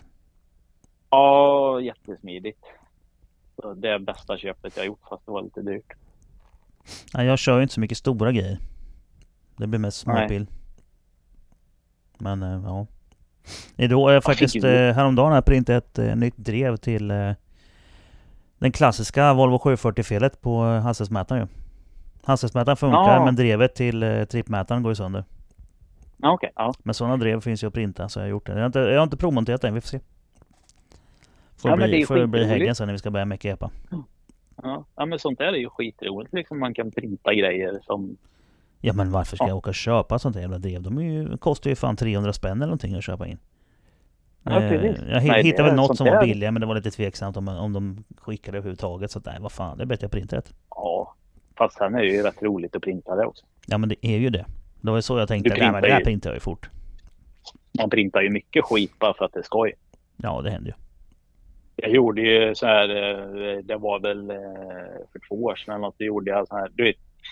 Speaker 1: Ja, jättesmidigt. Så det är bästa köpet jag gjort fast det var lite dyrt.
Speaker 2: Nej, jag kör ju inte så mycket stora grejer. Det blir mest
Speaker 1: Nej.
Speaker 2: småpil. Men eh, ja. Idag har jag faktiskt
Speaker 1: fick
Speaker 2: eh,
Speaker 1: ju-
Speaker 2: häromdagen har jag printat ett eh, nytt drev till eh, den klassiska Volvo sjuhundrafyrtio-felet på eh, hastighetsmätaren ju. Hastighetsmätaren funkar
Speaker 1: Ja.
Speaker 2: men drevet till eh, trippmätaren går ju sönder.
Speaker 1: Ja, okej. Ja.
Speaker 2: Men sådana drev finns ju att printa så jag har gjort det. Jag har inte, jag har inte provmonterat den, vi får se. Får
Speaker 1: Ja,
Speaker 2: bli,
Speaker 1: men det är
Speaker 2: får bli
Speaker 1: skitroligt.
Speaker 2: häggen sen när vi ska börja mecka epa.
Speaker 1: Ja. Ja, men sånt där är ju skitroligt. Liksom man kan printa grejer som...
Speaker 2: Ja men varför ska
Speaker 1: Ja.
Speaker 2: jag åka och köpa sånt där jävla drev? De är ju, kostar ju fan trehundra spänn eller någonting att köpa in.
Speaker 1: Ja,
Speaker 2: Eh,
Speaker 1: precis.
Speaker 2: jag hi-
Speaker 1: Nej, det
Speaker 2: hittade väl
Speaker 1: är
Speaker 2: något
Speaker 1: sånt
Speaker 2: som var
Speaker 1: där.
Speaker 2: billigare men det var lite tveksamt om, om de skickade överhuvudtaget. Så att, nej, vad fan, det är bättre jag printar det.
Speaker 1: Ja, fast sen är det ju rätt roligt att printa det också.
Speaker 2: Ja men det är ju det. Det var ju så jag tänkte,
Speaker 1: Du
Speaker 2: nej, men
Speaker 1: printar
Speaker 2: det här
Speaker 1: ju-
Speaker 2: printar jag ju fort.
Speaker 1: Man printar ju mycket skit bara för att det är skoj.
Speaker 2: Ja det händer ju.
Speaker 1: Jag gjorde ju så här, eh, det var väl eh, för två år sedan eller något, då gjorde jag så här, du vet,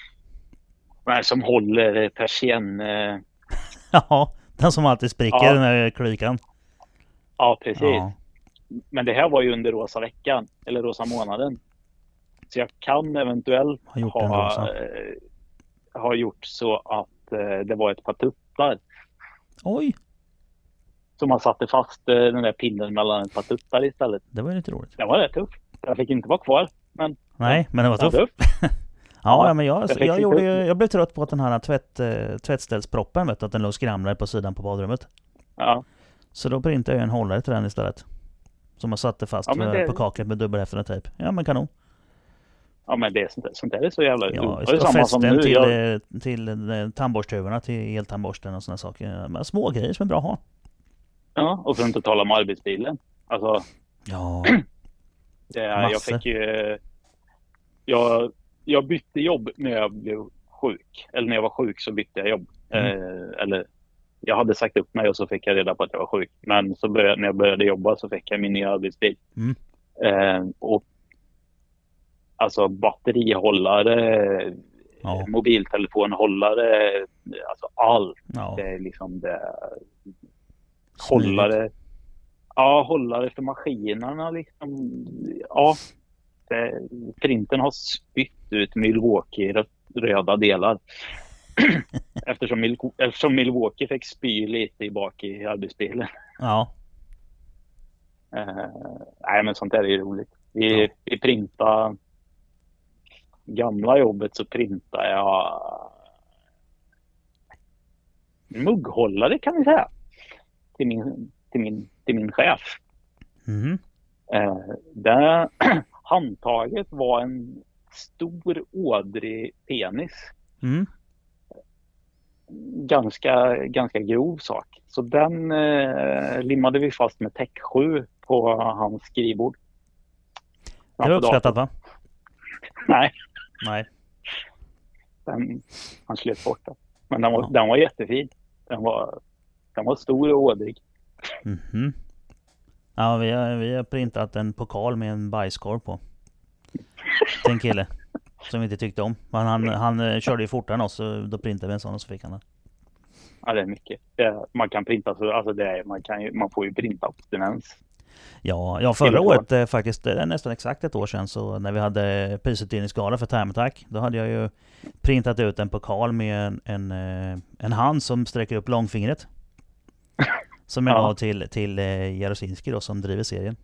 Speaker 1: de här som håller persien, eh,
Speaker 2: Ja, den som alltid spricker,
Speaker 1: Ja.
Speaker 2: den här klykan.
Speaker 1: ja precis.
Speaker 2: Ja.
Speaker 1: Men det här var ju under rosa veckan, eller rosa månaden. Så jag kan eventuellt
Speaker 2: Har gjort den
Speaker 1: ha,
Speaker 2: rosa.
Speaker 1: eh, ha gjort så att eh, det var ett par tuttar
Speaker 2: Oj,
Speaker 1: som man satte fast eh, den där pinnen mellan ett par tuttar istället.
Speaker 2: det var ju lite roligt.
Speaker 1: Det var rätt tufft. Jag fick inte vara kvar, men
Speaker 2: Nej, men det var
Speaker 1: det var
Speaker 2: tufft.
Speaker 1: tufft.
Speaker 2: Ja,
Speaker 1: Ja,
Speaker 2: men jag,
Speaker 1: jag fick
Speaker 2: jag,
Speaker 1: sitta
Speaker 2: gjorde,
Speaker 1: upp.
Speaker 2: ju- jag blev trött på att den här tvätt, eh, tvättställsproppen, vet du, att den låg och skramlade på sidan på badrummet.
Speaker 1: Ja.
Speaker 2: Så då printade jag en hållare till den istället. Som jag satte fast
Speaker 1: Ja, men
Speaker 2: med-
Speaker 1: det-
Speaker 2: på kaklet med dubbelhäftande tejp. Ja men kanon.
Speaker 1: Ja, men det är sånt, där- sånt där är så jävla
Speaker 2: Ja,
Speaker 1: det
Speaker 2: jag
Speaker 1: är
Speaker 2: ska
Speaker 1: samma som
Speaker 2: fästen
Speaker 1: nu.
Speaker 2: till,
Speaker 1: Jag,
Speaker 2: eh, till eh, tandborsthuvorna, till eltandborsten och sådana saker. Men små grejer som är bra att ha.
Speaker 1: ja, och för att inte tala om arbetsbilen. Alltså,
Speaker 2: Ja,
Speaker 1: det, är- jag
Speaker 2: Massor.
Speaker 1: fick ju... Jag, jag bytte jobb när jag blev sjuk. Eller när jag var sjuk så bytte jag jobb.
Speaker 2: Mm.
Speaker 1: Eh, eller jag hade sagt upp mig och så fick jag reda på att jag var sjuk. Men så började, när jag började jobba så fick jag min nya arbetsbil.
Speaker 2: Mm.
Speaker 1: Eh, och alltså batterihållare,
Speaker 2: Ja.
Speaker 1: mobiltelefonhållare, alltså allt.
Speaker 2: ja.
Speaker 1: Det är liksom det.
Speaker 2: Smidigt.
Speaker 1: Hållare. Ja, hållare för maskinerna liksom. Ja, det, printen har spytt ut Milwaukee rö- röda delar. eftersom, Mil- eftersom Milwaukee fick spy lite i bak i arbetsbilen.
Speaker 2: Ja,
Speaker 1: Eh, nej, men sånt där är ju roligt. Vi,
Speaker 2: Ja.
Speaker 1: vi printar gamla jobbet så printar jag mugghållare kan vi säga. Till min, till min, till min chef.
Speaker 2: Mm.
Speaker 1: Eh, det, handtaget var en stor ådrig penis.
Speaker 2: Mm.
Speaker 1: Ganska, ganska grov sak. Så den eh, limmade vi fast med täck sju på hans skrivbord.
Speaker 2: Det var uppskattat, va?
Speaker 1: Nej.
Speaker 2: Nej.
Speaker 1: Den, han slet bort den. Men den var,
Speaker 2: Ja.
Speaker 1: den var jättefin. Den var, den var stor och ådrig.
Speaker 2: Mm-hmm. Ja, vi har, vi har printat en pokal med en bajskorv på. Till en kille som vi inte tyckte om. Men han, han körde ju fortare än oss, så då printade vi en sån och så fick han den.
Speaker 1: Ja, det är mycket. Det, man kan printa så, alltså det är, man, kan ju, man får ju printa abstinens.
Speaker 2: Ja, ja förra året eh, faktiskt, det är nästan exakt ett år sedan, så när vi hade prisutdelningsgala för Time Attack, då hade jag ju printat ut en pokal med en, en, en hand som sträcker upp långfingret. Som jag
Speaker 1: ja.
Speaker 2: gav till, till eh, Jarosinski då, som driver serien.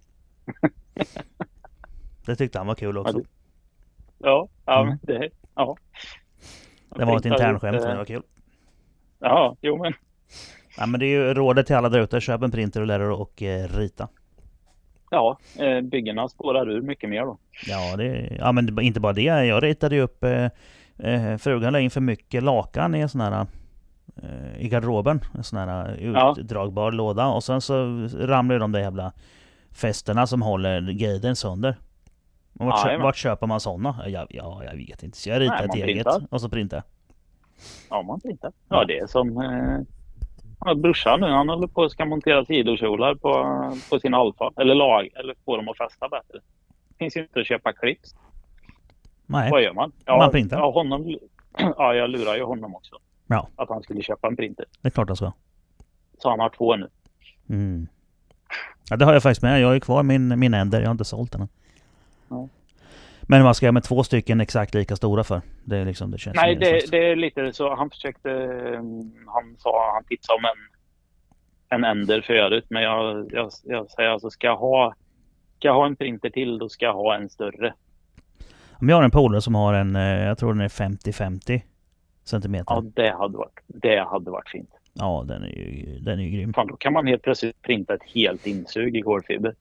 Speaker 2: Det tyckte han var kul också.
Speaker 1: Ja, ja,
Speaker 2: Mm.
Speaker 1: det, ja.
Speaker 2: Det var ett internskämt, men det var kul.
Speaker 1: Ja, jo men.
Speaker 2: Ja, men det är ju rådet till alla där ute. Köp en printer och lär er och eh, rita.
Speaker 1: Ja, eh, byggena spårar ur mycket mer då.
Speaker 2: Ja, det, ja, men inte bara det. Jag ritade ju upp... Eh, eh, frugan la in för mycket lakan i en sån här... Eh, i garderoben. En sån här utdragbar ja. låda. Och sen så ramlade de där jävla fästena som håller guiden sönder. Och vart, ja, vart köper man sådana? Ja, ja, jag vet inte. Så jag ritade ett eget och så printar.
Speaker 1: Ja, man printar. Ja, det är som... Eh... Ja, brorsan nu, han håller på att ska montera sidokjolar på, på sin Alfa. Eller lag, eller få dem att fästa bättre. Det finns ju inte att köpa clips.
Speaker 2: Nej.
Speaker 1: Vad gör man? Ja,
Speaker 2: man printar.
Speaker 1: Ja, honom, ja, jag lurar ju honom också.
Speaker 2: Ja.
Speaker 1: Att han skulle köpa en printer.
Speaker 2: Det är klart jag ska.
Speaker 1: Så han har två nu.
Speaker 2: Mm. Ja, det har jag faktiskt med. Jag är kvar min, min Ender. Jag har inte sålt den. Ja. Men vad ska jag med två stycken exakt lika stora för? Det är liksom, det känns
Speaker 1: Nej, det, det är lite så. Han försökte, han sa, han tipsade om en, en Ender förut. Men jag, jag, jag säger alltså, ska jag ha, ska jag ha en printer till, då ska jag ha en större.
Speaker 2: Om jag har en polare som har en, jag tror den är femtio femtio centimeter.
Speaker 1: Ja, det hade varit, det hade varit fint.
Speaker 2: Ja, den är ju, den är ju grym.
Speaker 1: Fan, då kan man helt plötsligt printa ett helt insug i kolfiber.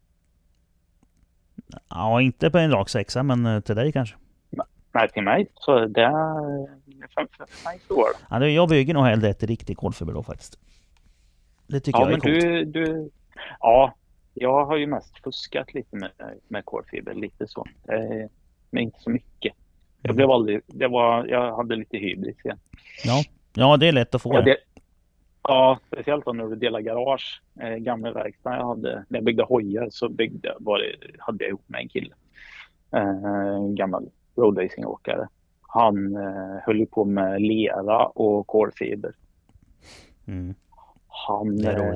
Speaker 2: Ja, inte på en rak sexa, men till dig kanske.
Speaker 1: Nej, till mig. Så det är... För, för, för mig så
Speaker 2: ja, det, jag bygger nog hellre ett riktigt kolfiber då faktiskt. Det tycker
Speaker 1: ja,
Speaker 2: jag är
Speaker 1: men
Speaker 2: coolt.
Speaker 1: Du, du, ja, jag har ju mest fuskat lite med, med kolfiber. Lite så. Eh, men inte så mycket. Jag blev aldrig... Det var, jag hade lite hybris igen.
Speaker 2: Ja, ja det är lätt att få
Speaker 1: ja,
Speaker 2: det.
Speaker 1: Ja, speciellt när du delar garage. Eh, gamla verkstaden jag hade. När jag byggde hojar så byggde, var det, hade jag ihop med en kille. Eh, en gammal roadracingåkare. Han eh, höll på med lera och kolfiber.
Speaker 2: Mm.
Speaker 1: Han, eh,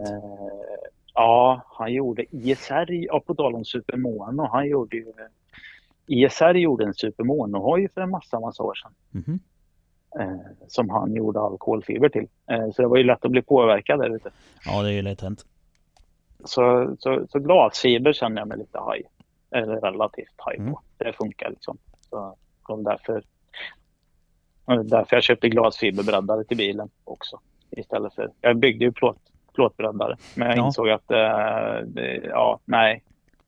Speaker 1: ja, han gjorde I S R, ja, på tal om Supermono. Han gjorde ju, I S R gjorde en Supermono-hoj för en massa, massa år sedan.
Speaker 2: Mm.
Speaker 1: Eh, som han gjorde all kolfiber till. Eh, så det var ju lätt att bli påverkad där ute.
Speaker 2: Ja, det är ju lätt hänt.
Speaker 1: Så, så, så glasfiber känner jag mig lite haj. Eller relativt haj på. Mm. Det funkar liksom. Så kom därför, därför jag köpte glasfiberbräddare till bilen också. Istället för, jag byggde ju plåt, plåtbräddare. Men jag ja. insåg att, eh, det, ja, nej.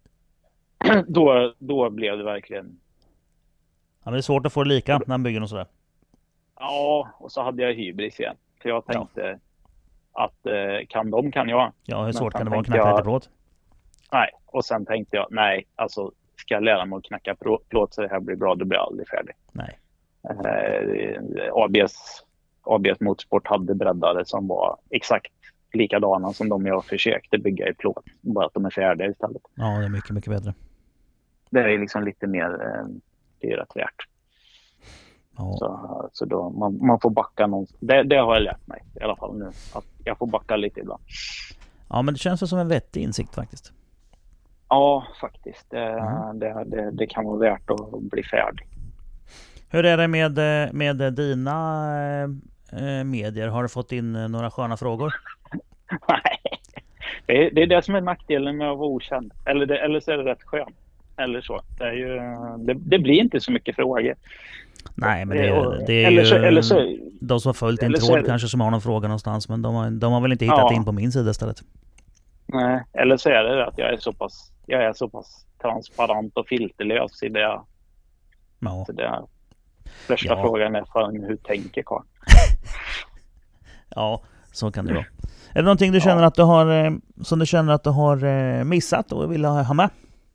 Speaker 1: då, då blev det verkligen...
Speaker 2: Ja, det är svårt att få det lika när man bygger och sådär.
Speaker 1: Ja, och så hade jag hybris igen. För jag tänkte ja. att eh, kan de kan jag.
Speaker 2: Ja, hur svårt kan det vara att knacka lite plåt?
Speaker 1: Nej, och sen tänkte jag, nej, alltså ska jag lära mig att knacka plåt så det här blir bra, då blir jag aldrig färdig.
Speaker 2: Nej.
Speaker 1: Eh, A B S, A B S Motorsport hade breddare som var exakt likadana som de jag försökte bygga i plåt. Bara att de är färdiga istället.
Speaker 2: Ja, det är mycket, mycket bättre.
Speaker 1: Det är liksom lite mer, eh, det är rätt värt.
Speaker 2: Ja.
Speaker 1: Så, så då, man, man får backa någonstans. Det, det har jag lärt mig i alla fall nu. Att jag får backa lite ibland.
Speaker 2: Ja, men det känns som en vettig insikt faktiskt.
Speaker 1: Ja, faktiskt. Det,
Speaker 2: mm.
Speaker 1: det, det, det kan vara värt att bli färdig.
Speaker 2: Hur är det med, med dina eh, medier? Har du fått in några sköna frågor?
Speaker 1: Nej, det är, det är det som är nackdelen med att vara okänd. Eller, det, eller så är det rätt skönt. Eller så. Det, är ju, det, det blir inte så mycket frågor.
Speaker 2: Nej, men det, är, det är
Speaker 1: eller
Speaker 2: ju
Speaker 1: så, eller så,
Speaker 2: de som har följt en tråd kanske som har någon fråga någonstans. Men de har, de har väl inte hittat ja. in på min sida istället.
Speaker 1: Nej, eller så är det att jag är så pass, jag är så pass transparent och filterlös i det.
Speaker 2: Ja.
Speaker 1: Så det första
Speaker 2: Ja.
Speaker 1: frågan är fan, hur tänker Karl?
Speaker 2: Ja, så kan det vara. Är det någonting du känner
Speaker 1: Ja.
Speaker 2: att du har som du känner att du har missat och vill ha med?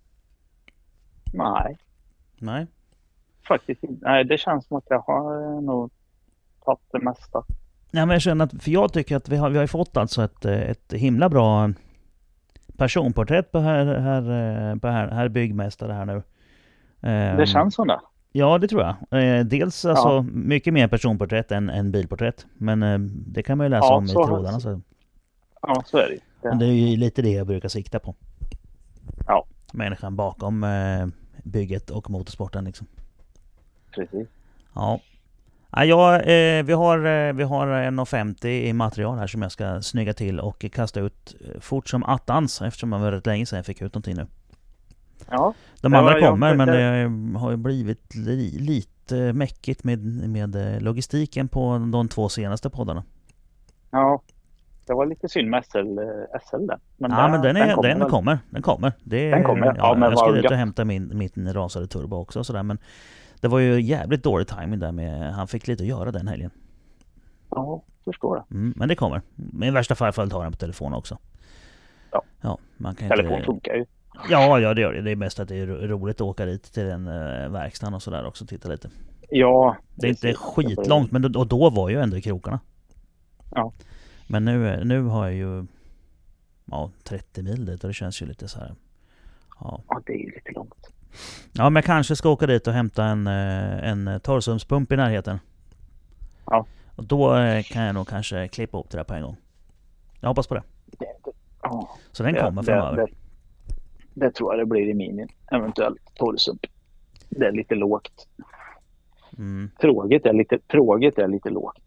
Speaker 1: Nej.
Speaker 2: Nej.
Speaker 1: Faktiskt inte. Nej, det känns som att jag har nog tagit det mesta.
Speaker 2: Ja, men jag känner att, för jag tycker att vi har, vi har fått alltså ett, ett himla bra personporträtt på här, här, på här, här byggmästare här nu.
Speaker 1: Det känns som det.
Speaker 2: Ja, det tror jag. Dels alltså ja. mycket mer personporträtt än, än bilporträtt. Men det kan man ju läsa ja, om i trådarna. Så.
Speaker 1: Ja, så är det.
Speaker 2: Men det är ju lite det jag brukar sikta på.
Speaker 1: Ja.
Speaker 2: Människan bakom bygget och motorsporten liksom.
Speaker 1: Precis.
Speaker 2: Ja. Ja, jag, eh, vi har, eh, vi har en femtio i material här som jag ska snygga till och kasta ut fort som attans, eftersom det var rätt länge sedan jag fick ut någonting nu.
Speaker 1: Ja.
Speaker 2: De andra kommer, men det har ju blivit li, lite mäckigt med, med logistiken på de två senaste poddarna.
Speaker 1: Ja, det var lite synd med S L, S L där. Men
Speaker 2: ja,
Speaker 1: där,
Speaker 2: men den, är, den, kommer, den kommer. Den kommer. Det,
Speaker 1: den kommer, ja.
Speaker 2: ja,
Speaker 1: men
Speaker 2: jag skulle ut och hämta min, min rasade turbo också och sådär, men det var ju jävligt dålig timing där med, han fick lite att göra den helgen.
Speaker 1: Ja, förstår det.
Speaker 2: Mm, men det kommer. Men i värsta fall får jag ta den på telefon också.
Speaker 1: Ja,
Speaker 2: ja man kan
Speaker 1: telefon
Speaker 2: inte...
Speaker 1: funkar ju.
Speaker 2: Ja, ja, det gör det. Det är mest att det är roligt att åka dit till den uh, verkstaden och sådär också, titta lite.
Speaker 1: Ja.
Speaker 2: Det är inte skitlångt, men då, och då var ju ändå i krokarna.
Speaker 1: Ja.
Speaker 2: Men nu, nu har jag ju ja, trettio mil dit och det känns ju lite så här.
Speaker 1: Ja, ja det är ju lite långt.
Speaker 2: Ja, men jag kanske ska åka dit och hämta en, en torrsumspump i närheten.
Speaker 1: Ja.
Speaker 2: Och då kan jag nog kanske klippa upp det där på en gång. Jag hoppas på det.
Speaker 1: det, det ja.
Speaker 2: Så den
Speaker 1: det,
Speaker 2: kommer framöver.
Speaker 1: Det, det, det tror jag det blir i minin. Eventuellt torrsump. Det är lite lågt.
Speaker 2: Mm.
Speaker 1: Tråget är lite, tråget är lite lågt.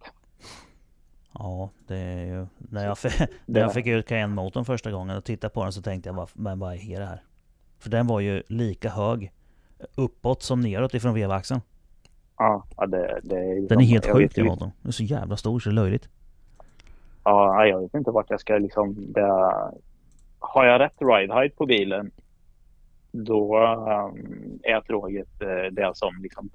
Speaker 2: Ja, det är ju... När jag, när jag fick ut Cayenne-motorn första gången och tittade på den så tänkte jag, men vad är det här? För den var ju lika hög uppåt som neråt ifrån vevaxeln.
Speaker 1: Ja, det, det är...
Speaker 2: Den är helt sjuk, den motorn. Den är så jävla stor så det är löjligt.
Speaker 1: Ja, jag vet inte vart jag ska liksom... Det, har jag rätt ride height på bilen, då um, är tråget uh, det som liksom...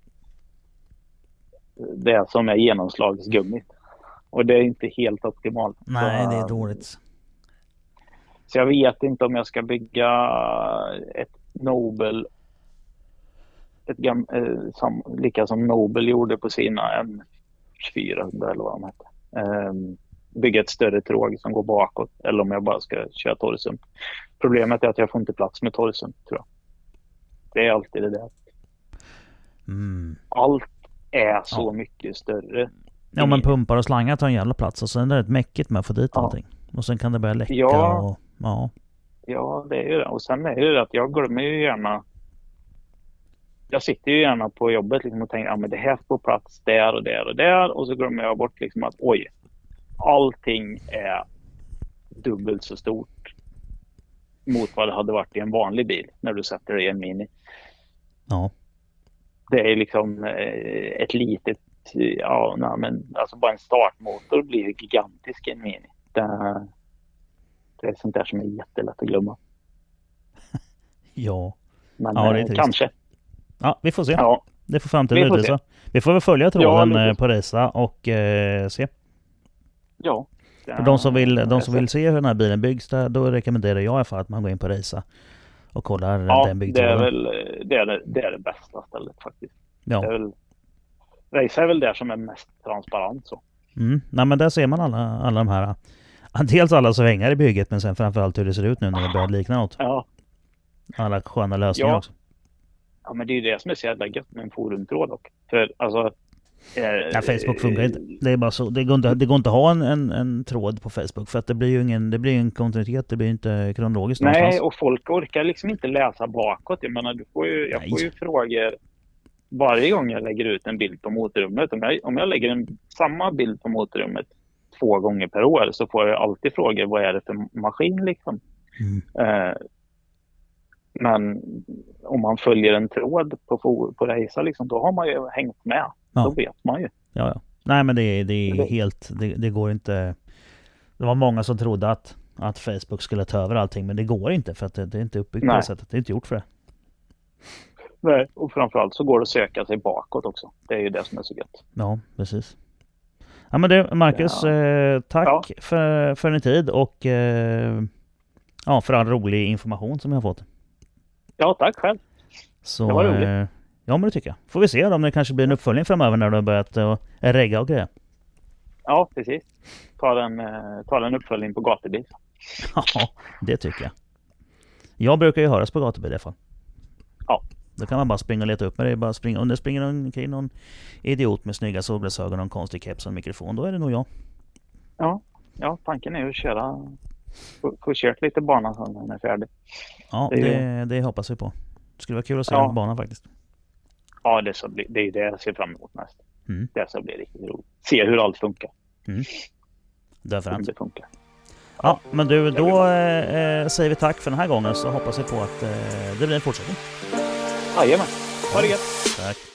Speaker 1: Det som är genomslagsgummit. Och det är inte helt optimalt.
Speaker 2: Nej,
Speaker 1: så,
Speaker 2: det är dåligt.
Speaker 1: Så jag vet inte om jag ska bygga ett Nobel, ett gam, eh, som, lika som Nobel gjorde på sina M fyrahundra eller vad de hette. Eh, bygga ett större tråg som går bakåt, eller om jag bara ska köra torrsump. Problemet är att jag får inte plats med torrsump, tror jag. Det är alltid det där.
Speaker 2: Mm.
Speaker 1: Allt är så
Speaker 2: ja.
Speaker 1: mycket större.
Speaker 2: Ja, men pumpar och slangar tar en jävla plats och sen är det ett mäckigt med att få dit ja. allting. Och sen kan det börja läcka
Speaker 1: ja.
Speaker 2: och... Ja.
Speaker 1: Ja, det är ju det. Och sen är det att jag glömmer ju gärna... Jag sitter ju gärna på jobbet liksom och tänker att ja, det här får plats där och där och där. Och så glömmer jag bort liksom att oj, allting är dubbelt så stort mot vad det hade varit i en vanlig bil när du sätter det i en Mini.
Speaker 2: Ja.
Speaker 1: Det är liksom ett litet... Ja, nej, men alltså bara en startmotor blir gigantisk i en Mini. Det, det är sånt där som är jättelätt att glömma.
Speaker 2: Ja.
Speaker 1: Men
Speaker 2: ja, det är
Speaker 1: eh, kanske.
Speaker 2: Ja, vi får se.
Speaker 1: Ja.
Speaker 2: Det får framtiden utvisa. Vi får väl följa tråden ja, på resa och eh, se.
Speaker 1: Ja.
Speaker 2: För de som vill, de som vill se hur den här bilen byggs, där, då rekommenderar jag i alla fall att man går in på resa och kollar
Speaker 1: ja,
Speaker 2: den byggtråden.
Speaker 1: Ja, det är väl det, är det, det, är det bästa stället faktiskt.
Speaker 2: Ja.
Speaker 1: Det är väl, resa är väl där som är mest transparent så.
Speaker 2: Mm. Nej, men där ser man alla, alla de här, dels alla svängar i bygget, men sen framförallt hur det ser ut nu när det börjar likna något.
Speaker 1: Ja.
Speaker 2: Alla sköna lösningar
Speaker 1: ja.
Speaker 2: också.
Speaker 1: Ja, men det är ju det som är så jävla gött med en forumtråd dock. För alltså...
Speaker 2: Eh, ja, Facebook funkar inte. Det är bara så. Det går inte, det går inte att ha en, en, en tråd på Facebook för att det blir ju ingen, det blir en kontinuitet, det blir inte kronologiskt
Speaker 1: Nej,
Speaker 2: någonstans.
Speaker 1: Och folk orkar liksom inte läsa bakåt. Jag menar, du får ju, jag får ju frågor varje gång jag lägger ut en bild på motorrummet. Om jag, om jag lägger en, samma bild på motorrummet två gånger per år så får jag alltid frågor, vad är det för maskin liksom? Mm. Eh, men om man följer en tråd på, på resa liksom, då har man ju hängt med. Ja. Då vet man ju.
Speaker 2: Ja, ja. Nej, men det, det är helt... Det, det går inte... Det var många som trodde att att Facebook skulle ta över allting, men det går inte för att det, det är inte uppbyggt på det sättet. Det är inte gjort för det.
Speaker 1: Nej, och framförallt så går det att söka sig bakåt också. Det är ju det som är så gött.
Speaker 2: Ja, precis. Ja, men det, Marcus, ja. eh, tack ja. för, för din tid och eh, ja, för all rolig information som jag har fått.
Speaker 1: Ja, tack själv.
Speaker 2: Så, det var roligt. Eh, ja, men det tycker jag. Får vi se om det kanske blir en uppföljning framöver när du har börjat uh, regga och grejer.
Speaker 1: Ja, precis. Ta en, uh, ta en uppföljning på gatubil.
Speaker 2: Ja, det tycker jag. Jag brukar ju höras på gatubil i alla fall.
Speaker 1: Ja.
Speaker 2: Då kan man bara springa och leta upp med det. Bara springa. Om det springer omkring någon idiot med snygga solglasögon och en konstig keps och en mikrofon, då är det nog jag.
Speaker 1: Ja, ja tanken är att köra få, få kört lite banan så när den är färdig.
Speaker 2: Ja, det, det, det hoppas vi på. Det skulle vara kul att se ja. den på banan faktiskt.
Speaker 1: Ja, det, så blir, det är det jag ser fram emot mest.
Speaker 2: Mm.
Speaker 1: Det så blir riktigt roligt. Se hur allt funkar.
Speaker 2: Mm. Därför
Speaker 1: det funkar.
Speaker 2: Ja, men du, då eh, säger vi tack för den här gången, så hoppas vi på att eh, det blir en fortsättning.
Speaker 1: Jajamän, ha det gött.
Speaker 2: Tack.